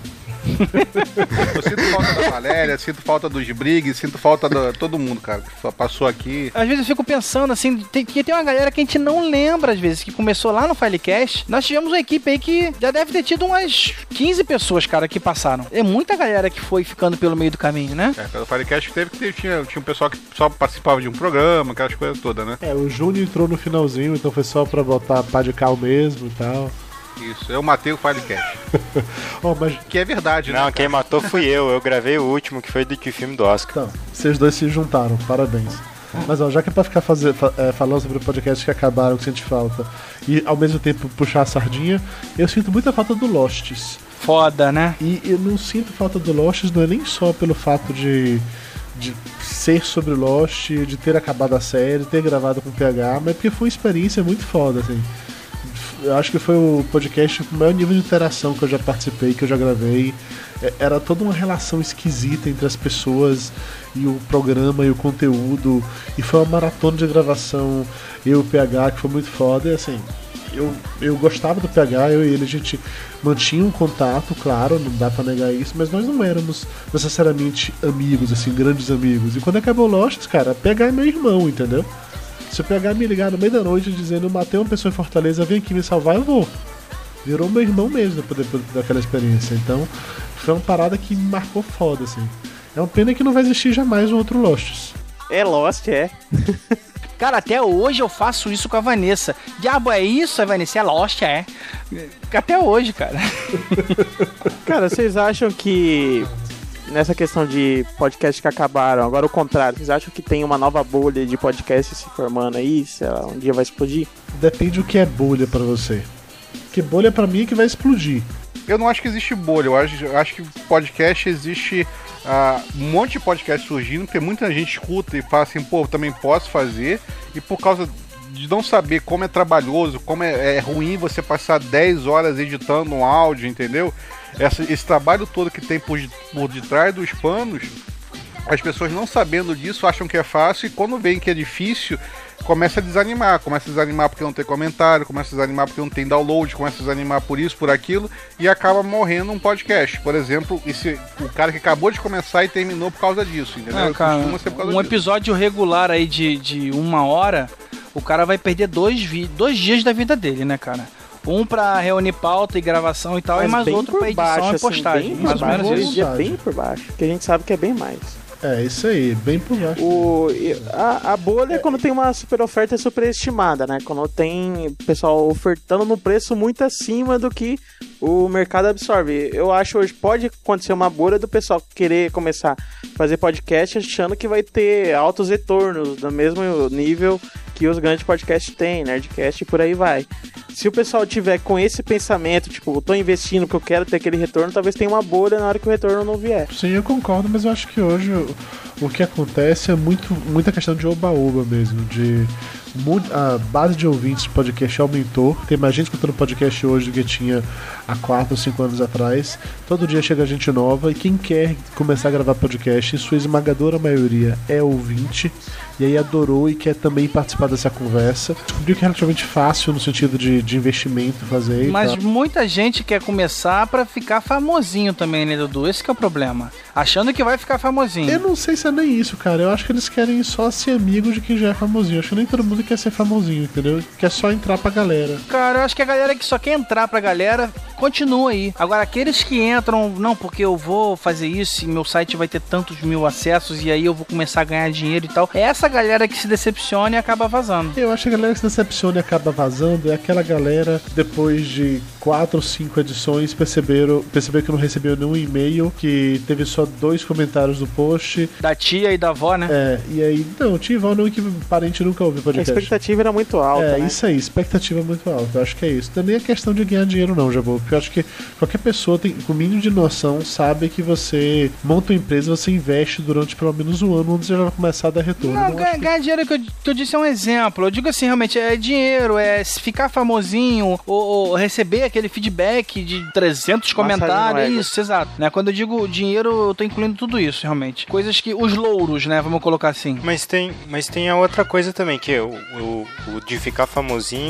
Eu sinto falta da Valéria, sinto falta dos Briggs, sinto falta de todo mundo, cara, que só passou aqui. Às vezes eu fico pensando, assim, tem, que tem uma galera que a gente não lembra, às vezes, que começou lá no Filecast. Nós tivemos uma equipe aí que já deve ter tido umas quinze pessoas, cara, que passaram. É muita galera que foi ficando pelo meio do caminho, né? É, pelo Filecast teve que ter, tinha, tinha um pessoal que só participava de um programa, aquelas coisas todas, né? É, o Júnior entrou no finalzinho, então foi só pra botar pá de cal mesmo e tal. Isso, eu matei o Filecast. Oh, mas... Que é verdade, né? Não, quem matou fui eu. Eu gravei o último, que foi do que filme do Oscar. Então, vocês dois se juntaram, parabéns. Mas ó, já que é pra ficar fazer, é, falando sobre podcasts que acabaram, que sente falta, e ao mesmo tempo puxar a sardinha, eu sinto muita falta do Losts. Foda, né? E eu não sinto falta do Losts, não é nem só pelo fato de, de ser sobre Lost, de ter acabado a série, ter gravado com o P H, mas porque foi uma experiência muito foda, assim. Eu acho que foi o podcast com o maior nível de interação que eu já participei, que eu já gravei. Era toda uma relação esquisita entre as pessoas e o programa e o conteúdo. E foi uma maratona de gravação, eu e o P H, que foi muito foda. E assim, eu, eu gostava do P H, eu e ele, a gente mantinha um contato, claro, não dá pra negar isso, mas nós não éramos necessariamente amigos, assim, grandes amigos. E quando acabou o Lost, cara, P H é meu irmão, entendeu? Se o P H me ligar no meio da noite dizendo eu matei uma pessoa em Fortaleza, vem aqui me salvar, eu vou. Virou meu irmão mesmo depois daquela experiência. Então, foi uma parada que me marcou foda, assim. É uma pena que não vai existir jamais um outro Lost. É Lost, é. Cara, até hoje eu faço isso com a Vanessa. Diabo, é isso, a Vanessa? É Lost, é. Até hoje, cara. Cara, vocês acham que... nessa questão de podcasts que acabaram, agora o contrário, vocês acham que tem uma nova bolha de podcast se formando aí, se ela um dia vai explodir? Depende do que é bolha pra você. Porque bolha pra mim é que vai explodir. Eu não acho que existe bolha, eu acho, eu acho que podcast existe uh, um monte de podcast surgindo, porque muita gente escuta e fala assim, pô, eu também posso fazer, e por causa de não saber como é trabalhoso, como é, é ruim você passar dez horas editando um áudio, entendeu? Essa, esse trabalho todo que tem por, por detrás dos panos, as pessoas não sabendo disso acham que é fácil, e quando veem que é difícil, começa a desanimar, começa a desanimar porque não tem comentário, começa a desanimar porque não tem download, começa a desanimar por isso, por aquilo, e acaba morrendo um podcast. Por exemplo, esse, o cara que acabou de começar e terminou por causa disso, entendeu? É, cara, costuma ser por causa um disso. episódio regular aí de, de uma hora, o cara vai perder dois, vi- dois dias da vida dele, né, cara? Um pra reunir pauta e gravação e tal, Mas e mais bem outro por pra edição baixo, e postagem. assim, bem mais por ou menos baixo, isso. hoje em dia bem por baixo, que a gente sabe que é bem mais. É, isso aí, bem por baixo. O, a, a bolha é quando tem uma super oferta superestimada, né? Quando tem pessoal ofertando no preço muito acima do que o mercado absorve. Eu acho hoje pode acontecer uma bolha do pessoal querer começar a fazer podcast achando que vai ter altos retornos do mesmo nível que os grandes podcasts têm, Nerdcast e por aí vai. Se o pessoal tiver com esse pensamento, tipo, eu tô investindo porque eu quero ter aquele retorno, talvez tenha uma bolha na hora que o retorno não vier. Sim, eu concordo, mas eu acho que hoje o, o que acontece é muito, muita questão de oba-oba mesmo, de a base de ouvintes do podcast aumentou, tem mais gente escutando podcast hoje do que tinha há quatro ou cinco anos atrás. Todo dia chega gente nova, e quem quer começar a gravar podcast, em sua esmagadora maioria é ouvinte, e aí adorou e quer também participar dessa conversa. Descobriu que é relativamente fácil no sentido de, de investimento fazer. Mas tá. Muita gente quer começar pra ficar famosinho também, né, Dudu? Esse que é o problema. Achando que vai ficar famosinho. Eu não sei se é nem isso, cara. Eu acho que eles querem só ser amigos de quem já é famosinho. Eu acho que nem todo mundo quer ser famosinho, entendeu? Quer só entrar pra galera. Cara, eu acho que a galera que só quer entrar pra galera, continua aí. Agora, aqueles que entram, não, porque eu vou fazer isso e meu site vai ter tantos mil acessos e aí eu vou começar a ganhar dinheiro e tal. É essa galera que se decepciona e acaba vazando. Eu acho que a galera que se decepciona e acaba vazando é aquela galera, depois de quatro ou cinco edições, perceberam, perceberam que não recebeu nenhum e-mail, que teve só dois comentários no post. Da tia e da avó, né? É, e aí, não, tia e avó não, que parente nunca ouviu A podcast. expectativa era muito alta, É, né? isso aí, expectativa muito alta. Eu acho que é isso. Não é nem a questão de ganhar dinheiro, não, Jabu. Porque eu acho que qualquer pessoa tem, com o mínimo de noção, sabe que você monta uma empresa, você investe durante pelo menos um ano antes de ela começar a dar retorno. Não, Não ganhar, acho que- ganhar dinheiro que eu, que eu disse é um exemplo. Eu digo assim, realmente, é dinheiro, é ficar famosinho, ou, ou receber aquele feedback de trezentos comentários. no ego. Isso, exato. Né? Quando eu digo dinheiro, eu tô incluindo tudo isso, realmente. Coisas que. Os louros, né? Vamos colocar assim. Mas tem, mas tem a outra coisa também, que é o, o, o de ficar famosinho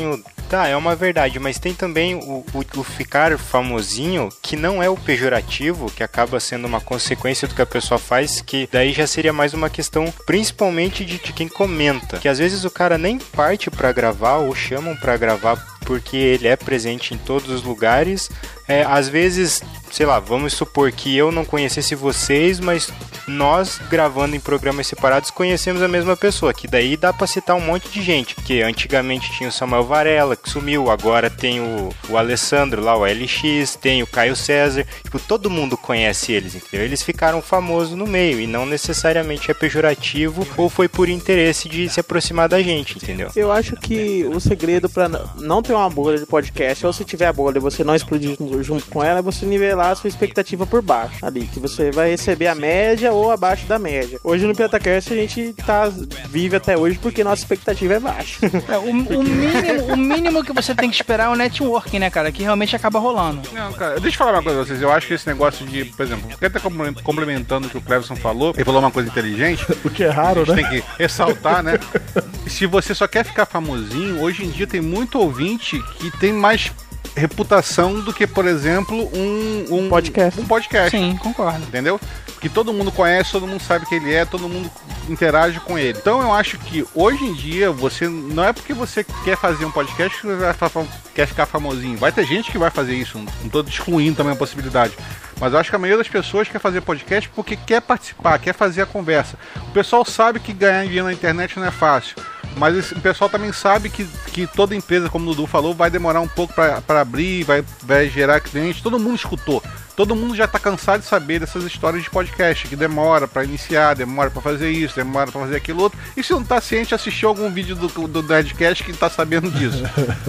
Tá, é uma verdade, mas tem também o, o, o ficar famosinho, que não é o pejorativo, que acaba sendo uma consequência do que a pessoa faz, que daí já seria mais uma questão, principalmente de, de quem comenta. Que às vezes o cara nem parte pra gravar, ou chamam pra gravar porque ele é presente em todos os lugares. É, às vezes, sei lá, vamos supor que eu não conhecesse vocês, mas nós, gravando em programas separados, conhecemos a mesma pessoa, que daí dá pra citar um monte de gente, porque antigamente tinha o Samuel Varela, que sumiu, agora tem o, o Alessandro lá, o L X, tem o Caio César, tipo, todo mundo conhece eles, entendeu? Eles ficaram famosos no meio, e não necessariamente é pejorativo, ou foi por interesse de se aproximar da gente, entendeu? Eu acho que o segredo pra não ter uma bolha de podcast, ou se tiver a bolha e você não explodir junto com ela, é você nivelar a sua expectativa por baixo, ali, que você vai receber a média ou abaixo da média. Hoje no PirataCast a gente tá vive até hoje porque nossa expectativa é baixa. É, o, o, mínimo, o mínimo que você tem que esperar é o networking, né, cara, que realmente acaba rolando. Não, cara, deixa eu falar uma coisa pra vocês. Eu acho que esse negócio de, por exemplo, quem tá complementando o que o Cleverson falou, ele falou uma coisa inteligente. O que é raro, né? Tem que ressaltar, né? Se você só quer ficar famosinho, hoje em dia tem muito ouvinte que tem mais reputação do que, por exemplo, um, um podcast. Um podcast. Sim, concordo. Entendeu? Que todo mundo conhece, todo mundo sabe quem ele é, todo mundo interage com ele. Então eu acho que hoje em dia você não é porque você quer fazer um podcast que você quer ficar famosinho. Vai ter gente que vai fazer isso, não estou excluindo também a possibilidade. Mas eu acho que a maioria das pessoas quer fazer podcast porque quer participar, quer fazer a conversa. O pessoal sabe que ganhar dinheiro na internet não é fácil. Mas esse, o pessoal também sabe que, que toda empresa, como o Dudu falou, vai demorar um pouco para abrir, vai, vai gerar clientes. Todo mundo escutou. Todo mundo já está cansado de saber dessas histórias de podcast, que demora para iniciar, demora para fazer isso, demora para fazer aquilo outro. E se não está ciente, assistiu algum vídeo do, do Nerdcast que está sabendo disso.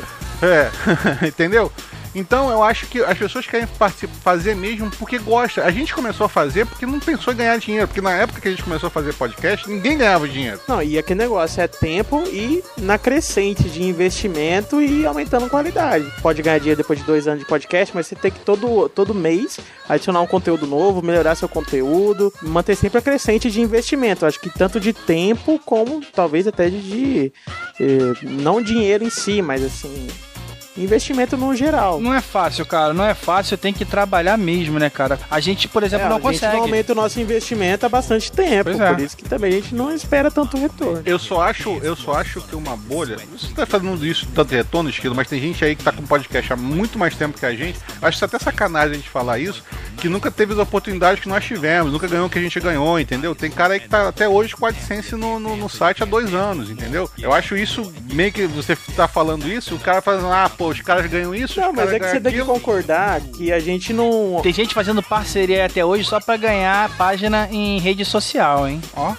É, entendeu? Então eu acho que as pessoas querem fazer mesmo porque gostam. A gente começou a fazer porque não pensou em ganhar dinheiro. Porque na época que a gente começou a fazer podcast, ninguém ganhava dinheiro. Não, e aquele negócio é tempo e na crescente de investimento e aumentando qualidade. Pode ganhar dinheiro depois de dois anos de podcast, mas você tem que todo, todo mês adicionar um conteúdo novo, melhorar seu conteúdo, manter sempre a crescente de investimento. Eu acho que tanto de tempo como talvez até de, de eh, não dinheiro em si, mas assim... investimento no geral. Não é fácil, cara, não é fácil, tem que trabalhar mesmo, né, cara? A gente, por exemplo, é, não a consegue. A gente não aumenta o nosso investimento há bastante tempo, pois é. Por isso que também a gente não espera tanto retorno. Eu só acho, eu só acho que uma bolha, você tá fazendo isso tanto retorno, Esquilo, mas tem gente aí que tá com podcast há muito mais tempo que a gente, acho que até sacanagem a gente falar isso, que nunca teve as oportunidades que nós tivemos, nunca ganhou o que a gente ganhou, entendeu? Tem cara aí que tá até hoje com a AdSense no, no, no site há dois anos, entendeu? Eu acho isso, meio que você tá falando isso, o cara falando, ah, pô, os caras ganham isso, não, mas é que você aquilo. tem que concordar que a gente não... Tem gente fazendo parceria até hoje só pra ganhar página em rede social, hein? Ó.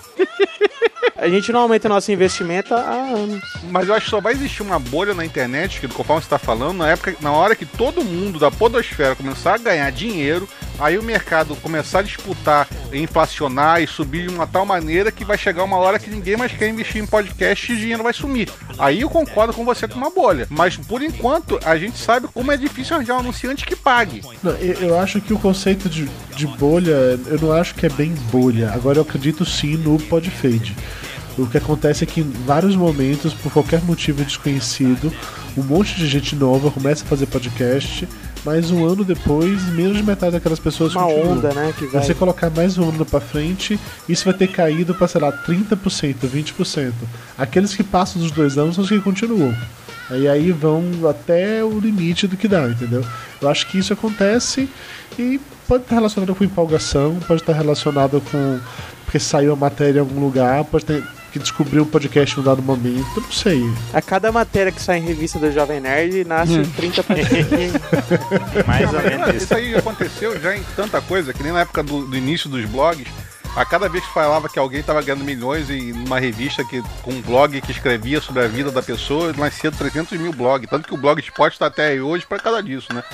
A gente não aumenta nosso investimento há anos. Mas eu acho que só vai existir uma bolha na internet, que conforme você está falando, na época, na hora que todo mundo da podosfera começar a ganhar dinheiro, aí o mercado começar a disputar, inflacionar e subir de uma tal maneira que vai chegar uma hora que ninguém mais quer investir em podcast e o dinheiro vai sumir. Aí eu concordo com você com uma bolha. Mas por enquanto, a gente sabe como é difícil arranjar um anunciante que pague. Não, eu, eu acho que o conceito de, de bolha, eu não acho que é bem bolha. Agora eu acredito sim no podfade. O que acontece é que em vários momentos, por qualquer motivo desconhecido, um monte de gente nova começa a fazer podcast, mas um ano depois, menos de metade daquelas pessoas uma continuam. onda, né? Que vai... Você colocar mais um ano pra frente, isso vai ter caído pra, sei lá, trinta por cento, vinte por cento. Aqueles que passam dos dois anos são os que continuam. E aí vão até o limite do que dá, entendeu? Eu acho que isso acontece e pode estar relacionado com empolgação, pode estar relacionado com... porque saiu a matéria em algum lugar, pode ter... que descobriu um podcast em um dado momento, eu não sei. A cada matéria que sai em revista do Jovem Nerd, nasce hum. trinta por cento. Mais ou menos isso. Isso aí aconteceu já em tanta coisa, que nem na época do, do início dos blogs, a cada vez que falava que alguém estava ganhando milhões em uma revista que, com um blog que escrevia sobre a vida da pessoa, nascia trezentos mil blogs, tanto que o Blogspot está até aí hoje por causa disso, né?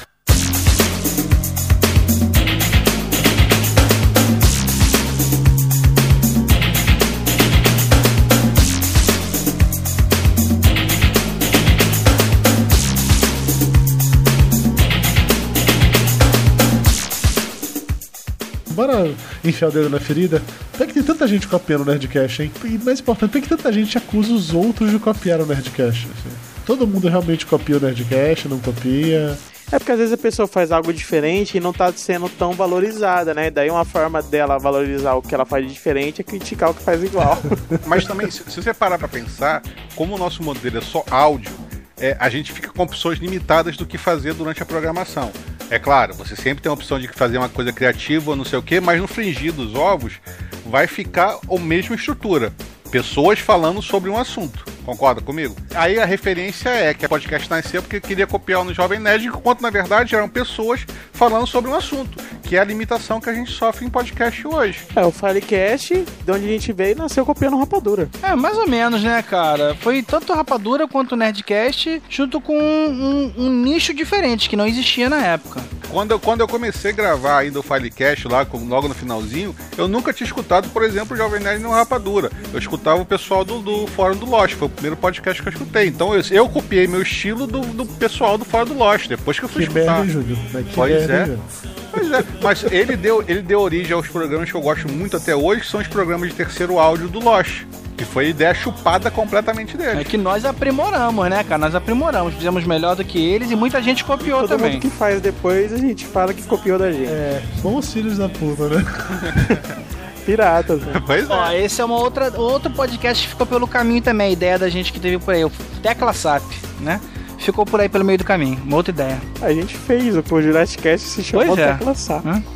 Bora enfiar o dedo na ferida? Por que tem tanta gente copiando o Nerdcast, hein? E mais importante, por que tanta gente acusa os outros de copiar o Nerdcast? Assim? Todo mundo realmente copia o Nerdcast, não copia? É porque às vezes a pessoa faz algo diferente e não tá sendo tão valorizada, né? Daí uma forma dela valorizar o que ela faz de diferente é criticar o que faz igual. Mas também, se, se você parar pra pensar, como o nosso modelo é só áudio, é, a gente fica com opções limitadas do que fazer durante a programação. É claro, você sempre tem a opção de fazer uma coisa criativa ou não sei o que, mas no frigir dos ovos vai ficar a mesma estrutura. Pessoas falando sobre um assunto. Concorda comigo? Aí a referência é que a podcast nasceu porque queria copiar no Jovem Nerd, enquanto na verdade eram pessoas falando sobre um assunto, que é a limitação que a gente sofre em podcast hoje. É, o Filecast, de onde a gente veio, nasceu copiando Rapadura. É, mais ou menos, né, cara? Foi tanto Rapadura quanto o Nerdcast, junto com um, um, um nicho diferente, que não existia na época. Quando eu, quando eu comecei a gravar ainda o Filecast lá, logo no finalzinho, eu nunca tinha escutado, por exemplo, o Jovem Nerd no Rapadura. Eu escutava o pessoal do, do Fórum do Lost, foi o primeiro podcast que eu escutei. Então eu, eu copiei meu estilo do, do pessoal do Fórum do Lost, depois que eu fui que escutar. Merda, Júlio. Pois é. Pois é, mas ele deu, ele deu origem aos programas que eu gosto muito até hoje, que são os programas de terceiro áudio do Lost. Que foi a ideia chupada completamente dele. É que nós aprimoramos, né, cara? Nós aprimoramos, fizemos melhor do que eles e muita gente copiou Todo também. Todo mundo que faz depois, a gente fala que copiou da gente. É, bons filhos da puta, né? Piratas, né? Pois é. Ó, esse é uma outra, outro podcast que ficou pelo caminho também, a ideia da gente que teve por aí, o Tecla S A P, né? Ficou por aí pelo meio do caminho, uma outra ideia. A gente fez, o Jurassic Cast se chamou Pois é. Tecla S A P. Hã?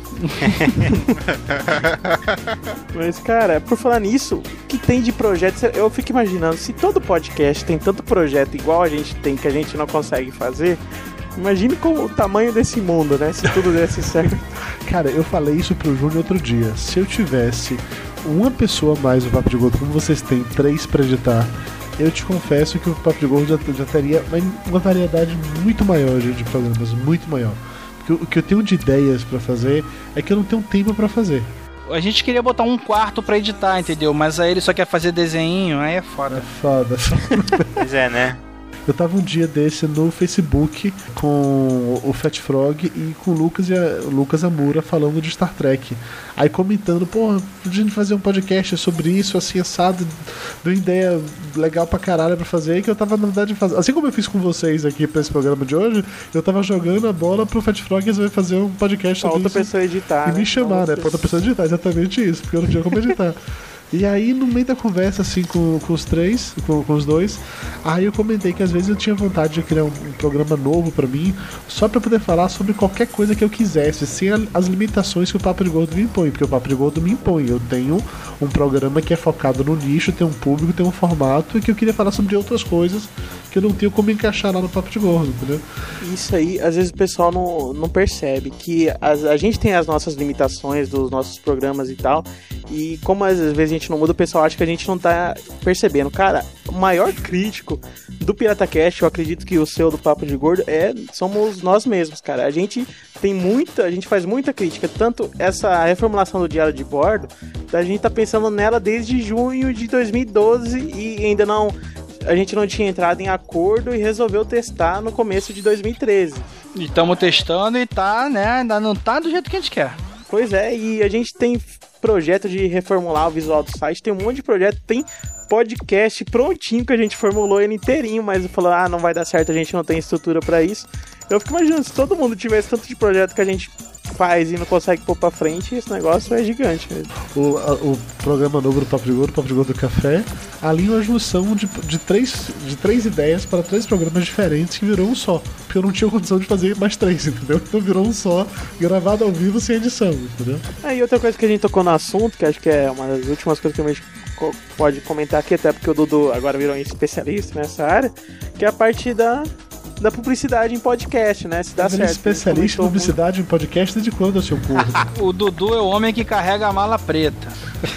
Mas, cara, por falar nisso, o que tem de projetos? Eu fico imaginando, se todo podcast tem tanto projeto igual a gente tem, que a gente não consegue fazer, imagine como o tamanho desse mundo, né? Se tudo desse certo. Cara, eu falei isso pro Júnior outro dia. Se eu tivesse uma pessoa a mais no Papo de Gordo, como vocês têm três pra editar, eu te confesso que o Papo de Gordo já, já teria uma, uma variedade muito maior de, de programas, muito maior. Porque o que eu tenho de ideias pra fazer é que eu não tenho tempo pra fazer. A gente queria botar um quarto pra editar, entendeu? Mas aí ele só quer fazer desenho, aí é foda. É foda. Pois é, né? Eu tava um dia desse no Facebook com o Fat Frog e com o Lucas e a, o Lucas Amura falando de Star Trek. Aí comentando, pô, podia fazer um podcast sobre isso, assim, assado, deu ideia legal pra caralho pra fazer, que eu tava, na verdade, fazendo. Assim como eu fiz com vocês aqui pra esse programa de hoje, eu tava jogando a bola pro Fat Frog resolver fazer um podcast pra sobre outra isso. pessoa editar. E né? me chamar, pra né? Pra outra pessoa editar, exatamente isso, porque eu não tinha como editar. E aí, no meio da conversa, assim, com, com os três, com, com os dois, aí eu comentei que às vezes eu tinha vontade de criar um, um programa novo pra mim, só pra poder falar sobre qualquer coisa que eu quisesse, sem a, as limitações que o Papo de Gordo me impõe, porque o Papo de Gordo me impõe. Eu tenho um programa que é focado no nicho, tem um público, tem um formato, e que eu queria falar sobre outras coisas que eu não tenho como encaixar lá no Papo de Gordo, entendeu? Isso aí, às vezes o pessoal não, não percebe que a, a gente tem as nossas limitações dos nossos programas e tal, e como às vezes a gente não muda, o pessoal acha que a gente não tá percebendo. Cara, o maior crítico do PirataCast, eu acredito que o seu do Papo de Gordo, é, somos nós mesmos, cara. A gente tem muita, a gente faz muita crítica, tanto essa reformulação do Diário de Bordo, a gente tá pensando nela desde junho de dois mil e doze e ainda não, a gente não tinha entrado em acordo e resolveu testar no começo de dois mil e treze. E estamos testando e tá, né, ainda não tá do jeito que a gente quer. Pois é, e a gente tem projeto de reformular o visual do site, tem um monte de projeto, tem podcast prontinho que a gente formulou ele inteirinho, mas falou, ah, não vai dar certo, a gente não tem estrutura pra isso. Eu fico imaginando, se todo mundo tivesse tanto de projeto que a gente faz e não consegue pôr pra frente, esse negócio é gigante mesmo. O, a, o programa novo do Papo de Gordo, o Papo de Gordo do Café, ali uma junção de, de, três, de três ideias para três programas diferentes que virou um só. Porque eu não tinha condição de fazer mais três, entendeu? Então virou um só, gravado ao vivo sem edição, entendeu? Aí outra coisa que a gente tocou no assunto, que acho que é uma das últimas coisas que a gente pode comentar aqui, até porque o Dudu agora virou um especialista nessa área, que é a parte da... da publicidade em podcast, né? Se dá certo. Especialista em publicidade muito... em podcast desde quando, seu curso? O Dudu é o homem que carrega a mala preta.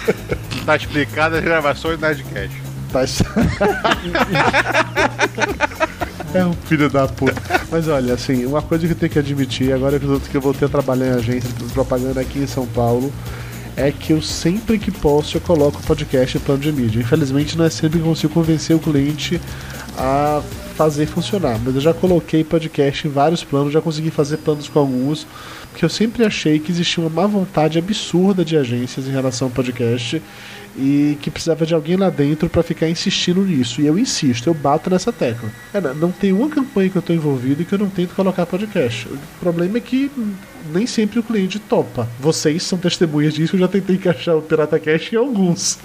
Tá explicado as gravações da Nerdcast. Tá. É um filho da puta. Mas olha, assim, uma coisa que eu tenho que admitir, agora que eu voltei a trabalhar em agência de propaganda aqui em São Paulo, é que eu sempre que posso eu coloco o podcast em plano de mídia. Infelizmente não é sempre que eu consigo convencer o cliente a fazer funcionar, mas eu já coloquei podcast em vários planos, já consegui fazer planos com alguns, porque eu sempre achei que existia uma má vontade absurda de agências em relação ao podcast, e que precisava de alguém lá dentro pra ficar insistindo nisso. E eu insisto, eu bato nessa tecla. Cara, não tem uma campanha que eu tô envolvido e que eu não tento colocar podcast. O problema é que nem sempre o cliente topa. Vocês são testemunhas disso, eu já tentei encaixar o PirataCast em alguns.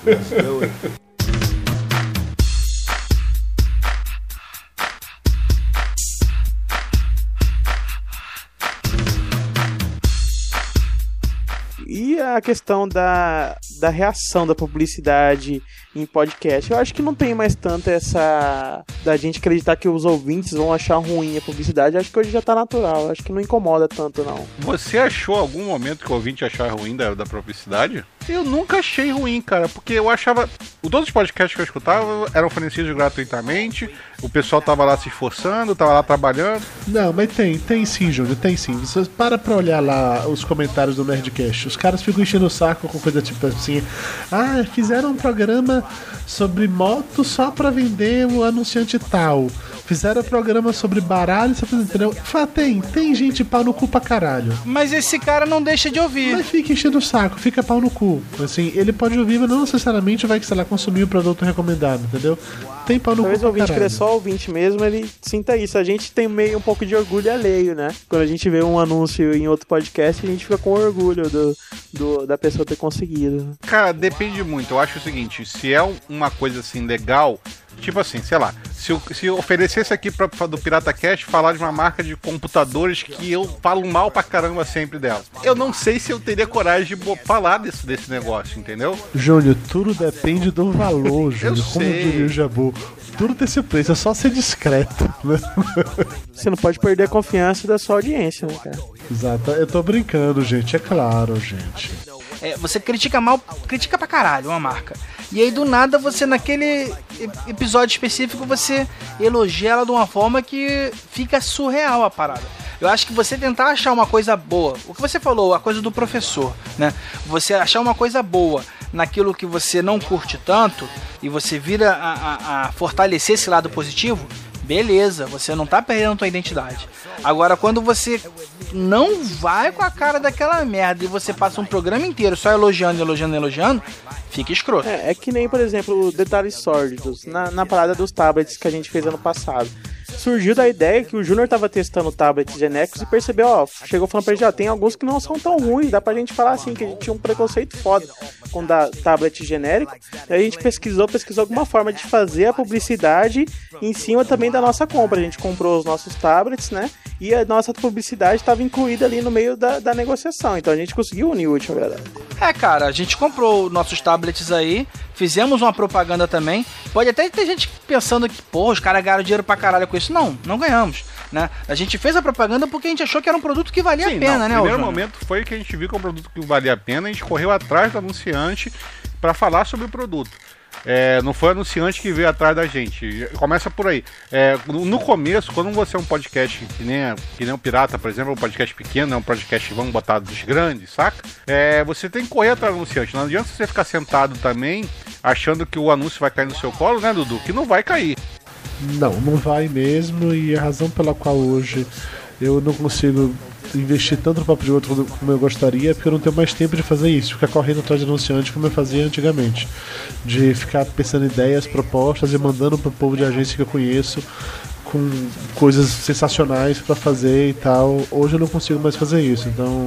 E a questão da, da reação da publicidade em podcast, eu acho que não tem mais tanto essa da gente acreditar que os ouvintes vão achar ruim a publicidade. Eu acho que hoje já tá natural, eu acho que não incomoda tanto, não. Você achou algum momento que o ouvinte achava ruim da, da publicidade? Eu nunca achei ruim, cara, porque eu achava... Todos os podcasts que eu escutava eram fornecidos gratuitamente, o pessoal tava lá se esforçando, tava lá trabalhando. Não, mas tem, tem sim, Júnior, tem sim. Você para pra olhar lá os comentários do Nerdcast, os caras ficam enchendo o saco com coisa tipo assim, ah, fizeram um programa sobre moto só pra vender o anunciante tal. Fizeram um programa sobre baralho, você entendeu? Fala, tem, tem gente pau no cu pra caralho. Mas esse cara não deixa de ouvir. Mas fica enchendo o saco, fica pau no cu. Assim, ele pode ouvir, mas não necessariamente vai, sei lá, consumir o produto recomendado, entendeu? Tem pau no Talvez cu o pra ouvinte que é só ouvinte mesmo, ele sinta isso. A gente tem meio um pouco de orgulho alheio, né? Quando a gente vê um anúncio em outro podcast, a gente fica com orgulho do, do, da pessoa ter conseguido. Cara, depende muito. Eu acho o seguinte, se é uma coisa assim legal, tipo assim, sei lá, se eu, se eu oferecesse aqui pra, pra, do PirataCast falar de uma marca de computadores que eu falo mal pra caramba sempre dela, eu não sei se eu teria coragem de falar desse, desse negócio, entendeu? Júnior, tudo depende do valor, Júnior. Eu Como sei. diria o Jabu, tudo tem esse preço, é só ser discreto, né? Você não pode perder a confiança da sua audiência, né, cara? Exato, eu tô brincando, gente, é claro, gente. É, você critica mal, critica pra caralho uma marca. E aí do nada você naquele episódio específico você elogia ela de uma forma que fica surreal a parada. Eu acho que você tentar achar uma coisa boa, o que você falou, a coisa do professor, né? Você achar uma coisa boa naquilo que você não curte tanto e você vira a, a, a fortalecer esse lado positivo, beleza, você não tá perdendo a tua identidade. Agora, quando você não vai com a cara daquela merda e você passa um programa inteiro só elogiando, elogiando, elogiando, fica escroto. É, é que nem, por exemplo, detalhes sórdidos na, na parada dos tablets que a gente fez ano passado. Surgiu da ideia que o Júnior tava testando tablets genéricos e percebeu, ó, chegou falando pra gente, ó, tem alguns que não são tão ruins, dá pra gente falar assim, que a gente tinha um preconceito foda com da tablet genérico. Aí a gente pesquisou, pesquisou alguma forma de fazer a publicidade em cima também da nossa compra. A gente comprou os nossos tablets, né? E a nossa publicidade estava incluída ali no meio da, da negociação. Então a gente conseguiu unir o útil ao agradável. É, cara, a gente comprou nossos tablets aí, fizemos uma propaganda também. Pode até ter gente pensando que, pô, os caras ganharam dinheiro pra caralho com isso. Não, não ganhamos, né? A gente fez a propaganda porque a gente achou que era um produto que valia Sim, a pena, não, né, O primeiro Júnior? momento foi que a gente viu que é um produto que valia a pena, a gente correu atrás do anunciante para falar sobre o produto. É, não foi o anunciante que veio atrás da gente. Começa por aí. É, no começo, quando você é um podcast que nem, que nem o Pirata, por exemplo, um podcast pequeno, é um podcast, vamos botar, dos grandes, saca? É, você tem que correr atrás do anunciante. Não adianta você ficar sentado também, achando que o anúncio vai cair no seu colo, né, Dudu? Que não vai cair. Não, não vai mesmo, e a razão pela qual hoje eu não consigo investir tanto no papo de outro como eu gostaria é porque eu não tenho mais tempo de fazer isso, ficar correndo atrás de anunciante como eu fazia antigamente, de ficar pensando ideias, propostas e mandando pro povo de agência que eu conheço com coisas sensacionais pra fazer e tal. Hoje eu não consigo mais fazer isso, então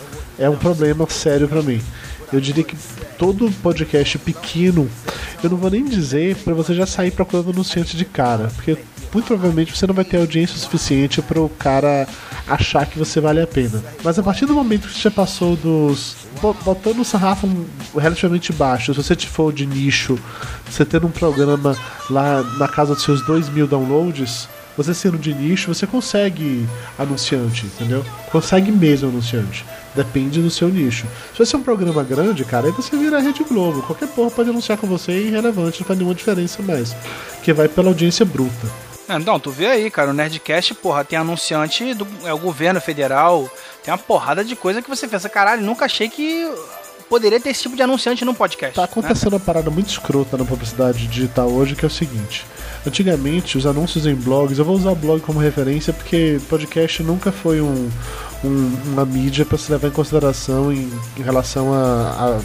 é um problema sério pra mim. Eu diria que todo podcast pequeno, eu não vou nem dizer pra você já sair procurando anunciante de cara, porque muito provavelmente você não vai ter audiência suficiente para o cara achar que você vale a pena. Mas a partir do momento que você passou dos... botando o sarrafo relativamente baixo, se você for de nicho, você tendo um programa lá na casa dos seus dois mil downloads, você sendo de nicho, você consegue anunciante, entendeu? Consegue mesmo anunciante. Depende do seu nicho. Se você é um programa grande, cara, aí você vira a Rede Globo. Qualquer porra pode anunciar com você e irrelevante, não faz nenhuma diferença mais. Porque vai pela audiência bruta. Não, tu vê aí, cara, o Nerdcast, porra, tem anunciante do é, o governo federal, tem uma porrada de coisa que você pensa, caralho, nunca achei que poderia ter esse tipo de anunciante num podcast. Tá acontecendo, né, uma parada muito escrota na publicidade digital hoje, que é o seguinte: antigamente, os anúncios em blogs, eu vou usar blog como referência porque podcast nunca foi um, um, uma mídia para se levar em consideração em, em relação a, a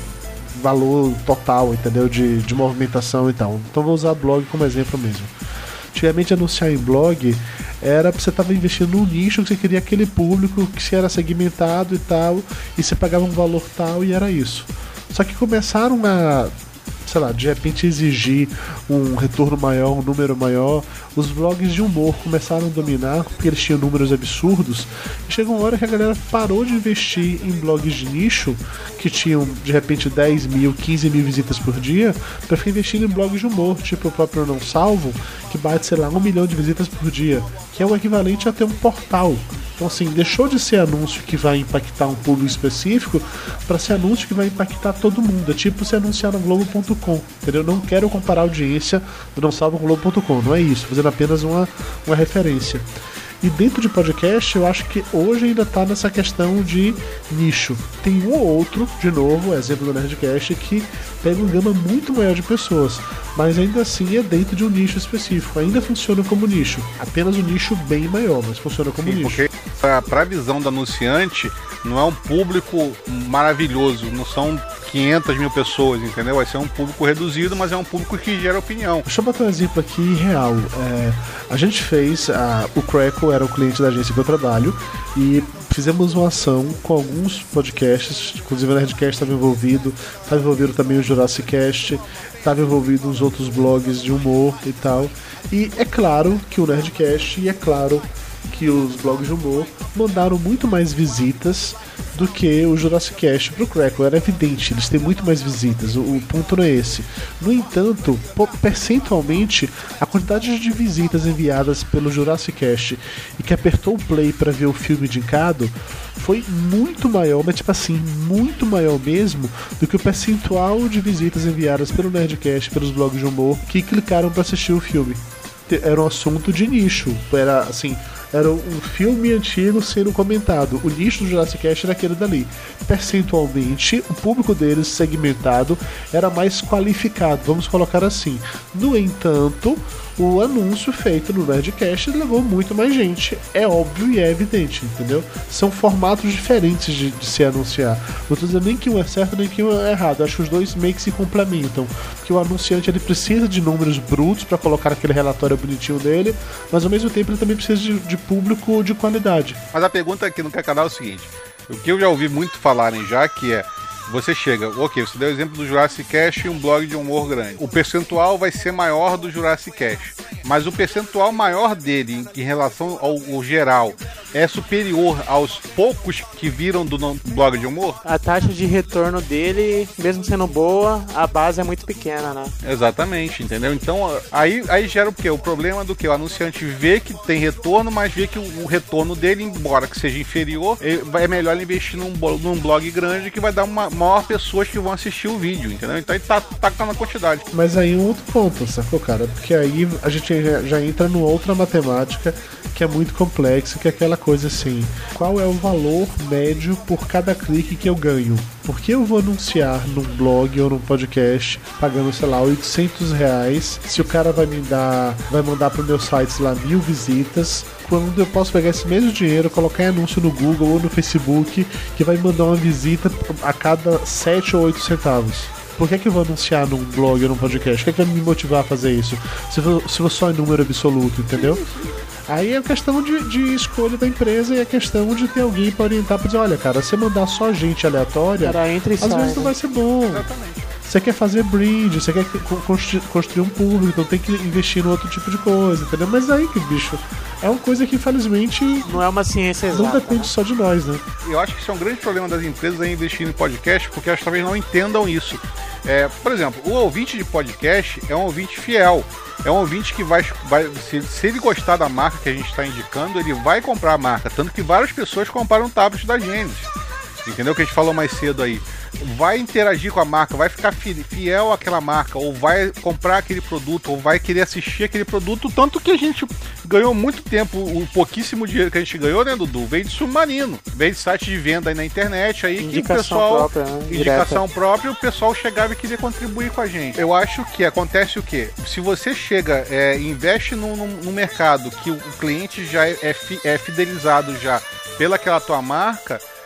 valor total, entendeu? De, de movimentação e tal. Então vou usar blog como exemplo mesmo. Antigamente anunciar em blog era pra você estar investindo num nicho que você queria aquele público que se era segmentado e tal, e você pagava um valor tal e era isso. Só que começaram a, sei lá, de repente exigir um retorno maior, um número maior. Os blogs de humor começaram a dominar porque eles tinham números absurdos, e chegou uma hora que a galera parou de investir em blogs de nicho que tinham de repente dez mil, quinze mil visitas por dia, para ficar investindo em blogs de humor, tipo o próprio Não Salvo, que bate, sei lá, um milhão de visitas por dia, que é o equivalente a ter um portal. Então assim, deixou de ser anúncio que vai impactar um público específico para ser anúncio que vai impactar todo mundo. É tipo se anunciar no Globo ponto com, entendeu? Não quero comparar a audiência do Não Salvo com o Globo ponto com, não é isso, fazendo apenas uma, uma referência. E dentro de podcast, eu acho que hoje ainda está nessa questão de nicho. Tem um ou outro, de novo, exemplo do Nerdcast, que pega uma gama muito maior de pessoas, mas ainda assim é dentro de um nicho específico. Ainda funciona como nicho. Apenas um nicho bem maior, mas funciona como Sim, nicho. Porque para a visão do anunciante, não é um público maravilhoso, não são quinhentas mil pessoas, entendeu? Vai ser um público reduzido, mas é um público que gera opinião. Deixa eu botar um exemplo aqui real. É, a gente fez, a, o Crackle era o cliente da agência que eu trabalho, e fizemos uma ação com alguns podcasts, inclusive o Nerdcast estava envolvido, estava envolvido também o Jurassic Cast, estava envolvido os outros blogs de humor e tal. E é claro que o Nerdcast, e é claro que os blogs de humor mandaram muito mais visitas do que o Jurassic Cast pro Crackle. Era evidente, eles têm muito mais visitas, o, o ponto não é esse. No entanto, percentualmente, a quantidade de visitas enviadas pelo Jurassic Cast e que apertou o play para ver o filme indicado foi muito maior, mas tipo assim, muito maior mesmo do que o percentual de visitas enviadas pelo Nerdcast, pelos blogs de humor, que clicaram para assistir o filme. Era um assunto de nicho, era assim, era um filme antigo sendo comentado. O nicho do Jurassic Cast era aquele dali. Percentualmente, o público deles segmentado era mais qualificado, vamos colocar assim. No entanto, o anúncio feito no Nerdcast levou muito mais gente. É óbvio e é evidente, entendeu? São formatos diferentes de, de se anunciar. Não estou dizendo nem que um é certo nem que um é errado. Acho que os dois meio que se complementam. Porque o anunciante ele precisa de números brutos para colocar aquele relatório bonitinho dele, mas ao mesmo tempo ele também precisa de, de público de qualidade. Mas a pergunta aqui no canal é o seguinte: o que eu já ouvi muito falarem já, que é, você chega, ok, você deu o exemplo do Jurassic Cast e um blog de humor grande. O percentual vai ser maior do Jurassic Cast, mas o percentual maior dele em, em relação ao, ao geral é superior aos poucos que viram do blog de humor? A taxa de retorno dele, mesmo sendo boa, a base é muito pequena, né? Exatamente, entendeu? Então, aí, aí gera o quê? O problema do que? O anunciante vê que tem retorno, mas vê que o, o retorno dele, embora que seja inferior, é melhor ele investir num, num blog grande que vai dar uma maior pessoas que vão assistir o vídeo, entendeu? Então ele tá, tá na quantidade. Mas aí um outro ponto, sacou, cara? Porque aí a gente já, já entra numa outra matemática que é muito complexa, que é aquela coisa assim: qual é o valor médio por cada clique que eu ganho? Por que eu vou anunciar num blog ou num podcast pagando, sei lá, oitocentos reais se o cara vai me dar, vai mandar pro meu site, sei lá, mil visitas, quando eu posso pegar esse mesmo dinheiro, colocar em anúncio no Google ou no Facebook, que vai mandar uma visita a cada sete ou oito centavos? Por que, que eu vou anunciar num blog ou num podcast? O que, é que vai me motivar a fazer isso? Se for, se for só em número absoluto, entendeu? Aí é a questão de, de escolha da empresa e a questão de ter alguém para orientar, para dizer, olha, cara, você mandar só gente aleatória, cara, entra e às sai, vezes não né? vai ser bom. Exatamente. Você quer fazer brand, você quer construir um público, então tem que investir em outro tipo de coisa, entendeu? Mas aí, que bicho, é uma coisa que infelizmente não é uma ciência exata, não depende né? só de nós, né? Eu acho que isso é um grande problema das empresas aí investir em podcast, porque elas talvez não entendam isso. É, por exemplo, o ouvinte de podcast é um ouvinte fiel. É um ouvinte que vai, vai se, se ele gostar da marca que a gente está indicando, ele vai comprar a marca. Tanto que várias pessoas compraram um tablet da Gênesis. Entendeu? Que a gente falou mais cedo aí. Vai interagir com a marca, vai ficar fiel àquela marca, ou vai comprar aquele produto, ou vai querer assistir aquele produto. Tanto que a gente ganhou muito tempo, o pouquíssimo dinheiro que a gente ganhou, né, Dudu? Veio de submarino, veio de site de venda aí na internet, aí indicação que o pessoal, própria, né? indicação Direta. própria, o pessoal chegava e queria contribuir com a gente. Eu acho que acontece o quê? Se você chega e é, investe no, no, no mercado que o cliente já é, é, fi, é fidelizado já pela aquela tua marca,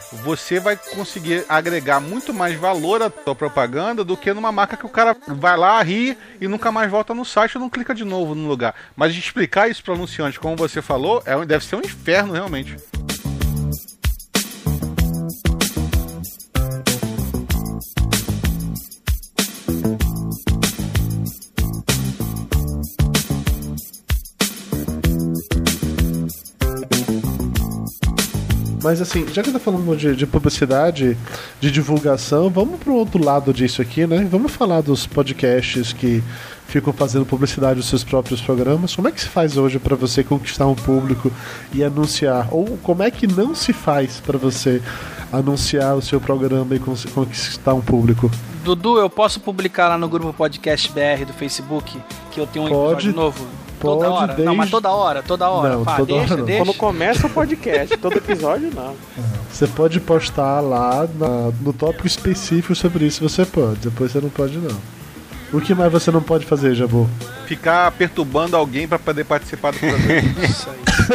você vai conseguir agregar muito mais valor à tua propaganda do que numa marca que o cara vai lá, ri e nunca mais volta no site ou não clica de novo no lugar. Mas de explicar isso para o anunciante, como você falou, é, deve ser um inferno realmente. Mas assim, já que tá falando de, de publicidade, de divulgação, vamos pro outro lado disso aqui, né? Vamos falar dos podcasts que ficam fazendo publicidade dos seus próprios programas. Como é que se faz hoje para você conquistar um público e anunciar? Ou como é que não se faz para você anunciar o seu programa e conquistar um público? Dudu, eu posso publicar lá no grupo Podcast B R do Facebook que eu tenho um Pode. episódio novo? Pode, toda hora? desde... Não, mas toda hora, toda hora. Não, Pá, toda deixa, hora não. deixa. Quando começa o podcast, todo episódio não. Você pode postar lá na, no tópico específico sobre isso, você pode. Depois você não pode, não. O que mais você não pode fazer, Jabu? Ficar perturbando alguém pra poder participar do programa. Isso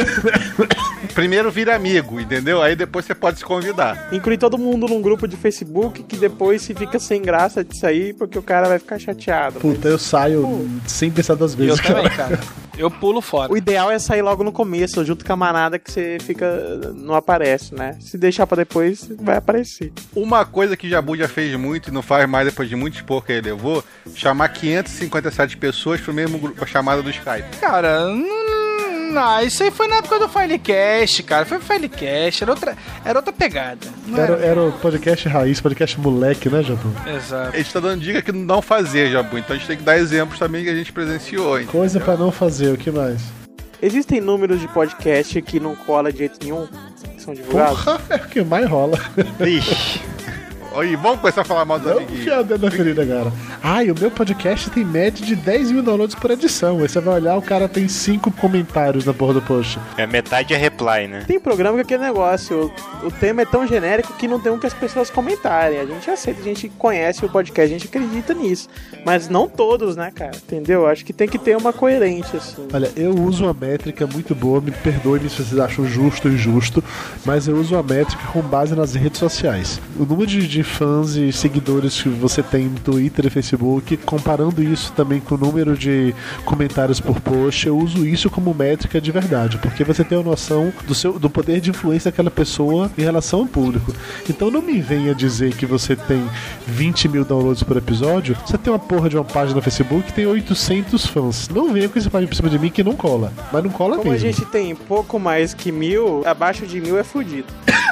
aí. Primeiro vira amigo, entendeu? Aí depois você pode se convidar. Incluir todo mundo num grupo de Facebook que depois se fica sem graça de sair porque o cara vai ficar chateado. Puta, eu saio Pô. sem pensar duas vezes. Eu também, cara. Eu pulo fora. O ideal é sair logo no começo, junto com a manada, que você fica... não aparece, né? Se deixar pra depois, vai aparecer. Uma coisa que Jabu já fez muito e não faz mais depois de muito expor que ele levou, chamar quinhentas e cinquenta e sete pessoas pro mesmo grupo, a chamada do Skype. Cara, não... Não, isso aí foi na época do Filecast, cara. Foi o Filecast, era outra, era outra pegada. Era, era... era o podcast raiz, podcast moleque, né, Jabu? Exato. A gente tá dando dica que não fazer, Jabu. Então a gente tem que dar exemplos também que a gente presenciou. Entendeu? Coisa pra não fazer, o que mais? Existem números de podcast que não cola de jeito nenhum, que são divulgados? Porra, é o que mais rola. Ixi. Oi, vamos começar a falar mal dos amiguinhos. Não, o dedo na ferida, cara. Ai, o meu podcast tem média de dez mil downloads por edição. Aí você vai olhar, o cara tem cinco comentários na porra do post. É, metade é reply, né? Tem programa que é aquele negócio, o, o tema é tão genérico que não tem um que as pessoas comentarem. A gente aceita, a gente conhece o podcast, a gente acredita nisso. Mas não todos, né, cara? Entendeu? Acho que tem que ter uma coerência, assim. Olha, eu uso uma métrica muito boa, me perdoe-me se vocês acham justo ou injusto, mas eu uso uma métrica com base nas redes sociais. O número de, de fãs e seguidores que você tem no Twitter e Facebook, comparando isso também com o número de comentários por post, eu uso isso como métrica de verdade, porque você tem a noção do, seu, do poder de influência daquela pessoa em relação ao público. Então não me venha dizer que você tem vinte mil downloads por episódio, você tem uma porra de uma página no Facebook que tem oitocentos fãs. Não venha com esse página por cima de mim que não cola, mas não cola Como mesmo. a gente tem pouco mais que mil, abaixo de mil é fudido.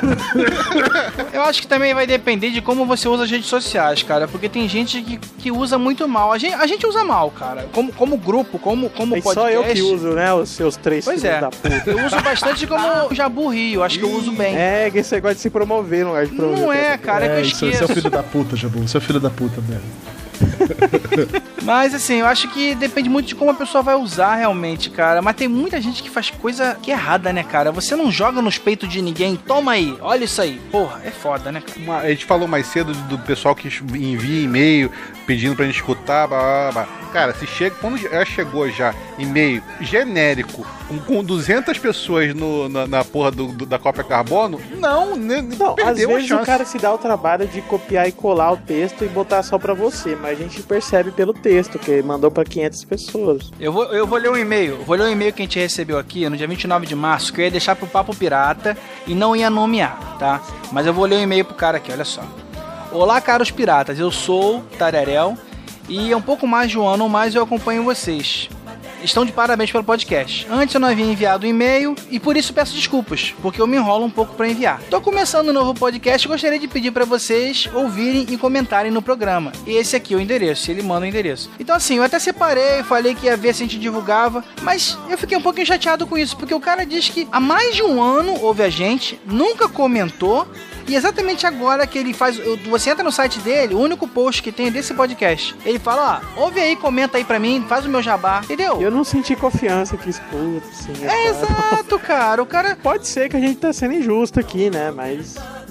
Eu acho que também vai depender de como você usa as redes sociais, cara, porque tem gente que, que usa muito mal. A gente, a gente usa mal, cara, como, como grupo, como, como é podcast. Só eu que uso, né, os seus três pois filhos é. da puta. Eu uso bastante como Jabu Rio, acho que eu uso bem. É, que você gosta de se promover no lugar de promover. Não é, cara, é que eu isso, esqueço. Você é o filho da puta, Jabu, você é o filho da puta mesmo. Mas assim, eu acho que depende muito de como a pessoa vai usar realmente, cara. Mas tem muita gente que faz coisa que é errada, né, cara? Você não joga nos peitos de ninguém, toma aí, olha isso aí. Porra, é foda, né, cara? Uma, a gente falou mais cedo do pessoal que envia e-mail pedindo pra gente escutar, blá, blá, blá. Cara, se chega, quando já chegou já e-mail genérico com, com duzentas pessoas no, na, na porra do, do, da cópia carbono, não, ne, não, perdeu às vezes a chance. O cara se dá o trabalho de copiar e colar o texto e botar só pra você, mas a gente percebe pelo texto que mandou pra quinhentas pessoas. Eu vou, eu vou ler um e-mail, vou ler um e-mail que a gente recebeu aqui no dia vinte e nove de março, que eu ia deixar pro Papo Pirata e não ia nomear, tá? Mas eu vou ler um e-mail pro cara aqui, olha só. Olá, caros piratas, eu sou Tararel e há um pouco mais de um ano ou mais eu acompanho vocês. Estão de parabéns pelo podcast. Antes eu não havia enviado um e-mail e por isso peço desculpas, porque eu me enrolo um pouco para enviar. Tô começando um novo podcast e gostaria de pedir para vocês ouvirem e comentarem no programa. E esse aqui é o endereço, ele manda o endereço. Então assim, eu até separei, falei que ia ver se a gente divulgava, mas eu fiquei um pouquinho chateado com isso, porque o cara diz que há mais de um ano ouve a gente, nunca comentou. E exatamente agora que ele faz... Você entra no site dele, o único post que tem é desse podcast. Ele fala, ó, ouve aí, comenta aí pra mim, faz o meu jabá, entendeu? Eu não senti confiança que escuta, assim. É, exato, cara. O cara... Pode ser que a gente tá sendo injusto aqui, né? Mas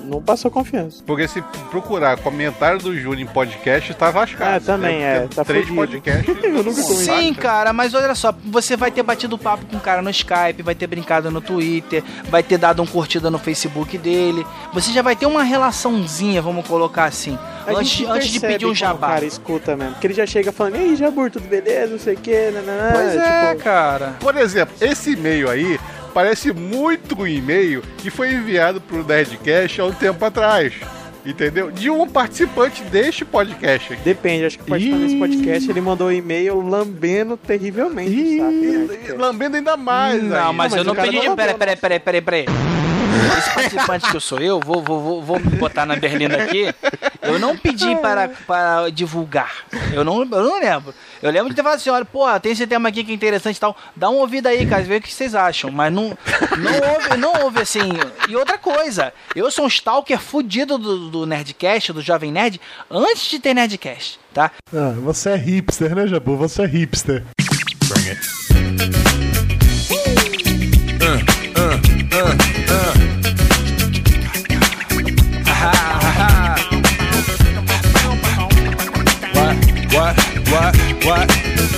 não passou confiança. Porque se procurar comentário do Júnior em podcast, tá lascado. Ah, também né? é, tá Três fudido. podcasts. Eu nunca comi. Sim, cara, mas olha só, você vai ter batido papo com o cara no Skype, vai ter brincado no Twitter, vai ter dado um curtida no Facebook dele, você já vai ter uma relaçãozinha, vamos colocar assim, A antes, gente antes de percebe pedir um quando jabá. O cara escuta mesmo, porque ele já chega falando, e aí, Jabur, tudo beleza, não sei o que, nananã. Pois é, tipo, cara. Por exemplo, esse e-mail aí parece muito um e-mail que foi enviado pro Nerdcast há um tempo atrás. Entendeu? De um participante deste podcast aqui. Depende, acho que o participante desse podcast, ele mandou um e-mail lambendo terrivelmente, Ih, sabe? lambendo ainda mais. Não, aí. mas, Não, mas eu não o cara pedi. não Peraí, mandou, peraí, peraí, peraí, peraí. Esse participante que eu sou eu, vou, vou, vou, vou me botar na berlinda aqui. Eu não pedi para, para divulgar. Eu não, eu não lembro. Eu lembro de ter falado assim: olha, pô, tem esse tema aqui que é interessante e tal. Dá uma ouvida aí, cara, vê o que vocês acham. Mas não, não houve, não houve assim. E outra coisa, eu sou um stalker fudido do, do Nerdcast, do Jovem Nerd, antes de ter Nerdcast, tá? Ah, você é hipster, né, Jabu? Você é hipster. Bring it. Uh, uh, uh, uh. What, what, what, what?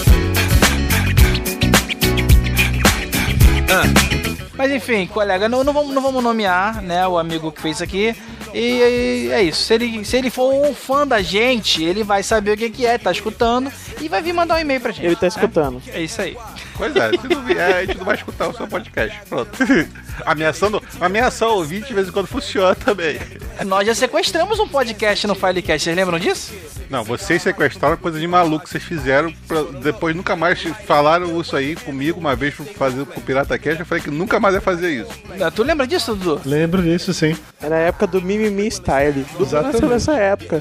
Uh. Mas enfim, colega, não, não, vamos, não vamos nomear, né, o amigo que fez isso aqui. E, e é isso. Se ele, se ele for um fã da gente, ele vai saber o que, que é, tá escutando, e vai vir mandar um e-mail pra gente. Ele tá escutando. É, é isso aí. Pois é, se não vier, a gente não vai escutar o seu podcast. Pronto. Ameaçando, ameaçar o ouvinte de vez em quando funciona também. Nós já sequestramos um podcast no Filecast, vocês lembram disso? Não, vocês sequestraram coisa de maluco que vocês fizeram, pra, depois nunca mais falaram isso aí comigo uma vez pra fazer com o Pirata Cast. Eu falei que nunca mais ia fazer isso. Tu lembra disso, Dudu? Lembro disso, sim. Era a época do Mimimi Style. Tudo Exatamente. nasceu nessa época.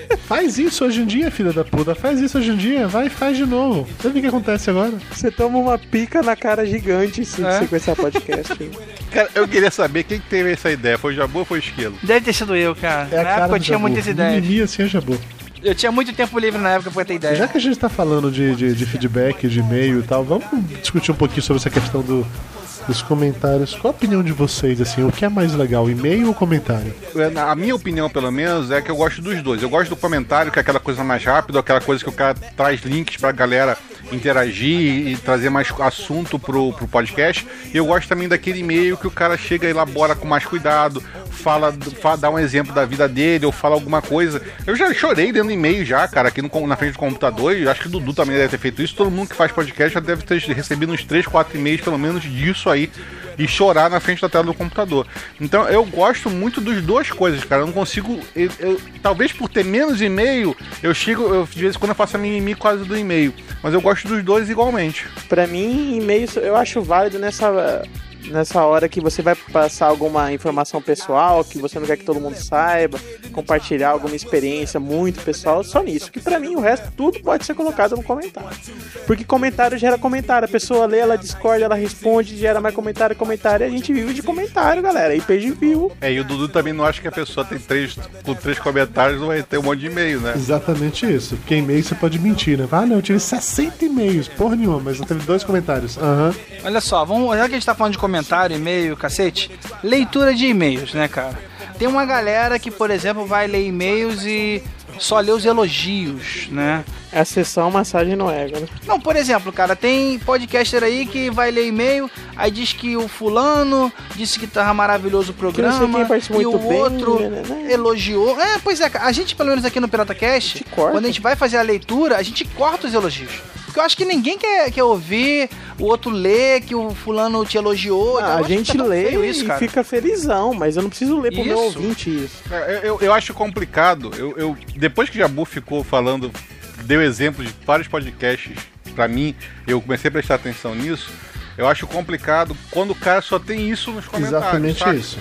Faz isso hoje em dia, filha da puta. Faz isso hoje em dia. Vai e faz de novo. Sabe o que acontece agora? Você toma uma pica na cara gigante se É. sequestrar podcast. Cara, eu queria saber quem que teve essa ideia. Foi o Jabu ou foi o Esquilo? Deve ter sido eu, cara. É a na cara época eu do tinha Jabu. muitas ideias. Mimimi assim é Jabu. Eu tinha muito tempo livre na época pra ter ideia. Já que a gente tá falando de, de, de feedback, de e-mail e tal, vamos discutir um pouquinho sobre essa questão do, dos comentários. Qual a opinião de vocês, assim? O que é mais legal, e-mail ou comentário? A minha opinião, pelo menos, é que eu gosto dos dois. Eu gosto do comentário, que é aquela coisa mais rápida, aquela coisa que o cara traz links pra galera interagir e trazer mais assunto pro, pro podcast. E eu gosto também daquele e-mail que o cara chega e elabora com mais cuidado, fala, fala, dá um exemplo da vida dele ou fala alguma coisa. Eu já chorei lendo e-mail já, cara, aqui no, na frente do computador, e acho que o Dudu também deve ter feito isso. Todo mundo que faz podcast já deve ter recebido uns três, quatro e-mails, pelo menos, disso aí, e chorar na frente da tela do computador. Então eu gosto muito das duas coisas, cara. Eu não consigo. Eu, eu, talvez por ter menos e-mail, eu chego. Eu, de vez em quando eu faço a mimimi quase do e-mail. Mas eu gosto dos dois igualmente. Pra mim, e-mail eu acho válido nessa, nessa hora que você vai passar alguma informação pessoal, que você não quer que todo mundo saiba, compartilhar alguma experiência muito pessoal, só nisso. Que pra mim o resto tudo pode ser colocado no comentário. Porque comentário gera comentário. A pessoa lê, ela discorda, ela responde, gera mais comentário, comentário. E a gente vive de comentário, galera. E page view. É, e o Dudu também não acha que a pessoa tem três, com três comentários, não vai ter um monte de e-mail, né? Exatamente isso. Porque e-mail você pode mentir, né? Ah, não, eu tive sessenta e-mails. Porra nenhuma, mas eu teve dois comentários. Aham. Olha só, vamos, já que a gente tá falando de comentário, e-mail, cacete, leitura de e-mails, né, cara? Tem uma galera que, por exemplo, vai ler e-mails e só lê os elogios, né? É a sessão massagem no ego, né? Não, por exemplo, cara, tem podcaster aí que vai ler e-mail, aí diz que o fulano disse que tava maravilhoso o Que não programa, sei quem participou e o muito bem, outro né, né? elogiou. É, pois é, a gente, pelo menos aqui no PirataCast, Te corta. quando a gente vai fazer a leitura, a gente corta os elogios. Porque eu acho que ninguém quer, quer ouvir o outro ler que o fulano te elogiou. Ah, Eu a acho que gente tá tão lê feio isso, e cara. fica felizão, mas eu não preciso ler pro meu Isso. ouvinte isso. É, Eu, eu acho complicado. Eu, eu, depois que o Jabu ficou falando, deu exemplo de vários podcasts pra mim, eu comecei a prestar atenção nisso. Eu acho complicado quando o cara só tem isso nos comentários. Exatamente sabe? isso.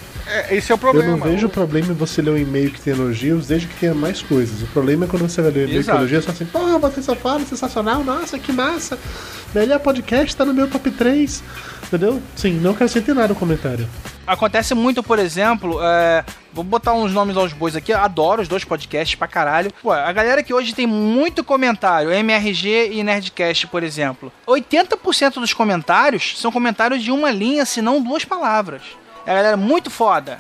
É, esse é o Eu problema. não vejo problema em você ler um e-mail que tem elogios, desde que tenha mais coisas. O problema é quando você vai ler um e-mail que Exato. elogia, só assim, porra, você só fala, sensacional, nossa, que massa. Melhor podcast, tá no meu top três. Entendeu? Sim, não acrescente nada no comentário. Acontece muito, por exemplo, é, vou botar uns nomes aos bois aqui, eu adoro os dois podcasts pra caralho. Pô, a galera que hoje tem muito comentário, M R G e Nerdcast, por exemplo, oitenta por cento dos comentários são comentários de uma linha, se não duas palavras. É a galera muito foda.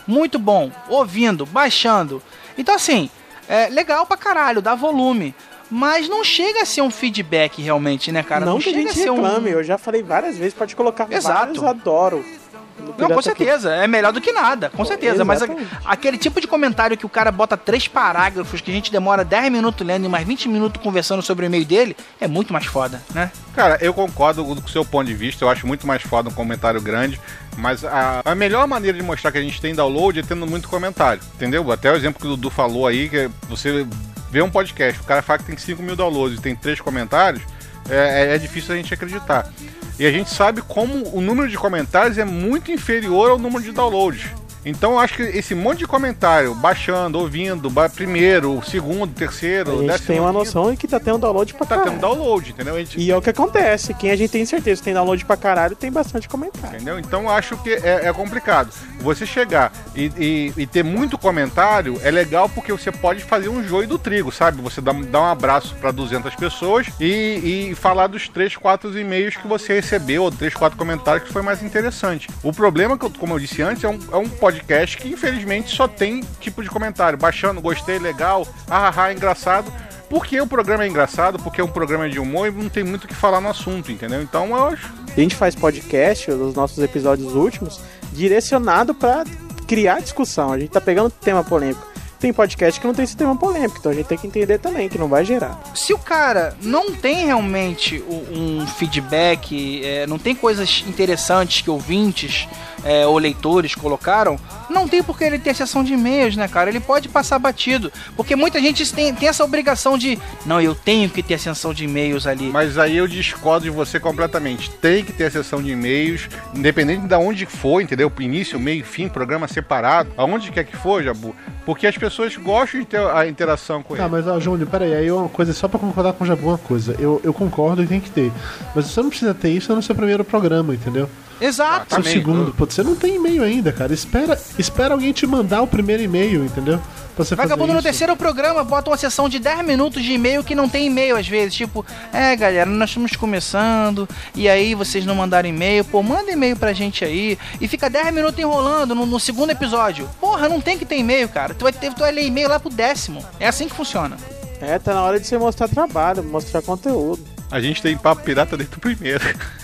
muito bom, ouvindo, baixando. Então assim, é legal pra caralho, dá volume. Mas não chega a ser um feedback realmente, né, cara? Não, Não que a chega gente a ser reclame, um... eu já falei várias vezes, pode colocar Exato. vários, adoro. Não, com certeza, é melhor do que nada, com certeza. Mas a, Exatamente. aquele tipo de comentário que o cara bota três parágrafos, que a gente demora dez minutos lendo e mais vinte minutos conversando sobre o e-mail dele, é muito mais foda, né? Cara, eu concordo com o seu ponto de vista, eu acho muito mais foda um comentário grande, mas a, a melhor maneira de mostrar que a gente tem download é tendo muito comentário, entendeu? Até o exemplo que o Dudu falou aí, que você vê um podcast, o cara fala que tem cinco mil downloads e tem três comentários, é, é, é difícil a gente acreditar. E a gente sabe como o número de comentários é muito inferior ao número de downloads. Então eu acho que esse monte de comentário, baixando, ouvindo, ba- primeiro, segundo, terceiro, A gente décimo tem uma quinto, noção de que tá tendo download pra tá caralho. tendo download, entendeu? A gente, E é o que acontece, quem a gente tem certeza que tem download pra caralho, tem bastante comentário. entendeu? Então eu acho que é, é complicado. Você chegar e, e- e ter muito comentário é legal porque você pode fazer um joio do trigo, sabe? Você dá, dá um abraço para duzentas pessoas e, e falar dos três, quatro e-mails que você recebeu, ou três, quatro comentários que foi mais interessante. O problema, que eu- como eu disse antes, é um, é um podcast que infelizmente só tem tipo de comentário. Baixando, gostei, legal, ah, ah, engraçado. Porque o programa é engraçado, porque é um programa de humor e não tem muito o que falar no assunto, entendeu? Então eu acho... A gente faz podcast, os nossos episódios últimos, direcionado pra criar discussão. A gente tá pegando tema polêmico. Tem podcast que não tem esse tema polêmico, então a gente tem que entender também que não vai gerar. Se o cara não tem realmente um um feedback, é, não tem coisas interessantes que ouvintes é, ou leitores colocaram, não tem por que ele ter sessão de e-mails, né, cara? Ele pode passar batido, porque muita gente tem, tem essa obrigação de, não, eu tenho que ter a sessão de e-mails ali. Mas aí eu discordo de você completamente. Tem que ter a sessão de e-mails, independente de onde for, entendeu? Início, meio, fim, programa separado, aonde quer que for, Jabu. Porque as pessoas gostam de ter a interação com Tá, ele. mas ó, Júnior, peraí, aí uma coisa, só pra concordar com o Jabu, uma coisa. Eu, eu concordo e tem que ter. Mas você não precisa ter isso no seu primeiro programa, entendeu? Exato. Seu Também, segundo, eu- pô, você não tem e-mail ainda, cara. Espera, espera alguém te mandar o primeiro e-mail, entendeu? Pra você fazer Vagabundo no isso. terceiro programa bota uma sessão de dez minutos de e-mail que não tem e-mail às vezes. Tipo, é galera, nós estamos começando e aí vocês não mandaram e-mail. Pô, manda e-mail pra gente aí. E fica dez minutos enrolando no, no segundo episódio. Porra, não tem que ter e-mail, cara. Tu vai, ter, tu vai ler e-mail lá pro décimo. É assim que funciona. É, tá na hora de você mostrar trabalho, mostrar conteúdo. A gente tem papo pirata desde o primeiro.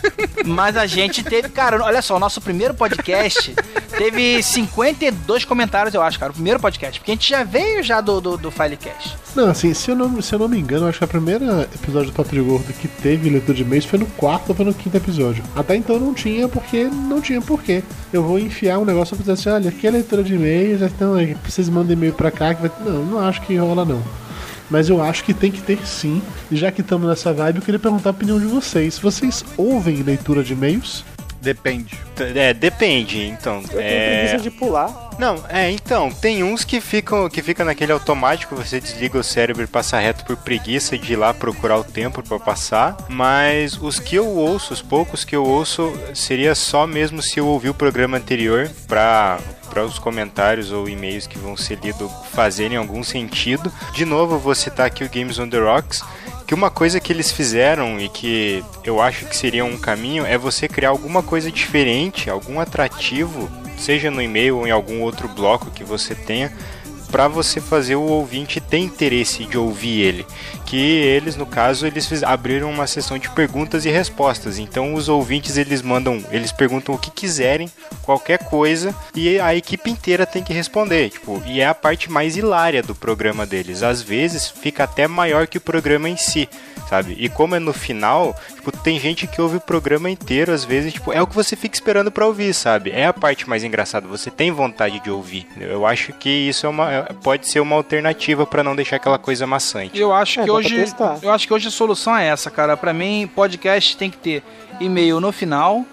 Mas a gente teve, cara, olha só, o nosso primeiro podcast teve cinquenta e dois comentários, eu acho, cara. O primeiro podcast. Porque a gente já veio já do, do, do Filecast. Não, assim, se eu não, se eu não me engano, eu acho que a primeira episódio do Papo de Gordo que teve leitura de e-mails foi no quarto ou foi no quinto episódio. Até então não tinha, porque não tinha porquê. Eu vou enfiar um negócio pra dizer assim, olha, aqui é leitura de e-mails, então aí, vocês mandam e-mail pra cá. Que vai... Não, não acho que rola não. Mas eu acho que tem que ter sim. E já que estamos nessa vibe, eu queria perguntar a opinião de vocês. Vocês ouvem leitura de e-mails? Depende. É, depende, então. Eu tenho é... preguiça de pular. Não, é, então, tem uns que ficam que fica naquele automático, você desliga o cérebro e passa reto por preguiça de ir lá procurar o tempo pra passar, mas os que eu ouço, os poucos que eu ouço, seria só mesmo se eu ouvir o programa anterior pra para os comentários ou e-mails que vão ser lidos fazerem algum sentido. De novo, eu vou citar aqui o Games on the Rocks, que uma coisa que eles fizeram e que eu acho que seria um caminho é você criar alguma coisa diferente, algum atrativo, seja no e-mail ou em algum outro bloco que você tenha, para você fazer o ouvinte ter interesse de ouvir ele. Que eles, no caso, eles fiz, abriram uma sessão de perguntas e respostas. Então os ouvintes, eles mandam, eles perguntam o que quiserem, qualquer coisa, e a equipe inteira tem que responder. Tipo, e é a parte mais hilária do programa deles. Às vezes fica até maior que o programa em si, sabe? E como é no final, tipo, tem gente que ouve o programa inteiro, às vezes, tipo, é o que você fica esperando pra ouvir, sabe? É a parte mais engraçada, você tem vontade de ouvir. Eu acho que isso é uma, pode ser uma alternativa pra não deixar aquela coisa maçante. Eu acho É, que dá pra hoje, testar. eu acho que hoje a solução é essa, cara. Pra mim, podcast tem que ter e-mail no final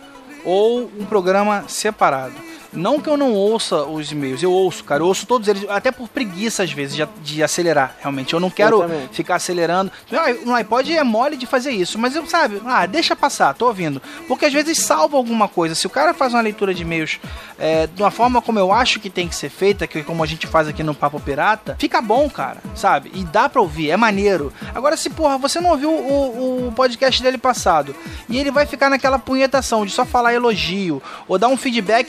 ou um programa separado. Não que eu não ouça os e-mails, eu ouço, cara, eu ouço todos eles, até por preguiça às vezes de, de acelerar, realmente. Eu não quero também. ficar acelerando. No iPod é mole de fazer isso, mas eu, sabe, ah, deixa passar, tô ouvindo. Porque às vezes salva alguma coisa. Se o cara faz uma leitura de e-mails é, de uma forma como eu acho que tem que ser feita, que como a gente faz aqui no Papo Pirata, fica bom, cara, sabe? E dá pra ouvir, é maneiro. Agora, se, porra, você não ouviu o, o podcast dele passado e ele vai ficar naquela punhetação de só falar elogio ou dar um feedback mal dado,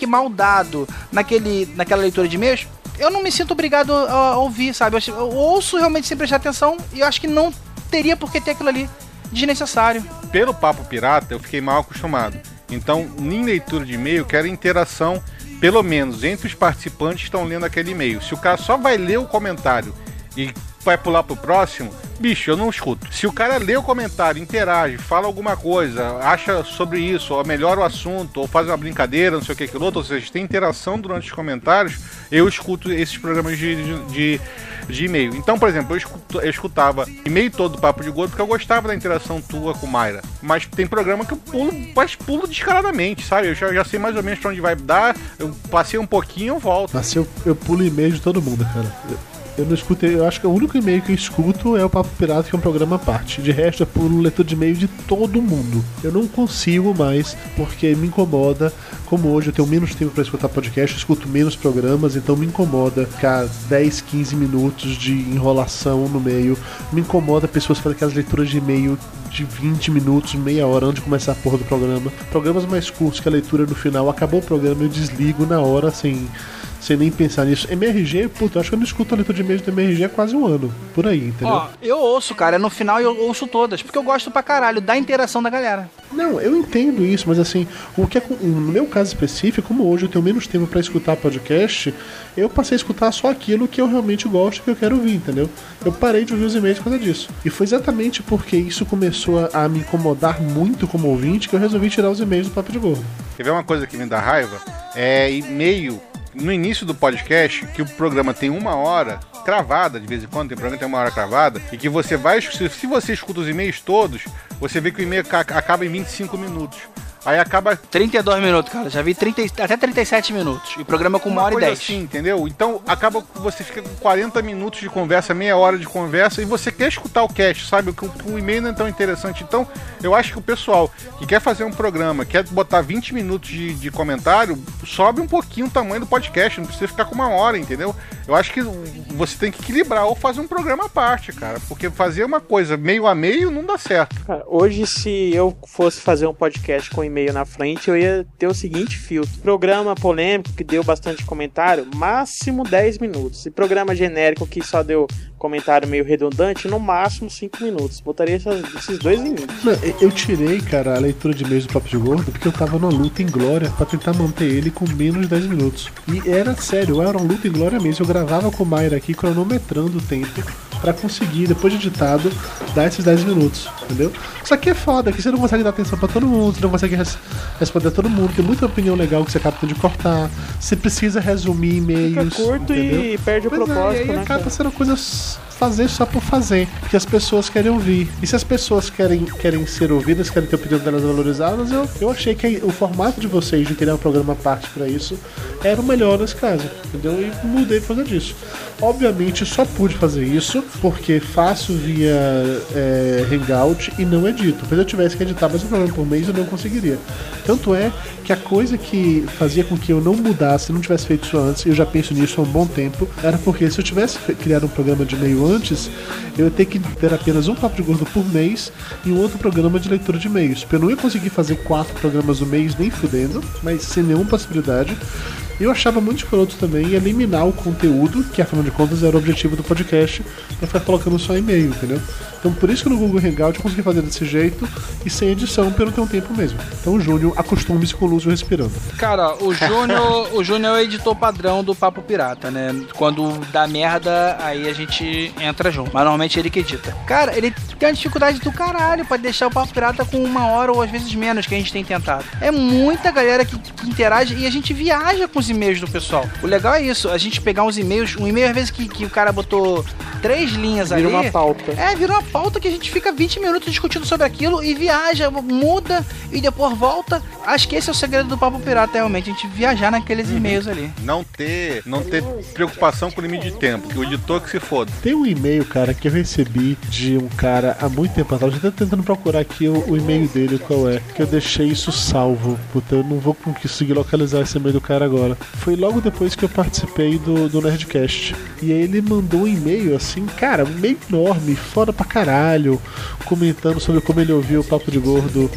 interessado naquele, naquela leitura de e-mails, eu não me sinto obrigado a, a ouvir, sabe? Eu, eu ouço realmente sem prestar atenção e eu acho que não teria por que ter aquilo ali desnecessário. Pelo Papo Pirata, eu fiquei mal acostumado. Então, em leitura de e-mail, eu quero interação, pelo menos, entre os participantes que estão lendo aquele e-mail. Se o cara só vai ler o comentário e vai pular pro próximo, bicho, eu não escuto. Se o cara lê o comentário, interage, fala alguma coisa, acha sobre isso, ou melhora o assunto, ou faz uma brincadeira, não sei o que, aquilo outro, ou seja, tem interação durante os comentários, eu escuto esses programas de, de, de, de e-mail. Então, por exemplo, eu, escuto, eu escutava e-mail todo do Papo de Gordo porque eu gostava da interação tua com Mayra. Mas tem programa que eu pulo, mas pulo descaradamente, sabe? Eu já, já sei mais ou menos pra onde vai dar, eu passei um pouquinho e volto. Mas eu, eu pulo e-mail de todo mundo, cara. Eu... Eu não escuto, eu acho que o único e-mail que eu escuto é o Papo Pirata, que é um programa à parte. De resto, eu pulo leitor de e-mail de todo mundo. Eu não consigo mais, porque me incomoda. Como hoje eu tenho menos tempo para escutar podcast, eu escuto menos programas, então me incomoda ficar dez, quinze minutos de enrolação no meio. Me incomoda pessoas fazerem aquelas leituras de e-mail de vinte minutos, meia hora antes de começar a porra do programa. Programas mais curtos que a leitura no final, acabou o programa, eu desligo na hora, sem... sem nem pensar nisso. M R G, puta, eu acho que eu não escuto a leitura de e-mails do M R G há quase um ano. Por aí, entendeu? Ó, eu ouço, cara. No final eu ouço todas. Porque eu gosto pra caralho da interação da galera. Não, eu entendo isso, mas assim, o que é, no meu caso específico, como hoje eu tenho menos tempo pra escutar podcast, eu passei a escutar só aquilo que eu realmente gosto, que eu quero ouvir, entendeu? Eu parei de ouvir os e-mails por causa disso. E foi exatamente porque isso começou a, a me incomodar muito como ouvinte que eu resolvi tirar os e-mails do Papo de Gordo. Quer ver uma coisa que me dá raiva? É e-mail no início do podcast, que o programa tem uma hora cravada, de vez em quando tem programa que tem uma hora cravada, e que você vai, se você escuta os e-mails todos, você vê que o e-mail acaba em vinte e cinco minutos. Aí acaba... trinta e dois minutos, cara. Já vi trinta, até trinta e sete minutos. E programa com uma, uma hora e dez. Assim, entendeu? Então acaba que você fica com quarenta minutos de conversa, meia hora de conversa, e você quer escutar o cast, sabe? O, o e-mail não é tão interessante. Então, eu acho que o pessoal que quer fazer um programa, quer botar vinte minutos de, de comentário, sobe um pouquinho o tamanho do podcast. Não precisa ficar com uma hora, entendeu? Eu acho que você tem que equilibrar ou fazer um programa à parte, cara. Porque fazer uma coisa meio a meio não dá certo. Cara, hoje, se eu fosse fazer um podcast com e-mail na frente, eu ia ter o seguinte filtro: programa polêmico que deu bastante comentário, máximo dez minutos, e programa genérico que só deu comentário meio redundante, no máximo cinco minutos. Botaria essas, esses dois limites. Não, eu tirei, cara, a leitura de e-mails do Papo de Gordo porque eu tava numa luta em glória pra tentar manter ele com menos de dez minutos. E era sério, era uma luta em glória mesmo. Eu gravava com o Mayra aqui, cronometrando o tempo pra conseguir, depois de editado, dar esses dez minutos, entendeu? Só que é foda, que você não consegue dar atenção pra todo mundo, você não consegue res- responder a todo mundo, tem muita opinião legal que você acaba tendo de cortar, você precisa resumir e-mails. Fica curto, entendeu? E perde o pois propósito, é, e aí né, acaba cara? sendo coisas fazer só por fazer, porque as pessoas querem ouvir. E se as pessoas querem, querem ser ouvidas, querem ter a opinião delas valorizadas, eu, eu achei que o formato de vocês de criar um programa à parte pra isso era o melhor nesse caso, entendeu? E mudei por causa disso. Obviamente só pude fazer isso porque faço via é, Hangout e não edito. Se eu tivesse que editar mais um programa por mês, eu não conseguiria. Tanto é que a coisa que fazia com que eu não mudasse, não tivesse feito isso antes, eu já penso nisso há um bom tempo, era porque se eu tivesse criado um programa de e-mail antes, eu ia ter que ter apenas um Papo de Gordo por mês e um outro programa de leitura de e-mails. Eu não ia conseguir fazer quatro programas no mês nem fudendo, mas sem nenhuma possibilidade. Eu achava muito escroto também eliminar o conteúdo, que afinal de contas era o objetivo do podcast, pra ficar colocando só e-mail, entendeu? Então por isso que no Google Hangout eu consegui fazer desse jeito e sem edição, pelo ter um tempo mesmo. Então Júnior, acostume-se com o Lúcio respirando. Cara, o Júnior, o Júnior é o editor padrão do Papo Pirata, né? Quando dá merda, aí a gente entra junto. Mas normalmente ele que edita. Cara, ele tem uma dificuldade do caralho pra deixar o Papo Pirata com uma hora ou às vezes menos que a gente tem tentado. É muita galera que, que interage e a gente viaja com os e-mails do pessoal. O legal é isso, a gente pegar uns e-mails, um e-mail às vezes que, que o cara botou três linhas ali. Vira uma pauta. É, vira uma pauta que a gente fica vinte minutos discutindo sobre aquilo e viaja, muda e depois volta. Acho que esse é o segredo do Papo Pirata, realmente, a gente viajar naqueles e-mails ali. Não ter, não ter preocupação com o limite de tempo, que o editor que se foda. Tem um e-mail, cara, que eu recebi de um cara há muito tempo atrás. Eu tô tentando procurar aqui o, o e-mail dele, qual é, que eu deixei isso salvo. Puta, eu não vou conseguir localizar esse e-mail do cara agora. Foi logo depois que eu participei do, do Nerdcast. E aí ele mandou um e-mail assim, cara, um e-mail enorme, foda pra caralho, comentando sobre como ele ouviu o Papo de Gordo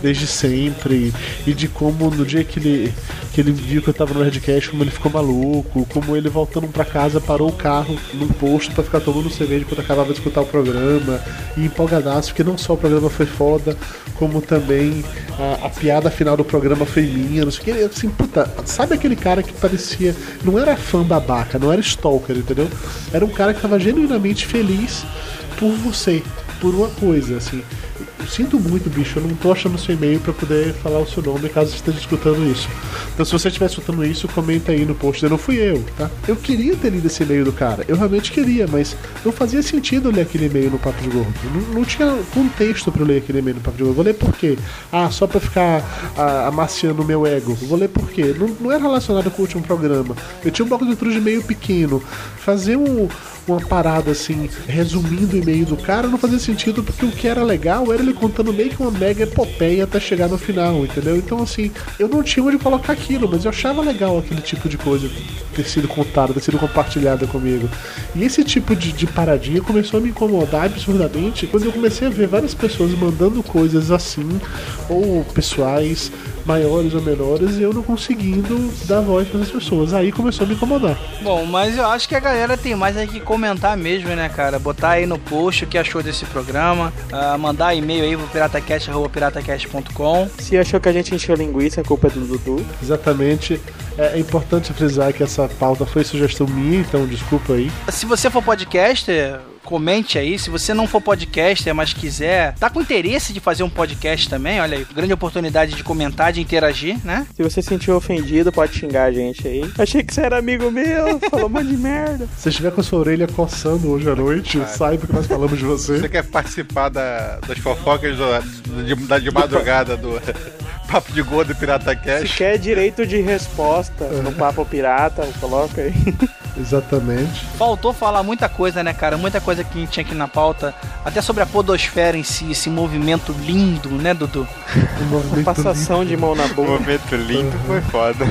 desde sempre, e de como no dia que ele, que ele viu que eu tava no Nerdcast, como ele ficou maluco, como ele voltando pra casa parou o carro num posto pra ficar tomando cerveja quando acabava de escutar o programa, e empolgadaço, porque não só o programa foi foda, como também a, a piada final do programa foi minha, não sei o que, assim, puta, sabe aquele cara que parecia, não era fã babaca, não era stalker, entendeu? Era um cara que tava genuinamente feliz por você, por uma coisa, assim. Eu sinto muito, bicho, eu não tô achando seu e-mail pra poder falar o seu nome caso você esteja escutando isso. Então, se você estiver escutando isso, comenta aí no post. Não fui eu, tá? Eu queria ter lido esse e-mail do cara, eu realmente queria, mas não fazia sentido ler aquele e-mail no Papo de Gordo. Não, não tinha contexto pra eu ler aquele e-mail no Papo de Gordo. Vou ler por quê? Ah, só pra ficar ah, amaciando o meu ego. Vou ler por quê? Não, não era relacionado com o último programa. Eu tinha um bloco de trude meio pequeno. Fazer um. uma parada assim, resumindo o e-mail do cara, não fazia sentido, porque o que era legal era ele contando meio que uma mega epopeia até chegar no final, entendeu? Então assim, eu não tinha onde colocar aquilo, mas eu achava legal aquele tipo de coisa ter sido contada, ter sido compartilhada comigo. E esse tipo de, de paradinha começou a me incomodar absurdamente quando eu comecei a ver várias pessoas mandando coisas assim, ou pessoais maiores ou menores, e eu não conseguindo dar voz para as pessoas. Aí começou a me incomodar. Bom, mas eu acho que a galera tem mais é que comentar mesmo, né, cara? Botar aí no post o que achou desse programa, uh, mandar e-mail aí pro piratacast arroba piratacast ponto com. Se achou que a gente encheu linguiça, a culpa é do Dudu. Exatamente. É importante frisar que essa pauta foi sugestão minha, então desculpa aí. Se você for podcaster, comente aí. Se você não for podcaster, mas quiser, tá com interesse de fazer um podcast também, olha aí, grande oportunidade de comentar, de interagir, né? Se você se sentiu ofendido, pode xingar a gente aí. Achei que você era amigo meu, falou um monte de merda. Se estiver com a sua orelha coçando hoje à noite, ah, saiba que nós falamos de você. Você quer participar da, das fofocas do, de, da de madrugada do Papo de Gordo e Pirata Cash? Se quer direito de resposta no Papo Pirata, coloca aí. Exatamente. Faltou falar muita coisa, né, cara? Muita coisa que tinha aqui na pauta. Até sobre a podosfera em si, esse movimento lindo, né, Dudu? Uma passação lindo de mão na boca. O movimento lindo foi foda.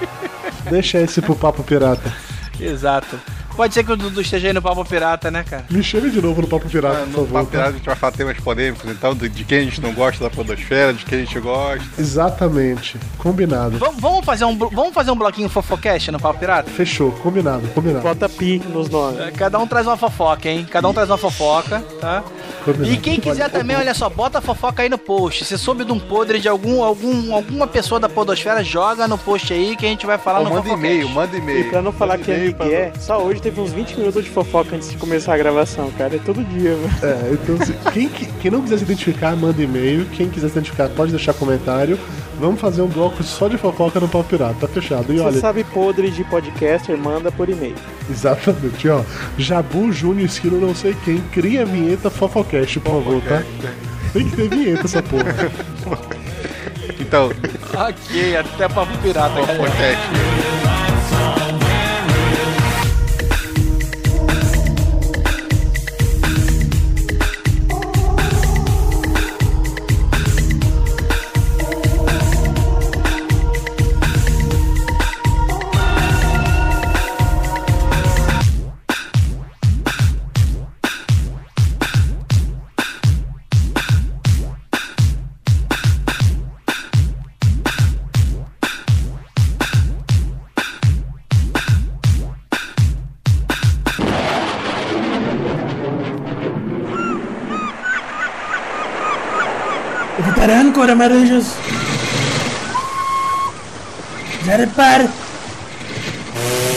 Deixa esse pro Papo Pirata. Exato. Pode ser que o Dudu esteja aí no Papo Pirata, né, cara? Me chame de novo no Papo Pirata, ah, por no favor. No Papo Pirata a gente vai falar temas polêmicos, então, de quem a gente não gosta da podosfera, de quem a gente gosta. Exatamente. Combinado. V- vamos, fazer um, vamos fazer um bloquinho fofocast no Papo Pirata? Fechou. Combinado, combinado. Bota pi nos nomes. Cada um traz uma fofoca, hein? Cada um traz uma fofoca, tá? Combinado. E quem quiser também, olha só, bota a fofoca aí no post. Se soube de um podre de algum, algum, alguma pessoa da podosfera, joga no post aí que a gente vai falar oh, no manda fofocast. e-mail, manda e-mail. E pra não falar que é Miguel, pra... só hoje teve uns vinte minutos de fofoca antes de começar a gravação, cara. É todo dia, velho. É, então assim, quem, quem não quiser se identificar, manda e-mail. Quem quiser se identificar, pode deixar comentário. Vamos fazer um bloco só de fofoca no Papo Pirata, tá fechado. E se olha, você sabe podre de podcaster, manda por e-mail. Exatamente, ó. Jabu, Júnior, Esquilo, não sei quem, cria a vinheta Fofocast, por favor, tá? Tem que ter vinheta essa porra. Então. Ok, até Papo Pirata, galera. Preparan, Coramaranjas. Já repare.